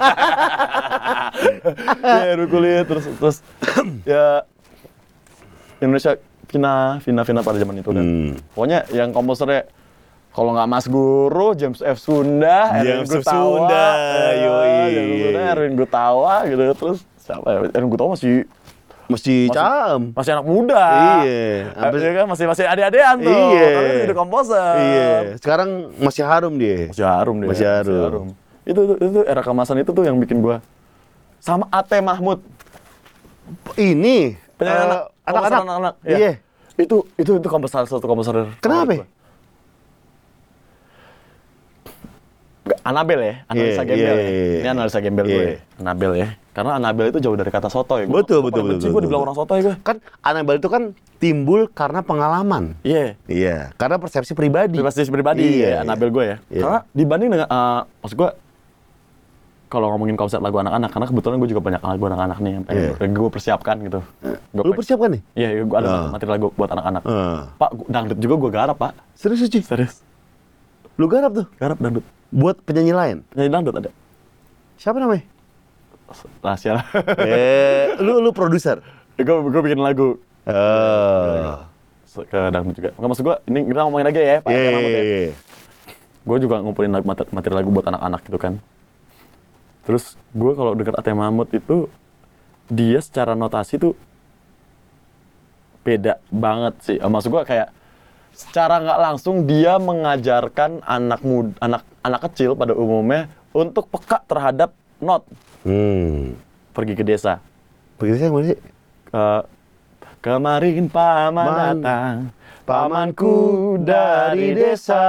[SPEAKER 2] Iya, Ruku Kulit terus terus ya Indonesia Vina, Vina, Vina pada zaman itu kan.
[SPEAKER 1] Hmm.
[SPEAKER 2] Pokoknya yang komposernya kalau nggak Mas Guru, James F. Sunda, Erwin
[SPEAKER 1] James F.
[SPEAKER 2] Gutawa,
[SPEAKER 1] Sunda,
[SPEAKER 2] ya,
[SPEAKER 1] yoi.
[SPEAKER 2] James F. Sunda, Erwin Gutawa gitu. Terus siapa ya? Yang gue tau masih
[SPEAKER 1] Masih cam.
[SPEAKER 2] masih anak muda.
[SPEAKER 1] Iya.
[SPEAKER 2] Sampai ya kan masih masih adik-adikan tuh.
[SPEAKER 1] Iya.
[SPEAKER 2] Karena dia udah komposer.
[SPEAKER 1] Iya. Sekarang masih harum dia.
[SPEAKER 2] Masih harum dia.
[SPEAKER 1] Masih harum.
[SPEAKER 2] Itu, itu itu era kemasan itu tuh yang bikin gua sama Ate Mahmud.
[SPEAKER 1] Ini
[SPEAKER 2] Penyanyi
[SPEAKER 1] eh,
[SPEAKER 2] anak, komposer
[SPEAKER 1] anak-anak.
[SPEAKER 2] anak-anak.
[SPEAKER 1] Iya.
[SPEAKER 2] Itu itu itu komposer salah satu komposer.
[SPEAKER 1] Kenapa?
[SPEAKER 2] favorit gua. Nggak, Anabel ya, analisa
[SPEAKER 1] Iya,
[SPEAKER 2] gembel
[SPEAKER 1] iya,
[SPEAKER 2] ya.
[SPEAKER 1] iya.
[SPEAKER 2] Ini analisa gembel
[SPEAKER 1] Iya.
[SPEAKER 2] gue. Anabel ya. Karena Anabel itu jauh dari kata sotoy. Gua
[SPEAKER 1] Betul,
[SPEAKER 2] gua
[SPEAKER 1] betul,
[SPEAKER 2] paling benci
[SPEAKER 1] betul,
[SPEAKER 2] Gue dibilang
[SPEAKER 1] betul.
[SPEAKER 2] orang sotoy gue.
[SPEAKER 1] Kan Anabel itu kan timbul karena pengalaman.
[SPEAKER 2] Iya.
[SPEAKER 1] Iya, karena persepsi pribadi.
[SPEAKER 2] Pribadi pribadi
[SPEAKER 1] Iya,
[SPEAKER 2] ya, Anabel gue ya.
[SPEAKER 1] Iya.
[SPEAKER 2] Karena dibanding dengan, uh, maksud gue, kalau ngomongin konsep lagu anak-anak, karena kebetulan gue juga banyak lagu anak-anak nih yang
[SPEAKER 1] Iya.
[SPEAKER 2] pengen gue persiapkan gitu. Gua
[SPEAKER 1] Lu
[SPEAKER 2] pengen-
[SPEAKER 1] persiapkan nih?
[SPEAKER 2] Iya, gue ada
[SPEAKER 1] Ah.
[SPEAKER 2] materi lagu buat anak-anak.
[SPEAKER 1] Ah.
[SPEAKER 2] Pak, gua- dangdut juga gue garap, Pak.
[SPEAKER 1] Serius Ci?
[SPEAKER 2] Serius.
[SPEAKER 1] Lu garap tuh
[SPEAKER 2] Garap dangdut.
[SPEAKER 1] buat penyanyi lain.
[SPEAKER 2] Penyanyi dangdut ada.
[SPEAKER 1] Siapa namanya?
[SPEAKER 2] Rahasia lah.
[SPEAKER 1] eh, lu lu produser.
[SPEAKER 2] gue gue bikin lagu
[SPEAKER 1] Oh.
[SPEAKER 2] ke dangdut juga. Nggak, maksud gue, ini kita ngomongin lagi ya, Pak.
[SPEAKER 1] Iya,
[SPEAKER 2] Ate Mahmud ya.
[SPEAKER 1] iya, iya.
[SPEAKER 2] Gue juga ngumpulin lagu- materi, materi lagu buat anak-anak gitu kan. Terus gue kalau denger Ate Mahmud itu, dia secara notasi tuh beda banget sih. Eh, Maksud gue kayak secara nggak langsung dia mengajarkan anak muda, anak anak kecil pada umumnya untuk peka terhadap not.
[SPEAKER 1] Hmm.
[SPEAKER 2] Pergi ke desa.
[SPEAKER 1] Begitu sih, gimana sih?
[SPEAKER 2] Eh, kemarin paman
[SPEAKER 1] Man.
[SPEAKER 2] datang, pamanku dari desa,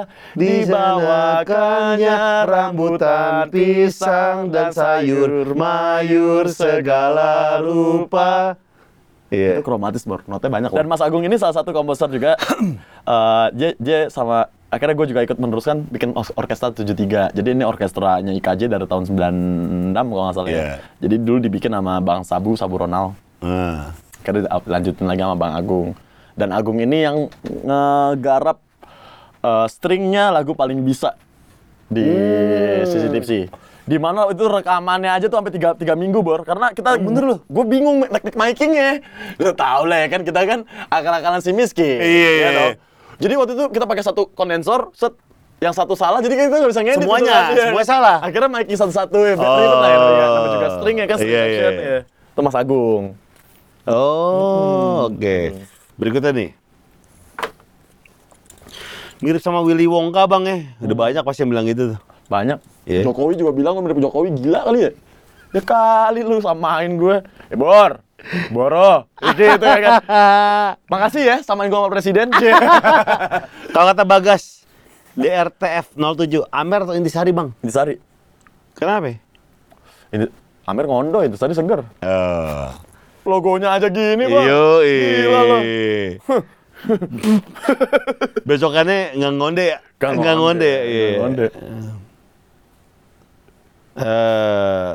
[SPEAKER 2] dibawakannya rambutan, pisang dan sayur mayur segala rupa.
[SPEAKER 1] Iya.
[SPEAKER 2] Itu kromatis, Bor. Notnya banyak. Dan Mas Agung ini salah satu komposer juga. Eh, dia, dia sama, akhirnya gue juga ikut meneruskan bikin or- orkestra tujuh tiga. Jadi ini orkestranya I K J dari tahun sembilan enam kalau nggak salah
[SPEAKER 1] Iya.
[SPEAKER 2] ya. Jadi dulu dibikin sama Bang Sabu, Sabu Ronald.
[SPEAKER 1] Ah.
[SPEAKER 2] Akhirnya di- lanjutin lagi sama Bang Agung. Dan Agung ini yang ngegarap eh, stringnya lagu paling bisa di C C T V. Di mana itu rekamannya aja tuh sampai tiga, tiga minggu, Bor. Karena kita bener loh, gue bingung teknik micingnya. Lo tau lah ya kan, kita kan akal-akalan si Miski.
[SPEAKER 1] Iya, iya,
[SPEAKER 2] ya dong?
[SPEAKER 1] iya.
[SPEAKER 2] Jadi waktu itu kita pakai satu kondensor, set, yang satu salah, jadi kita nggak bisa ngedit.
[SPEAKER 1] Semuanya,
[SPEAKER 2] gitu kan. Iya.
[SPEAKER 1] semua salah.
[SPEAKER 2] Akhirnya miking satu-satu ya,
[SPEAKER 1] Oh.
[SPEAKER 2] ribet lah ya. Namanya juga string ya kan, string
[SPEAKER 1] Iya,
[SPEAKER 2] section
[SPEAKER 1] iya.
[SPEAKER 2] ya. Itu Mas Agung.
[SPEAKER 1] Oh, oke. Berikutnya nih. Mirip sama Willy Wonka, Bang ya. Udah banyak pasti yang bilang gitu tuh.
[SPEAKER 2] Banyak.
[SPEAKER 1] Iya.
[SPEAKER 2] Jokowi juga bilang gue mirip Jokowi, gila kali ya. Ya kali lu samain gue. Eh Bor, Boro. Gitu ya kan. Makasih ya samain gue sama presiden.
[SPEAKER 1] Kalau kata Bagas, D R T F nol tujuh, Amer atau Intisari, Bang?
[SPEAKER 2] Intisari.
[SPEAKER 1] Kenapa?
[SPEAKER 2] Ini Amer ngondo, Intisari seger.
[SPEAKER 1] Eh.
[SPEAKER 2] Logonya aja gini, Bang.
[SPEAKER 1] Yoi.
[SPEAKER 2] Gila lo.
[SPEAKER 1] Besokannya nggak ngonde ya?
[SPEAKER 2] Nggak
[SPEAKER 1] Nggak ngonde.
[SPEAKER 2] ngonde,
[SPEAKER 1] Iya.
[SPEAKER 2] nggak ngonde.
[SPEAKER 1] Eh.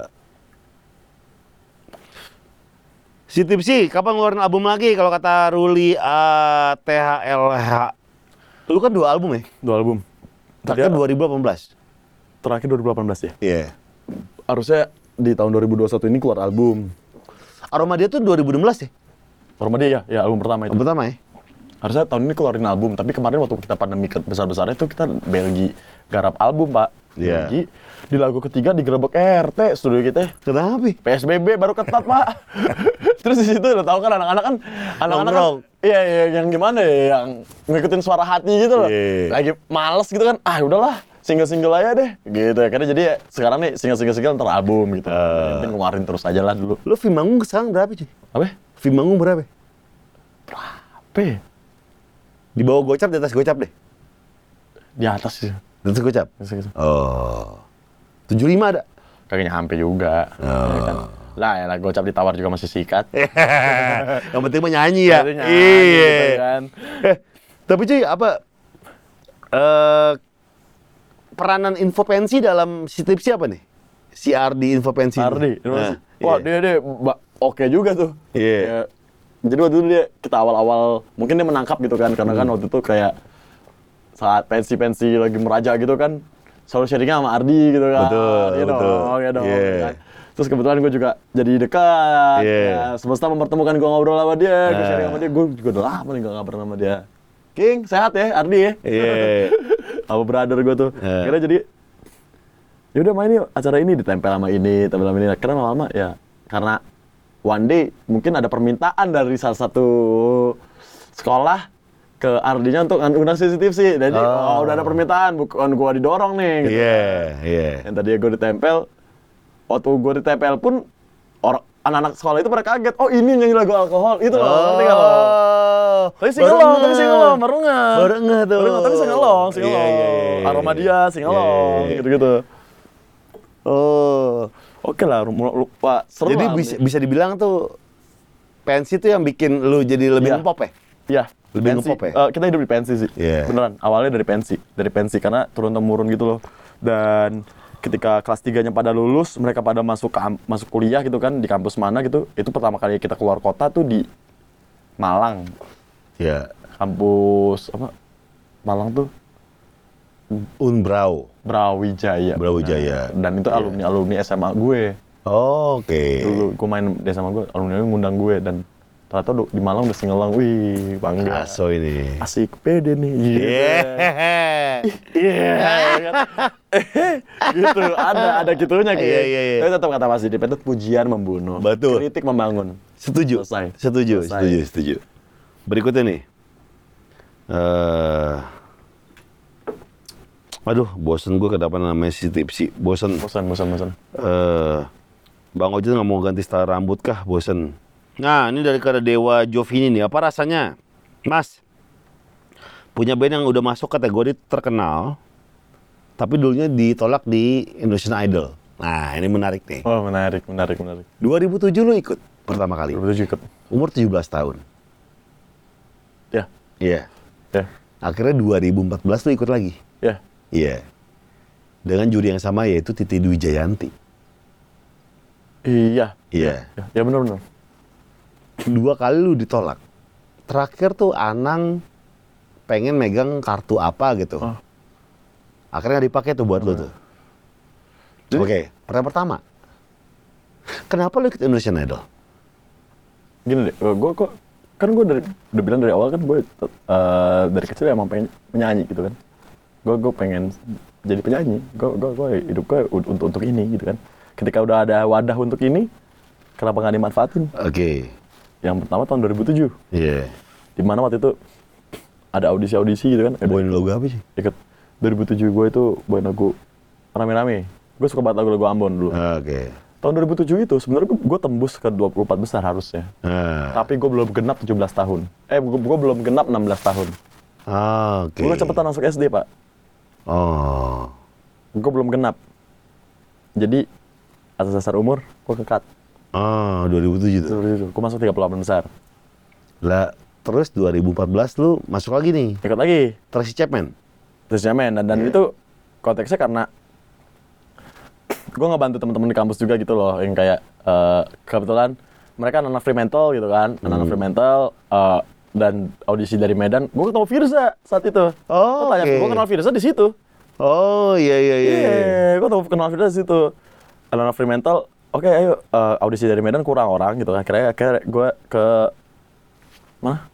[SPEAKER 1] Si Tipsy, kapan ngeluarin album lagi? Kalau kata Ruli A T H L H. Lu kan dua album ya?
[SPEAKER 2] Dua album.
[SPEAKER 1] Terakhir dua ribu delapan belas.
[SPEAKER 2] Terakhir dua ribu delapan belas ya.
[SPEAKER 1] Iya.
[SPEAKER 2] Harusnya di tahun dua ribu dua puluh satu ini keluar album.
[SPEAKER 1] Aroma dia tuh dua ribu enam belas ya?
[SPEAKER 2] Hormat dia ya, ya album pertama itu.
[SPEAKER 1] Album pertama ya?
[SPEAKER 2] Harusnya tahun ini keluarin album, tapi kemarin waktu kita pandemi ke- besar-besarnya itu kita Belgi garap album, Pak.
[SPEAKER 1] Iya.
[SPEAKER 2] Belgi. Di lagu ketiga digerebek R T studio kita.
[SPEAKER 1] Kenapa?
[SPEAKER 2] P S B B baru ketat, Pak. Terus di situ lo tau kan anak-anak kan anak-anak kan,
[SPEAKER 1] Nongkrong.
[SPEAKER 2] iya, iya yang gimana ya, yang ngikutin suara hati gitu loh.
[SPEAKER 1] Iya.
[SPEAKER 2] Lagi males gitu kan. Ah, udahlah, single-single aja deh. Gitu ya. Karena jadi ya, sekarang nih single-single ntar album gitu. Yang penting ngeluarin terus aja lah dulu.
[SPEAKER 1] Lu Fee manggung sekarang berapa cuy?
[SPEAKER 2] Apa?
[SPEAKER 1] Fee manggung berapa?
[SPEAKER 2] Apa? ya?
[SPEAKER 1] Di bawah gocap, di atas gocap deh?
[SPEAKER 2] Di atas sih.
[SPEAKER 1] Di atas gocap?
[SPEAKER 2] Gitu-gitu.
[SPEAKER 1] Oh. tujuh puluh lima ada?
[SPEAKER 2] Kagak nyampe juga. Ya kan? Lah ya lah gocap ditawar juga masih sikat.
[SPEAKER 1] Yang penting mah nyanyi ya?
[SPEAKER 2] Itu nyanyi gitu
[SPEAKER 1] Iya.
[SPEAKER 2] kan.
[SPEAKER 1] Eh, tapi cuy, apa... eh peranan Infopensi dalam si Tipsy apa nih? Si Ardi Infopensi.
[SPEAKER 2] Ardi,
[SPEAKER 1] Nah,
[SPEAKER 2] wah
[SPEAKER 1] iya.
[SPEAKER 2] dia dia ba- oke juga tuh.
[SPEAKER 1] Iya.
[SPEAKER 2] Ya, jadi waktu itu dia kita awal-awal mungkin dia menangkap gitu kan karena kan waktu itu kayak saat pensi-pensi lagi meraja gitu kan selalu sharingnya sama Ardi gitu kan.
[SPEAKER 1] Betul,
[SPEAKER 2] Iya
[SPEAKER 1] betul.
[SPEAKER 2] dong, iya dong.
[SPEAKER 1] Iya.
[SPEAKER 2] Kan. Terus kebetulan gue juga jadi dekat.
[SPEAKER 1] Iya.
[SPEAKER 2] Ya, semesta mempertemukan gue ngobrol sama dia, gue
[SPEAKER 1] Ah.
[SPEAKER 2] sharing sama dia. Gue juga udah lama nih gak ngabarin sama dia. King, sehat ya Ardi ya?
[SPEAKER 1] Iya.
[SPEAKER 2] Sama brother gue tuh.
[SPEAKER 1] Eh.
[SPEAKER 2] Akhirnya jadi, ya udah main yuk acara ini ditempel sama ini, tempel sama ini. Karena lama-lama ya karena one day mungkin ada permintaan dari salah satu sekolah ke Ardinya untuk undang C C T V sih. Jadi oh. oh udah ada permintaan, bukan gua didorong nih gitu.
[SPEAKER 1] Iya, yeah, iya. Yeah.
[SPEAKER 2] Yang tadinya gua ditempel, waktu gua ditempel pun orang anak-anak sekolah itu pada kaget. Oh, ini nyanyi lagu alkohol. Itu loh, ngerti enggak lo? Tapi singelong, tapi singelong, baru nggak?
[SPEAKER 1] Baru nggak tuh.
[SPEAKER 2] Baru nggak, tapi singelong, singelong.
[SPEAKER 1] Yeah, yeah, yeah.
[SPEAKER 2] Aroma dia, singelong,
[SPEAKER 1] Yeah.
[SPEAKER 2] gitu-gitu. Oh, oke lah, lupa. Seru
[SPEAKER 1] Jadi
[SPEAKER 2] lah,
[SPEAKER 1] bisa, bisa dibilang tuh pensi tuh yang bikin lu jadi lebih
[SPEAKER 2] Iya.
[SPEAKER 1] ngepop ya?
[SPEAKER 2] Iya.
[SPEAKER 1] Lebih
[SPEAKER 2] pensi.
[SPEAKER 1] ngepop ya?
[SPEAKER 2] Uh, kita hidup di pensi sih.
[SPEAKER 1] Yeah.
[SPEAKER 2] Beneran, awalnya dari pensi. Dari pensi, karena turun-temurun gitu loh. Dan ketika kelas tiganya pada lulus, mereka pada masuk ke masuk kuliah gitu kan, di kampus mana gitu. Itu pertama kali kita keluar kota tuh di Malang.
[SPEAKER 1] Iya.
[SPEAKER 2] Kampus, apa? Malang tuh
[SPEAKER 1] Unbrau.
[SPEAKER 2] Brawijaya.
[SPEAKER 1] Brawijaya.
[SPEAKER 2] Nah, dan itu alumni-alumni S M A gue.
[SPEAKER 1] Oh, oke. Okay.
[SPEAKER 2] Dulu gue main di S M A gue, alumni gue ngundang gue dan ternyata di Malang udah singelang. Wih, bangga.
[SPEAKER 1] Aso ini.
[SPEAKER 2] Asik pede nih.
[SPEAKER 1] Iya.
[SPEAKER 2] Iya. Gitu, ada ada gitunya gitu.
[SPEAKER 1] Iya, iya, iya.
[SPEAKER 2] Tapi tetap kata Mas Didi, itu pujian membunuh.
[SPEAKER 1] Betul.
[SPEAKER 2] Kritik membangun.
[SPEAKER 1] Setuju.
[SPEAKER 2] Selesai.
[SPEAKER 1] Setuju,
[SPEAKER 2] Selesai.
[SPEAKER 1] setuju, setuju. Berikutnya nih. Eh Aduh, bosen gue kedapan namanya si tipsi. Bosen.
[SPEAKER 2] Bosan, bosan, bosan.
[SPEAKER 1] Eh Bang Ojen nggak mau ganti style rambut kah? Bosen. Nah, ini dari kata Dewa Jovini nih. Apa rasanya, Mas? Punya band yang udah masuk kategori terkenal, tapi dulunya ditolak di Indonesian Idol. Nah, ini menarik nih.
[SPEAKER 2] Oh, menarik, menarik, menarik.
[SPEAKER 1] dua ribu tujuh lu ikut pertama kali.
[SPEAKER 2] dua ribu tujuh ikut.
[SPEAKER 1] Umur tujuh belas tahun.
[SPEAKER 2] Ya,
[SPEAKER 1] Iya.
[SPEAKER 2] ya,
[SPEAKER 1] Akhirnya dua ribu empat belas lu ikut lagi.
[SPEAKER 2] ya.
[SPEAKER 1] Iya. Dengan juri yang sama yaitu Titi Dwi Jayanti.
[SPEAKER 2] Iya.
[SPEAKER 1] Iya.
[SPEAKER 2] Ya, ya benar-benar.
[SPEAKER 1] Dua kali lu ditolak. Terakhir tuh Anang pengen megang kartu apa gitu.
[SPEAKER 2] Oh.
[SPEAKER 1] Akhirnya nggak dipakai tuh buat lu tuh.
[SPEAKER 2] Jadi-
[SPEAKER 1] Oke, pertanyaan pertama. Kenapa lu ikut Indonesian Idol?
[SPEAKER 2] Gini deh, gue kok kan gue dari udah bilang dari awal kan gue uh, dari kecil emang pengen penyanyi gitu kan. Gue gue pengen jadi penyanyi. Gue gue gue hidup gue untuk untuk ini gitu kan. Ketika udah ada wadah untuk ini, kenapa nggak dimanfaatin?
[SPEAKER 1] Oke.
[SPEAKER 2] Yang pertama tahun dua ribu tujuh,
[SPEAKER 1] Iya.
[SPEAKER 2] di mana waktu itu ada audisi-audisi gitu kan.
[SPEAKER 1] Bawain lagu apa sih?
[SPEAKER 2] Ikut dua ribu tujuh gue itu bawain lagu rame-rame. Gue suka banget lagu-lagu Ambon dulu.
[SPEAKER 1] Oke.
[SPEAKER 2] Tahun dua ribu tujuh itu sebenarnya gue, gue tembus ke dua puluh empat besar harusnya.
[SPEAKER 1] Nah.
[SPEAKER 2] Tapi gue belum genap tujuh belas tahun. Eh, gue, gue belum genap enam belas tahun.
[SPEAKER 1] Ah, Oke.
[SPEAKER 2] Gue cepetan masuk S D, Pak.
[SPEAKER 1] Oh.
[SPEAKER 2] Gue belum genap. Jadi, atas dasar umur, gue kekat.
[SPEAKER 1] Oh, dua ribu tujuh tuh.
[SPEAKER 2] Gue masuk tiga puluh delapan besar.
[SPEAKER 1] Lah, terus dua ribu empat belas lu masuk lagi nih.
[SPEAKER 2] Ikut lagi.
[SPEAKER 1] Tracy Chapman.
[SPEAKER 2] Terus nyamen. Dan, dan
[SPEAKER 1] Iya.
[SPEAKER 2] itu konteksnya karena gue ngebantu teman-teman di kampus juga gitu loh. Yang kayak, eh, kebetulan mereka anak Fremantle gitu kan.
[SPEAKER 1] Hmm.
[SPEAKER 2] Anak Fremantle. eh, dan audisi dari Medan. Gue ketemu Firza saat itu.
[SPEAKER 1] Oh,
[SPEAKER 2] Gua tanya,
[SPEAKER 1] oke.
[SPEAKER 2] gue kenal Firza di situ.
[SPEAKER 1] Oh, iya iya iya.
[SPEAKER 2] Iya, gue tau kenal Firda di situ. Anak Fremantle, oke ayo uh, audisi dari Medan kurang orang gitu. Akhirnya akhirnya gue ke mana?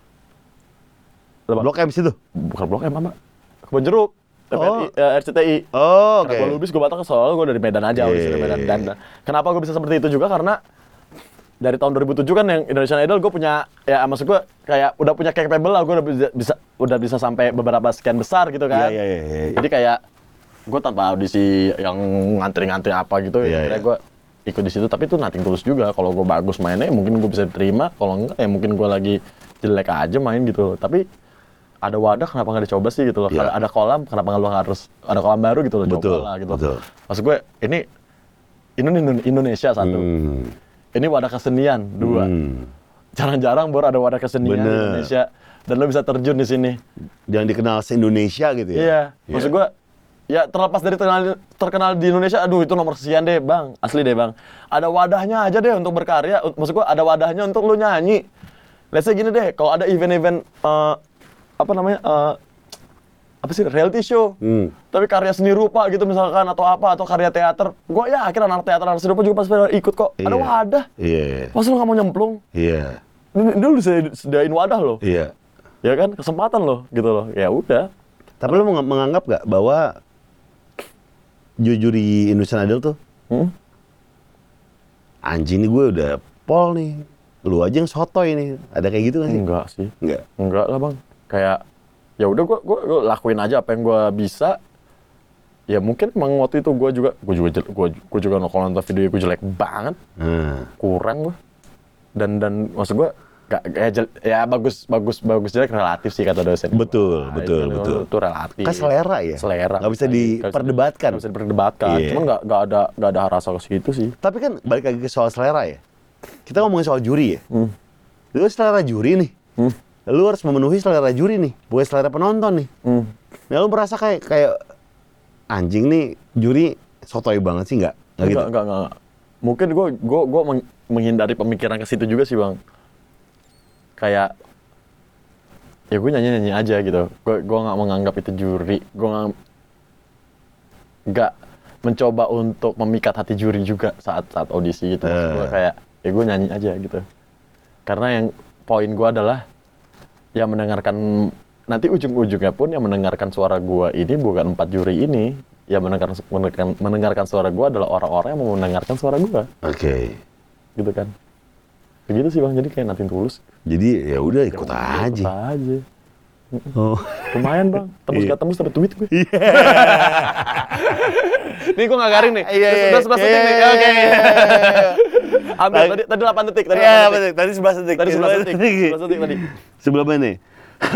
[SPEAKER 1] Blok M situ.
[SPEAKER 2] Bukan Blok M, apa? Kebon Jeruk. T P I,
[SPEAKER 1] Oh.
[SPEAKER 2] eh, R C T I.
[SPEAKER 1] Oh, oke.
[SPEAKER 2] Karena gue lulus, gue batal ke Solo, gue dari Medan aja, audisi dari Medan. Dan dan kenapa gue bisa seperti itu juga karena dari tahun dua ribu tujuh kan yang Indonesian Idol gue punya, ya maksud gue kayak udah punya capable lah, gue udah bisa, bisa udah bisa sampai beberapa sekian besar gitu kan.
[SPEAKER 1] Iya, iya, iya, iya.
[SPEAKER 2] Jadi kayak gue tanpa audisi yang ngantri-ngantri apa gitu,
[SPEAKER 1] Iya,
[SPEAKER 2] ya akhirnya
[SPEAKER 1] iya.
[SPEAKER 2] gue ikut di situ. Tapi itu nothing tulus juga. Kalau gue bagus mainnya, mungkin gue bisa diterima. Kalau enggak, ya mungkin gue lagi jelek aja main gitu loh. Tapi ada wadah, kenapa nggak dicoba sih gitu loh.
[SPEAKER 1] Iya.
[SPEAKER 2] Kalau ada kolam, kenapa nggak lo harus ada kolam baru gitu loh,
[SPEAKER 1] Betul,
[SPEAKER 2] coba lah gitu.
[SPEAKER 1] betul.
[SPEAKER 2] Maksud gue ini ini Indonesia satu.
[SPEAKER 1] Hmm.
[SPEAKER 2] Ini wadah kesenian dua.
[SPEAKER 1] Hmm.
[SPEAKER 2] Jarang-jarang baru ada wadah kesenian di
[SPEAKER 1] Bener.
[SPEAKER 2] Indonesia dan lo bisa terjun di sini.
[SPEAKER 1] Yang dikenal se-Indonesia gitu ya.
[SPEAKER 2] Iya. Maksud gue ya terlepas dari terkenal, terkenal di Indonesia, aduh itu nomor sekian deh, Bang. Asli deh, Bang. Ada wadahnya aja deh untuk berkarya. Maksud gue ada wadahnya untuk lo nyanyi. Let's say gini deh, kalau ada event-event eh, apa namanya? eh, apa sih reality show.
[SPEAKER 1] Hmm.
[SPEAKER 2] Tapi karya seni rupa gitu misalkan atau apa atau karya teater. Gue ya akhirnya anak teater anak seni rupa juga pasti pada ikut kok. Ada
[SPEAKER 1] Iya.
[SPEAKER 2] wadah.
[SPEAKER 1] Iya.
[SPEAKER 2] Masa lo nggak mau nyemplung?
[SPEAKER 1] Iya.
[SPEAKER 2] Ini ini lu disediain wadah loh.
[SPEAKER 1] Iya.
[SPEAKER 2] Ya kan, kesempatan loh gitu loh. Ya udah.
[SPEAKER 1] Tapi lu meng- menganggap gak bahwa juri Indonesian Idol tuh
[SPEAKER 2] Hmm?
[SPEAKER 1] anjing nih gue udah pol nih. Lu aja yang sotoy nih. Ada kayak gitu kan sih?
[SPEAKER 2] Enggak sih.
[SPEAKER 1] Enggak.
[SPEAKER 2] Enggak lah bang. Kayak ya udah gue gue lakuin aja apa yang gue bisa. Ya mungkin emang waktu itu gue juga gue juga gue gue juga nonton video gue jelek banget.
[SPEAKER 1] Hmm.
[SPEAKER 2] Kurang gue. Dan dan maksud gue gak, ya, jel, ya bagus bagus bagus jelek relatif sih kata dosen.
[SPEAKER 1] Betul,
[SPEAKER 2] Nah,
[SPEAKER 1] betul,
[SPEAKER 2] itu,
[SPEAKER 1] betul.
[SPEAKER 2] Itu relatif.
[SPEAKER 1] Kan selera ya?
[SPEAKER 2] Selera.
[SPEAKER 1] Nggak bisa diperdebatkan.
[SPEAKER 2] Nggak bisa diperdebatkan.
[SPEAKER 1] Iya.
[SPEAKER 2] Cuman nggak nggak ada nggak ada rasa ke situ sih.
[SPEAKER 1] Tapi kan balik lagi ke soal selera ya. Kita ngomongin soal juri ya.
[SPEAKER 2] Hmm.
[SPEAKER 1] Lu selera juri nih.
[SPEAKER 2] Hmm.
[SPEAKER 1] Lu harus memenuhi selera juri nih, bukan selera penonton nih.
[SPEAKER 2] Hmm.
[SPEAKER 1] Nah, lu merasa kayak kayak anjing nih juri sotoy banget sih nggak? Nggak gitu.
[SPEAKER 2] Enggak, enggak, enggak. Mungkin gue gue gue meng- menghindari pemikiran ke situ juga sih bang. Kayak ya gue nyanyi nyanyi aja gitu. Gue gue nggak menganggap itu juri. Gue nggak nggak mencoba untuk memikat hati juri juga saat saat audisi gitu.
[SPEAKER 1] Uh.
[SPEAKER 2] Gue kayak ya gue nyanyi aja gitu. Karena yang poin gue adalah yang mendengarkan nanti ujung-ujungnya pun yang mendengarkan suara gue ini bukan empat juri ini. Yang mendengarkan mendengarkan, mendengarkan suara gue adalah orang-orang yang mau mendengarkan suara gue.
[SPEAKER 1] Oke. Okay.
[SPEAKER 2] Gitu kan. Begitu sih bang. Jadi kayak nothing tulus.
[SPEAKER 1] Jadi ya udah ikut
[SPEAKER 2] Ya,
[SPEAKER 1] aja.
[SPEAKER 2] Ikut aja.
[SPEAKER 1] Oh.
[SPEAKER 2] Lumayan bang. Tembus
[SPEAKER 1] Iya.
[SPEAKER 2] gak tembus dapat duit gue. Nih gue nggak garing nih.
[SPEAKER 1] Iya, iya,
[SPEAKER 2] Udah sebelas detik nih.
[SPEAKER 1] iya,
[SPEAKER 2] Oke.
[SPEAKER 1] iya.
[SPEAKER 2] Ambil tadi tadi delapan detik. Tadi
[SPEAKER 1] Iya,
[SPEAKER 2] delapan
[SPEAKER 1] betul.
[SPEAKER 2] detik.
[SPEAKER 1] Tadi sebelas detik.
[SPEAKER 2] Tadi sebelas detik. sebelas detik tadi.
[SPEAKER 1] Sebelah mana nih?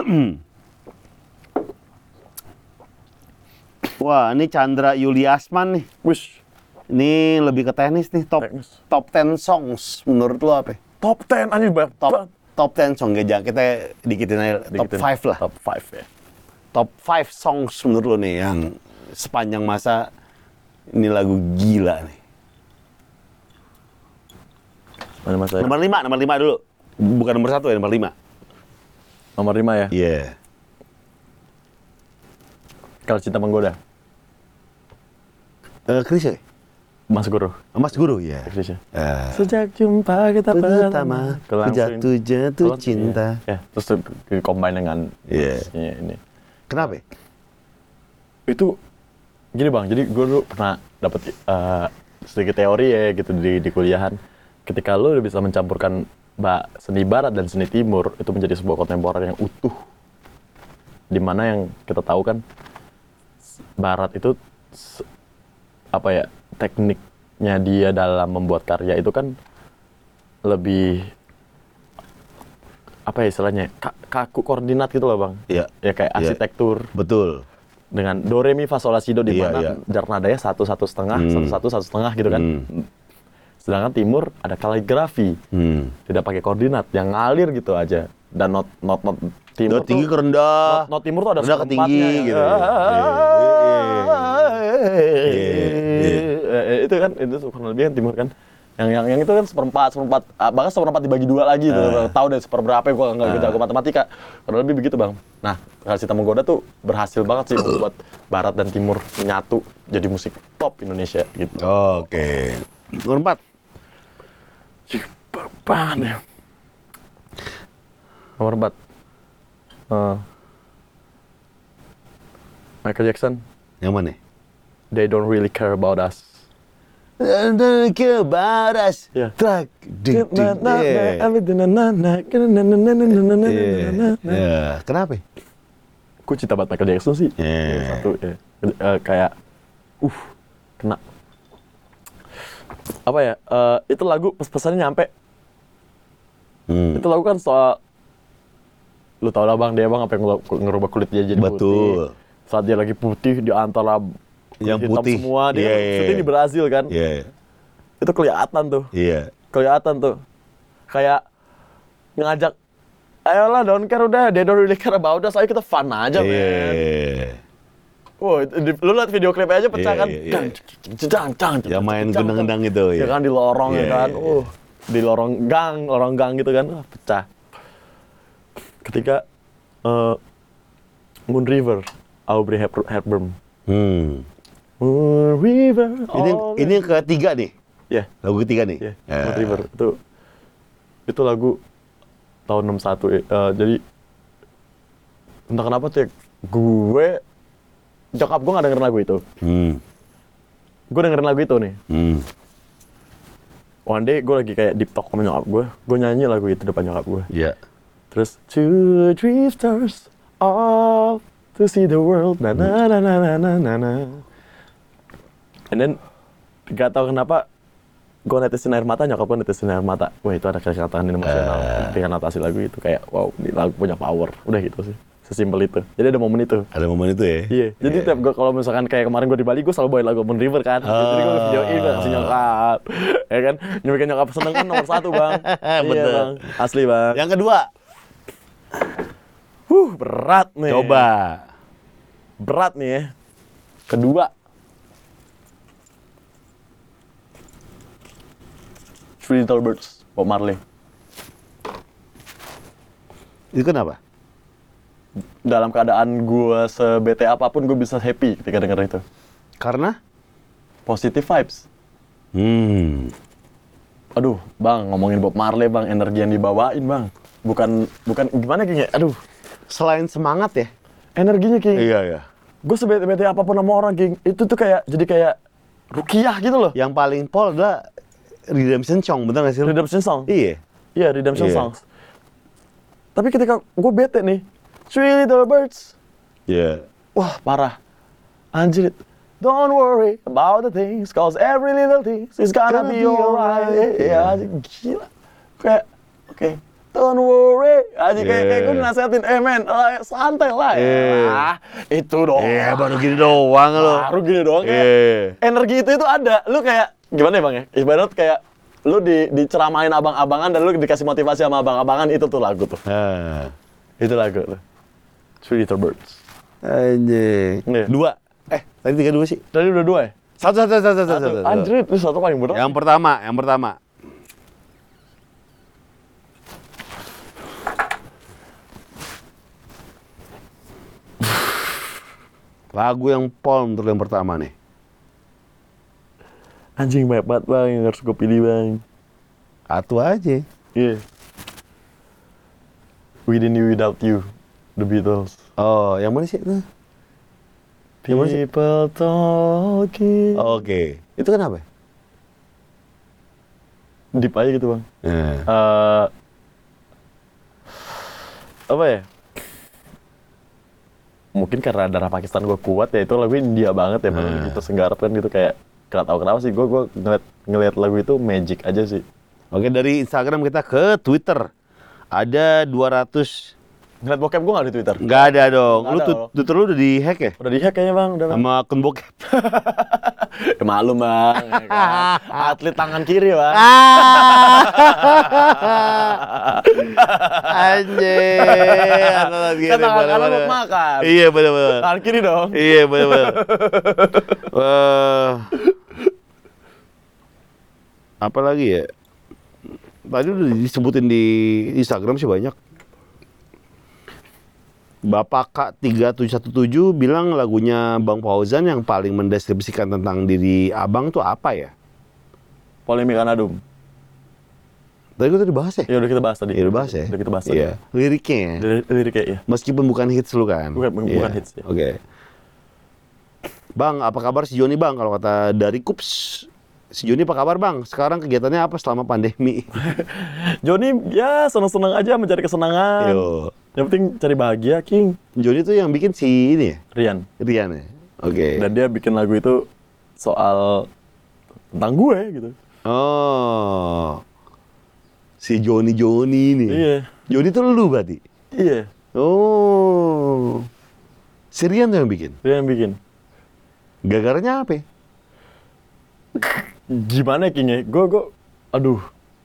[SPEAKER 1] Wah, ini Chandra Yuliasman nih.
[SPEAKER 2] Wish.
[SPEAKER 1] Ini lebih ke tenis nih, top
[SPEAKER 2] Teknis.
[SPEAKER 1] top ten songs menurut lo apa?
[SPEAKER 2] Top ten anjing bang.
[SPEAKER 1] Top top ten song aja kita dikitin aja top
[SPEAKER 2] Dikitin.
[SPEAKER 1] five lah.
[SPEAKER 2] Top five ya.
[SPEAKER 1] Top five songs menurut lo nih yang sepanjang masa ini lagu gila nih.
[SPEAKER 2] Mana mas saya?
[SPEAKER 1] Nomor lima, nomor lima dulu. Bukan nomor satu ya, nomor lima.
[SPEAKER 2] Nomor lima ya.
[SPEAKER 1] Iya.
[SPEAKER 2] Kalau cinta menggoda.
[SPEAKER 1] Eh, Chris ya?
[SPEAKER 2] Mas Guru.
[SPEAKER 1] Mas Guru ya.
[SPEAKER 2] Chris ya.
[SPEAKER 1] Eh,
[SPEAKER 2] Sejak jumpa kita
[SPEAKER 1] pertama,
[SPEAKER 2] Langsung-
[SPEAKER 1] jatuh jatuh
[SPEAKER 2] Langsung-
[SPEAKER 1] cinta.
[SPEAKER 2] Ya, terus di combine dengan
[SPEAKER 1] Iya.
[SPEAKER 2] ini, ini.
[SPEAKER 1] Kenapa? ya?
[SPEAKER 2] Itu gini bang, jadi gue dulu pernah dapet uh, sedikit teori ya gitu di, di kuliahan. Ketika lo udah bisa mencampurkan ba, seni barat dan seni timur, itu menjadi sebuah kontemporer yang utuh. Dimana yang kita tahu kan, barat itu se- apa ya, tekniknya dia dalam membuat karya itu kan lebih apa ya istilahnya, ka- kaku koordinat gitu loh bang.
[SPEAKER 1] Iya.
[SPEAKER 2] Ya kayak
[SPEAKER 1] Iya.
[SPEAKER 2] arsitektur
[SPEAKER 1] Betul.
[SPEAKER 2] dengan do re mi fa sol la si do di
[SPEAKER 1] Iya,
[SPEAKER 2] mana
[SPEAKER 1] iya.
[SPEAKER 2] jar nadanya satu satu setengah
[SPEAKER 1] Hmm.
[SPEAKER 2] satu satu satu setengah gitu kan.
[SPEAKER 1] Hmm.
[SPEAKER 2] Sedangkan timur ada kaligrafi,
[SPEAKER 1] Hmm.
[SPEAKER 2] tidak pakai koordinat, yang ngalir gitu aja. Dan not not not timur
[SPEAKER 1] Dari tinggi
[SPEAKER 2] tuh,
[SPEAKER 1] ke rendah.
[SPEAKER 2] not, not timur tuh ada
[SPEAKER 1] rendah ke tinggi
[SPEAKER 2] seperempatnya
[SPEAKER 1] gitu.
[SPEAKER 2] ya.
[SPEAKER 1] Iya.
[SPEAKER 2] Eh, itu kan itu kurang lebih kan timur kan. Yang yang yang itu kan seperempat seperempat ah, bahkan seperempat dibagi dua lagi gitu.
[SPEAKER 1] Ah.
[SPEAKER 2] Tahu deh seperberapa gue nggak
[SPEAKER 1] Ah.
[SPEAKER 2] jago matematika. Kurang lebih begitu bang. Nah kalau Cinta Menggoda tuh berhasil banget sih membuat barat dan timur menyatu jadi musik top Indonesia gitu.
[SPEAKER 1] Oke. Nomor empat.
[SPEAKER 2] Apaan ya? Nomor empat. Eh, Michael Jackson.
[SPEAKER 1] Yang mana?
[SPEAKER 2] They don't really care about us.
[SPEAKER 1] Kebaras.
[SPEAKER 2] Iya.
[SPEAKER 1] Trak. Dik, dik. Iya. Iya. Kenapa?
[SPEAKER 2] Gue cinta banget Michael Jackson sih.
[SPEAKER 1] Iya.
[SPEAKER 2] Satu, ya. Eh, kayak, uh, kena. Apa ya? eh, itu lagu pes- pesannya nyampe.
[SPEAKER 1] Hmm.
[SPEAKER 2] Itu lagu kan soal, lu tau lah bang, dia bang apa yang ngelu- ngerubah kulit dia jadi
[SPEAKER 1] Betul.
[SPEAKER 2] putih. Saat dia lagi putih di antara kulit
[SPEAKER 1] Yang
[SPEAKER 2] hitam
[SPEAKER 1] putih.
[SPEAKER 2] semua, dia
[SPEAKER 1] Iya,
[SPEAKER 2] kan
[SPEAKER 1] iya,
[SPEAKER 2] syuting
[SPEAKER 1] iya.
[SPEAKER 2] di Brazil kan.
[SPEAKER 1] Iya.
[SPEAKER 2] Itu kelihatan tuh.
[SPEAKER 1] Iya.
[SPEAKER 2] Kelihatan tuh. Kayak ngajak, ayolah don't care udah, they don't really care about us, ayo kita fun aja men.
[SPEAKER 1] Iya.
[SPEAKER 2] Wow, itu di- lu liat video klipnya aja pecah
[SPEAKER 1] Iya,
[SPEAKER 2] kan?
[SPEAKER 1] iya, iya.
[SPEAKER 2] Dang, jedang, dang,
[SPEAKER 1] Yang main
[SPEAKER 2] jedang,
[SPEAKER 1] gendang-gendang
[SPEAKER 2] dang.
[SPEAKER 1] itu,
[SPEAKER 2] Ya
[SPEAKER 1] ya.
[SPEAKER 2] kan di lorong
[SPEAKER 1] Iya,
[SPEAKER 2] ya kan.
[SPEAKER 1] iya,
[SPEAKER 2] Uh, di lorong gang, lorong gang gitu kan. Wah, pecah. Ketika eh, Moon River, Aubrey Hep- Hepburn.
[SPEAKER 1] Hmm.
[SPEAKER 2] Moon River.
[SPEAKER 1] Ini
[SPEAKER 2] all
[SPEAKER 1] ini yang ketiga nih.
[SPEAKER 2] Ya,
[SPEAKER 1] Lagu ketiga nih.
[SPEAKER 2] ya,
[SPEAKER 1] Eh.
[SPEAKER 2] Moon River. Itu itu lagu tahun enam satu ya. Eh, jadi entah kenapa tuh ya, gue nyokap gue gak dengerin lagu itu.
[SPEAKER 1] Hmm.
[SPEAKER 2] Gue dengerin lagu itu nih.
[SPEAKER 1] Hmm.
[SPEAKER 2] one day gue lagi kayak deep talk sama nyokap gue, gue nyanyi lagu itu depan nyokap gue.
[SPEAKER 1] Iya.
[SPEAKER 2] Terus two drifters off to see the world, na na na na na na na na. And then gak tau kenapa gue netesin air mata, nyokap gue netesin air mata. Wah itu ada kata-kata emosional.
[SPEAKER 1] Uh.
[SPEAKER 2] Dengan notasi lagu itu kayak wow, ini lagu punya power. Udah gitu sih, sesimpel itu. Jadi ada momen itu.
[SPEAKER 1] Ada momen itu ya?
[SPEAKER 2] Iya. Jadi
[SPEAKER 1] Yeah.
[SPEAKER 2] tiap gue kalau misalkan kayak kemarin gue di Bali, gue selalu bawain lagu Moon River kan.
[SPEAKER 1] Oh.
[SPEAKER 2] Jadi gue videoin, gue kasih nyokap. Ya kan, nyumikin nyokap seneng kan nomor satu bang.
[SPEAKER 1] Betul.
[SPEAKER 2] Iya bang, asli bang.
[SPEAKER 1] Yang kedua,
[SPEAKER 2] Huh, berat nih.
[SPEAKER 1] coba.
[SPEAKER 2] Berat nih ya. Kedua. Three Little Birds, Bob Marley.
[SPEAKER 1] Itu kenapa?
[SPEAKER 2] Dalam keadaan gue sebete apapun, gue bisa happy ketika denger itu.
[SPEAKER 1] Karena?
[SPEAKER 2] Positive vibes.
[SPEAKER 1] Hmm.
[SPEAKER 2] Aduh, bang, ngomongin Bob Marley bang, energi yang dibawain bang. Bukan, bukan gimana kayaknya, aduh.
[SPEAKER 1] Selain semangat ya?
[SPEAKER 2] Energinya King.
[SPEAKER 1] Iya, iya.
[SPEAKER 2] Gue sebete-bete apapun sama orang King, itu tuh kayak, jadi kayak rukiah gitu loh.
[SPEAKER 1] Yang paling pol adalah Redemption Song, bener gak sih?
[SPEAKER 2] Redemption Song.
[SPEAKER 1] Iya.
[SPEAKER 2] Iya, Redemption
[SPEAKER 1] Iya.
[SPEAKER 2] Songs. Tapi ketika gue bete nih, Three Little Birds.
[SPEAKER 1] Iya.
[SPEAKER 2] Wah, parah. Anjir. Don't worry about the things, cause every little thing is gonna,
[SPEAKER 1] Gonna
[SPEAKER 2] be,
[SPEAKER 1] be
[SPEAKER 2] alright.
[SPEAKER 1] alright.
[SPEAKER 2] Ya, anjir, gila. Kayak, oke. Don't worry. Anjir, kayak,
[SPEAKER 1] Yeah.
[SPEAKER 2] kayak gue nasehatin, eh men, eh, santai lah.
[SPEAKER 1] Yeah.
[SPEAKER 2] Ah, itu dong.
[SPEAKER 1] Iya, baru gini doang lo.
[SPEAKER 2] Baru gini doang. Kayak,
[SPEAKER 1] Iya.
[SPEAKER 2] energi itu itu ada. Lu kayak, gimana ya bang ya? Ibarat kayak, lu di, diceramain abang-abangan dan lu dikasih motivasi sama abang-abangan, itu tuh lagu tuh.
[SPEAKER 1] Ah.
[SPEAKER 2] Itu lagu tuh. Three Little Birds.
[SPEAKER 1] Anjing.
[SPEAKER 2] Iya.
[SPEAKER 1] Dua. Eh, tadi tiga dua sih.
[SPEAKER 2] Tadi udah dua ya?
[SPEAKER 1] Satu, satu, satu, satu, satu. satu.
[SPEAKER 2] Anjir, itu satu paling berat.
[SPEAKER 1] Yang pertama, yang pertama. Lagu yang pol untuk yang pertama nih.
[SPEAKER 2] Anjing banyak banget bang yang harus gue pilih bang.
[SPEAKER 1] Satu aja.
[SPEAKER 2] Iya. Yeah. Within You Without You, The Beatles.
[SPEAKER 1] Oh, yang mana sih itu? Yang mana sih?
[SPEAKER 2] People talking.
[SPEAKER 1] Oke. Itu kenapa?
[SPEAKER 2] Deep aja gitu bang.
[SPEAKER 1] Eh.
[SPEAKER 2] Eh, apa ya? Mungkin karena darah Pakistan gue kuat ya, itu lagu India banget ya,
[SPEAKER 1] Hmm.
[SPEAKER 2] gitu senggarap kan gitu kayak gak tau kenapa sih gue gue ngeliat ngeliat lagu itu magic aja sih.
[SPEAKER 1] Oke, dari Instagram kita ke Twitter. Ada dua ratus.
[SPEAKER 2] Ngeliat bokep gue gak di Twitter?
[SPEAKER 1] Nggak ada dong.
[SPEAKER 2] Nggak
[SPEAKER 1] Lu
[SPEAKER 2] ada
[SPEAKER 1] tu-
[SPEAKER 2] loh.
[SPEAKER 1] Twitter lu udah di-hack ya?
[SPEAKER 2] Udah di-hack kayaknya bang, udah bang.
[SPEAKER 1] Sama akun bokep.
[SPEAKER 2] Ya maklum bang, ya kan? Atlet tangan kiri bang.
[SPEAKER 1] Anjir.
[SPEAKER 2] Kan tangan kanan buat makan.
[SPEAKER 1] Iya, benar-benar.
[SPEAKER 2] Tangan kiri dong.
[SPEAKER 1] Iya, benar-benar. Wah. Apa lagi ya? Tadi udah disebutin di Instagram sih banyak. Bapak K tiga tujuh satu tujuh bilang lagunya Bang Fauzan yang paling mendeskripsikan tentang diri abang tuh apa ya?
[SPEAKER 2] Polemik Anadum.
[SPEAKER 1] Tadi gue tadi bahas ya?
[SPEAKER 2] Ya udah kita bahas tadi.
[SPEAKER 1] Iya, udah bahas ya?
[SPEAKER 2] Udah kita bahas tadi.
[SPEAKER 1] Iya. Liriknya ya?
[SPEAKER 2] Dari lirik kayak ya.
[SPEAKER 1] Meskipun bukan hits lu kan?
[SPEAKER 2] Bukan- bukan
[SPEAKER 1] Iya.
[SPEAKER 2] hits, ya.
[SPEAKER 1] Oke. Bang, apa kabar si Joni bang? Kalau kata dari Kups, si Joni apa kabar bang? Sekarang kegiatannya apa selama pandemi?
[SPEAKER 2] Joni ya senang-senang aja mencari kesenangan.
[SPEAKER 1] Yo.
[SPEAKER 2] Yang penting cari bahagia, King.
[SPEAKER 1] Joni tuh yang bikin si ini ya?
[SPEAKER 2] Rian.
[SPEAKER 1] Rian ya? Oke.
[SPEAKER 2] Dan dia bikin lagu itu soal tentang gue gitu.
[SPEAKER 1] Oh. Si Joni Joni ini.
[SPEAKER 2] Iya.
[SPEAKER 1] Joni tuh lu berarti?
[SPEAKER 2] Iya.
[SPEAKER 1] Oh. Si Rian tuh yang bikin?
[SPEAKER 2] Rian yang bikin.
[SPEAKER 1] Gagarnya apa ya?
[SPEAKER 2] Gimana King ya? Gue, gue, aduh.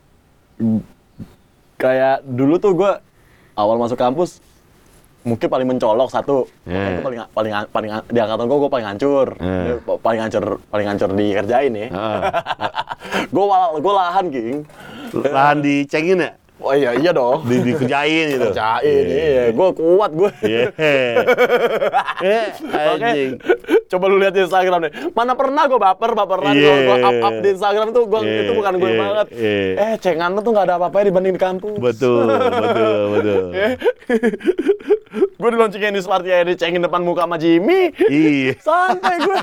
[SPEAKER 2] Kayak dulu tuh gue awal masuk kampus mungkin paling mencolok satu.
[SPEAKER 1] Yeah.
[SPEAKER 2] Itu paling paling paling di angkatan gue gue paling hancur.
[SPEAKER 1] Yeah.
[SPEAKER 2] Dia paling hancur paling hancur dikerjain ya.
[SPEAKER 1] Ah.
[SPEAKER 2] gue gue lahan King.
[SPEAKER 1] Lahan dicengin ya?
[SPEAKER 2] Oh iya, iya dong.
[SPEAKER 1] Di, dikerjain gitu.
[SPEAKER 2] Kerjain, iya. Gue kuat, gue.
[SPEAKER 1] Iya. Eh, anjing.
[SPEAKER 2] Coba lu lihat di Instagram deh. Mana pernah gue baper, baperan.
[SPEAKER 1] Iya.
[SPEAKER 2] Gue up-up di Instagram tuh, gua,
[SPEAKER 1] Iya,
[SPEAKER 2] itu bukan gue
[SPEAKER 1] iya,
[SPEAKER 2] banget.
[SPEAKER 1] iya.
[SPEAKER 2] Eh, cengan lu tuh gak ada apa-apanya dibanding di kampus.
[SPEAKER 1] Betul, betul, betul.
[SPEAKER 2] Gue di launching di Smarty aja dicengin depan muka sama Jimmy.
[SPEAKER 1] Iya.
[SPEAKER 2] Santai gue.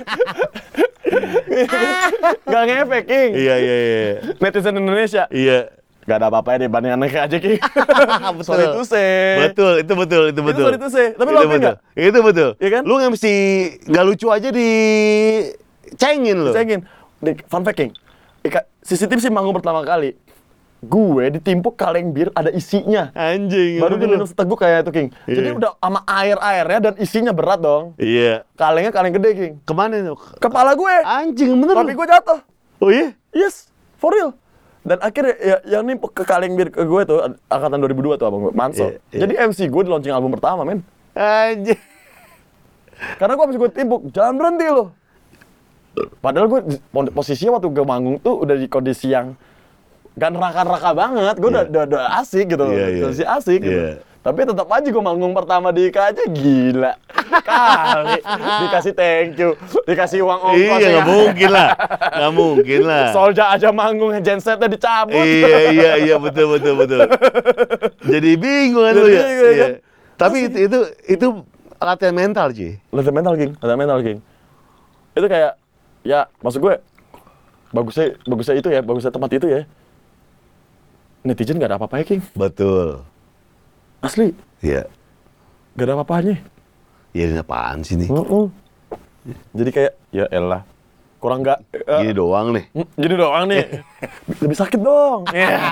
[SPEAKER 2] Gak ngefek, King.
[SPEAKER 1] Iya, iya, iya.
[SPEAKER 2] Netizen Indonesia.
[SPEAKER 1] Iya.
[SPEAKER 2] Gak ada apa-apanya dibanding anak aja, King.
[SPEAKER 1] Betul.
[SPEAKER 2] Sorry to say.
[SPEAKER 1] Betul, itu betul, itu betul.
[SPEAKER 2] sorry to say. Tapi
[SPEAKER 1] Itu
[SPEAKER 2] lo oke
[SPEAKER 1] betul.
[SPEAKER 2] nggak?
[SPEAKER 1] Itu betul.
[SPEAKER 2] Iya kan?
[SPEAKER 1] Lu nggak mesti nggak lucu aja di cengin lu.
[SPEAKER 2] Cengin. Di, fun fact, King. Ika, C C T V sih manggung pertama kali. Gue ditimpuk kaleng bir ada isinya.
[SPEAKER 1] Anjing.
[SPEAKER 2] Baru
[SPEAKER 1] betul.
[SPEAKER 2] diminum seteguk kayak itu, King.
[SPEAKER 1] Iya.
[SPEAKER 2] Jadi udah sama air-airnya dan isinya berat dong.
[SPEAKER 1] Iya.
[SPEAKER 2] Kalengnya kaleng gede, King.
[SPEAKER 1] Kemana tuh?
[SPEAKER 2] Kepala gue.
[SPEAKER 1] Anjing bener.
[SPEAKER 2] Tapi
[SPEAKER 1] lu.
[SPEAKER 2] gue jatuh.
[SPEAKER 1] Oh iya?
[SPEAKER 2] Yes, for real. Dan akhirnya ya, yang nimpuk ke kaleng bir ke gue tuh angkatan dua ribu dua tuh abang gue, Manso.
[SPEAKER 1] Iya, iya.
[SPEAKER 2] Jadi M C gue di launching album pertama, men.
[SPEAKER 1] Anjing.
[SPEAKER 2] Karena gue habis gue timpuk, jangan berhenti lo. Padahal gue posisinya waktu gue manggung tuh udah di kondisi yang gak neraka-neraka banget. Gue udah,
[SPEAKER 1] Iya.
[SPEAKER 2] udah, udah asik gitu,
[SPEAKER 1] Iya, iya.
[SPEAKER 2] kondisi asik gitu.
[SPEAKER 1] Iya.
[SPEAKER 2] Tapi tetap aja gue manggung pertama di I K A aja gila. Kali dikasih thank you, dikasih uang ongkos.
[SPEAKER 1] Iya,
[SPEAKER 2] ya.
[SPEAKER 1] nggak mungkin lah. Nggak mungkin lah.
[SPEAKER 2] Soldier aja manggung, gensetnya dicabut.
[SPEAKER 1] Iya, iya, iya, betul, betul, betul. Jadi bingung kan lu
[SPEAKER 2] Jadi
[SPEAKER 1] ya.
[SPEAKER 2] bingung,
[SPEAKER 1] Iya.
[SPEAKER 2] kan?
[SPEAKER 1] Tapi itu, itu itu latihan mental, Ci.
[SPEAKER 2] Latihan mental, King. Latihan mental, King. Itu kayak, ya maksud gue, bagusnya, bagusnya itu ya, bagusnya tempat itu ya. Netizen gak ada apa-apanya, King.
[SPEAKER 1] Betul.
[SPEAKER 2] Asli,
[SPEAKER 1] Iya.
[SPEAKER 2] gak ada apa-apanya.
[SPEAKER 1] Ya ini apaan sih nih?
[SPEAKER 2] Mm-mm. Jadi kayak, ya elah, kurang gak... eh,
[SPEAKER 1] Gini doang nih.
[SPEAKER 2] mm, gini doang nih. Lebih sakit dong.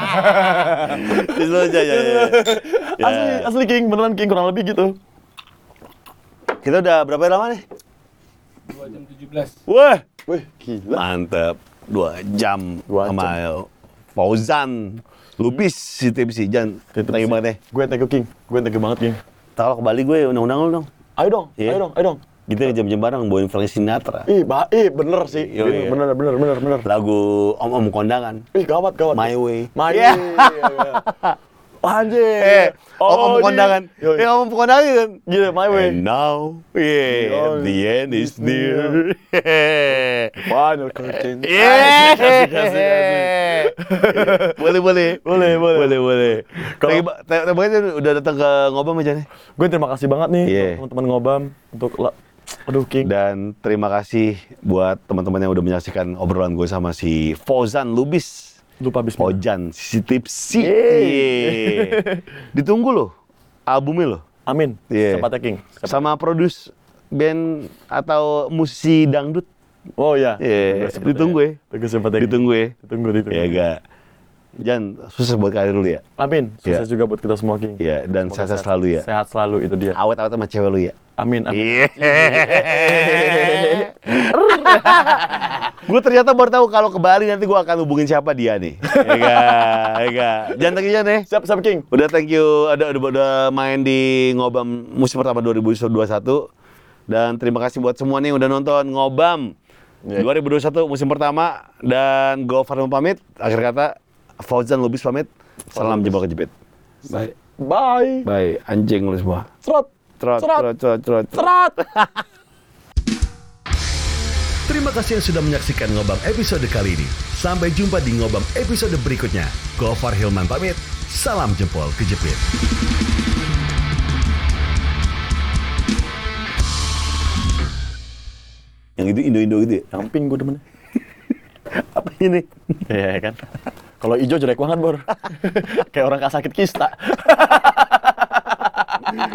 [SPEAKER 1] Itu aja ya. ya.
[SPEAKER 2] Asli, asli, King. Beneran, King. Kurang lebih gitu.
[SPEAKER 1] Kita udah berapa lama nih?
[SPEAKER 3] dua jam tujuh belas.
[SPEAKER 1] Wah,
[SPEAKER 2] Wih, gila.
[SPEAKER 1] mantep. Dua jam
[SPEAKER 2] Dua
[SPEAKER 1] sama Fauzan Lubis si T V C. Jan, thank you banget ya.
[SPEAKER 2] Gue thank you, King. Gue thank you banget, King.
[SPEAKER 1] Tahu ke Bali gue undang-undang lu dong.
[SPEAKER 2] Ayo dong,
[SPEAKER 1] Iya.
[SPEAKER 2] ayo dong, ayo dong.
[SPEAKER 1] Gitu jam-jam bareng bawain Frank Sinatra.
[SPEAKER 2] Ih, bah, ih, bener sih.
[SPEAKER 1] Iya, iya.
[SPEAKER 2] Bener, bener, bener, bener.
[SPEAKER 1] Lagu Om-Om Kondangan.
[SPEAKER 2] Ih, gawat, gawat.
[SPEAKER 1] My Way.
[SPEAKER 2] My
[SPEAKER 1] Iya.
[SPEAKER 2] Way. Anjir.
[SPEAKER 1] Eh, Om-Om
[SPEAKER 2] ini-
[SPEAKER 1] Kondangan.
[SPEAKER 2] Yo,
[SPEAKER 1] Eh, Om-Om Kondangan kan.
[SPEAKER 2] Gila, My Way.
[SPEAKER 1] And now, yeah,
[SPEAKER 2] Oh,
[SPEAKER 1] the end is near.
[SPEAKER 2] Final curtain.
[SPEAKER 1] Yeah.
[SPEAKER 2] Asik, asik, asik.
[SPEAKER 1] Boleh, boleh.
[SPEAKER 2] Boleh, boleh.
[SPEAKER 1] Boleh, boleh.
[SPEAKER 2] Kalau-
[SPEAKER 1] Kalau terima kasih udah datang ke Ngobam aja nih.
[SPEAKER 2] Gue terima kasih banget nih
[SPEAKER 1] Iya.
[SPEAKER 2] untuk teman-teman Ngobam untuk la- aduh, King.
[SPEAKER 1] Dan terima kasih buat teman-teman yang udah menyaksikan obrolan gue sama si Fauzan Lubis.
[SPEAKER 2] Lupa bismillah.
[SPEAKER 1] Ojan, si Tipsy.
[SPEAKER 2] Yeay.
[SPEAKER 1] Yeay. Ditunggu loh albumnya loh.
[SPEAKER 2] Amin.
[SPEAKER 1] Iya.
[SPEAKER 2] Cepatnya, King. Cepatnya.
[SPEAKER 1] Sama produce band atau musisi dangdut.
[SPEAKER 2] Oh iya.
[SPEAKER 1] Iya,
[SPEAKER 2] Cepatnya.
[SPEAKER 1] ditunggu ya.
[SPEAKER 2] Tunggu cepatnya. King.
[SPEAKER 1] Ditunggu ya.
[SPEAKER 2] Ditunggu, ditunggu.
[SPEAKER 1] Ya gak. Jan, sukses buat karir dulu ya.
[SPEAKER 2] Amin. Sukses
[SPEAKER 1] Iya.
[SPEAKER 2] juga buat kita semua, King.
[SPEAKER 1] Iya, dan
[SPEAKER 2] Semoga
[SPEAKER 1] sehat selalu ya.
[SPEAKER 2] Sehat selalu, itu dia.
[SPEAKER 1] Awet-awet sama cewek lu ya.
[SPEAKER 2] Amin, amin.
[SPEAKER 1] Iya. Gue ternyata baru tahu kalau ke Bali nanti gue akan hubungin siapa dia nih. Ya gak, ya gak. Jangan thank you Jan ya.
[SPEAKER 2] Siap, siap, King.
[SPEAKER 1] Udah thank you, ada udah, udah main di Ngobam musim pertama dua ribu dua puluh satu. Dan terima kasih buat semua nih yang udah nonton Ngobam
[SPEAKER 2] Yeah.
[SPEAKER 1] dua ribu dua puluh satu musim pertama. Dan gue Farhan pamit. Akhir kata, Fauzan Lubis pamit. Salam jempol kejepit. Bye.
[SPEAKER 2] Bye.
[SPEAKER 1] Bye. Anjing lu semua.
[SPEAKER 2] Trot.
[SPEAKER 1] Trot,
[SPEAKER 2] Trot.
[SPEAKER 1] trot, trot, trot.
[SPEAKER 2] Trot.
[SPEAKER 4] Terima kasih yang sudah menyaksikan Ngobam episode kali ini. Sampai jumpa di Ngobam episode berikutnya. Gofar Hilman pamit. Salam jempol kejepit.
[SPEAKER 1] Yang itu Indo-Indo gitu ya?
[SPEAKER 2] Yang pink gue demen.
[SPEAKER 1] Apa ini?
[SPEAKER 2] Iya kan. Kalau hijau jelek banget, Bor. Kayak orang gak sakit kista.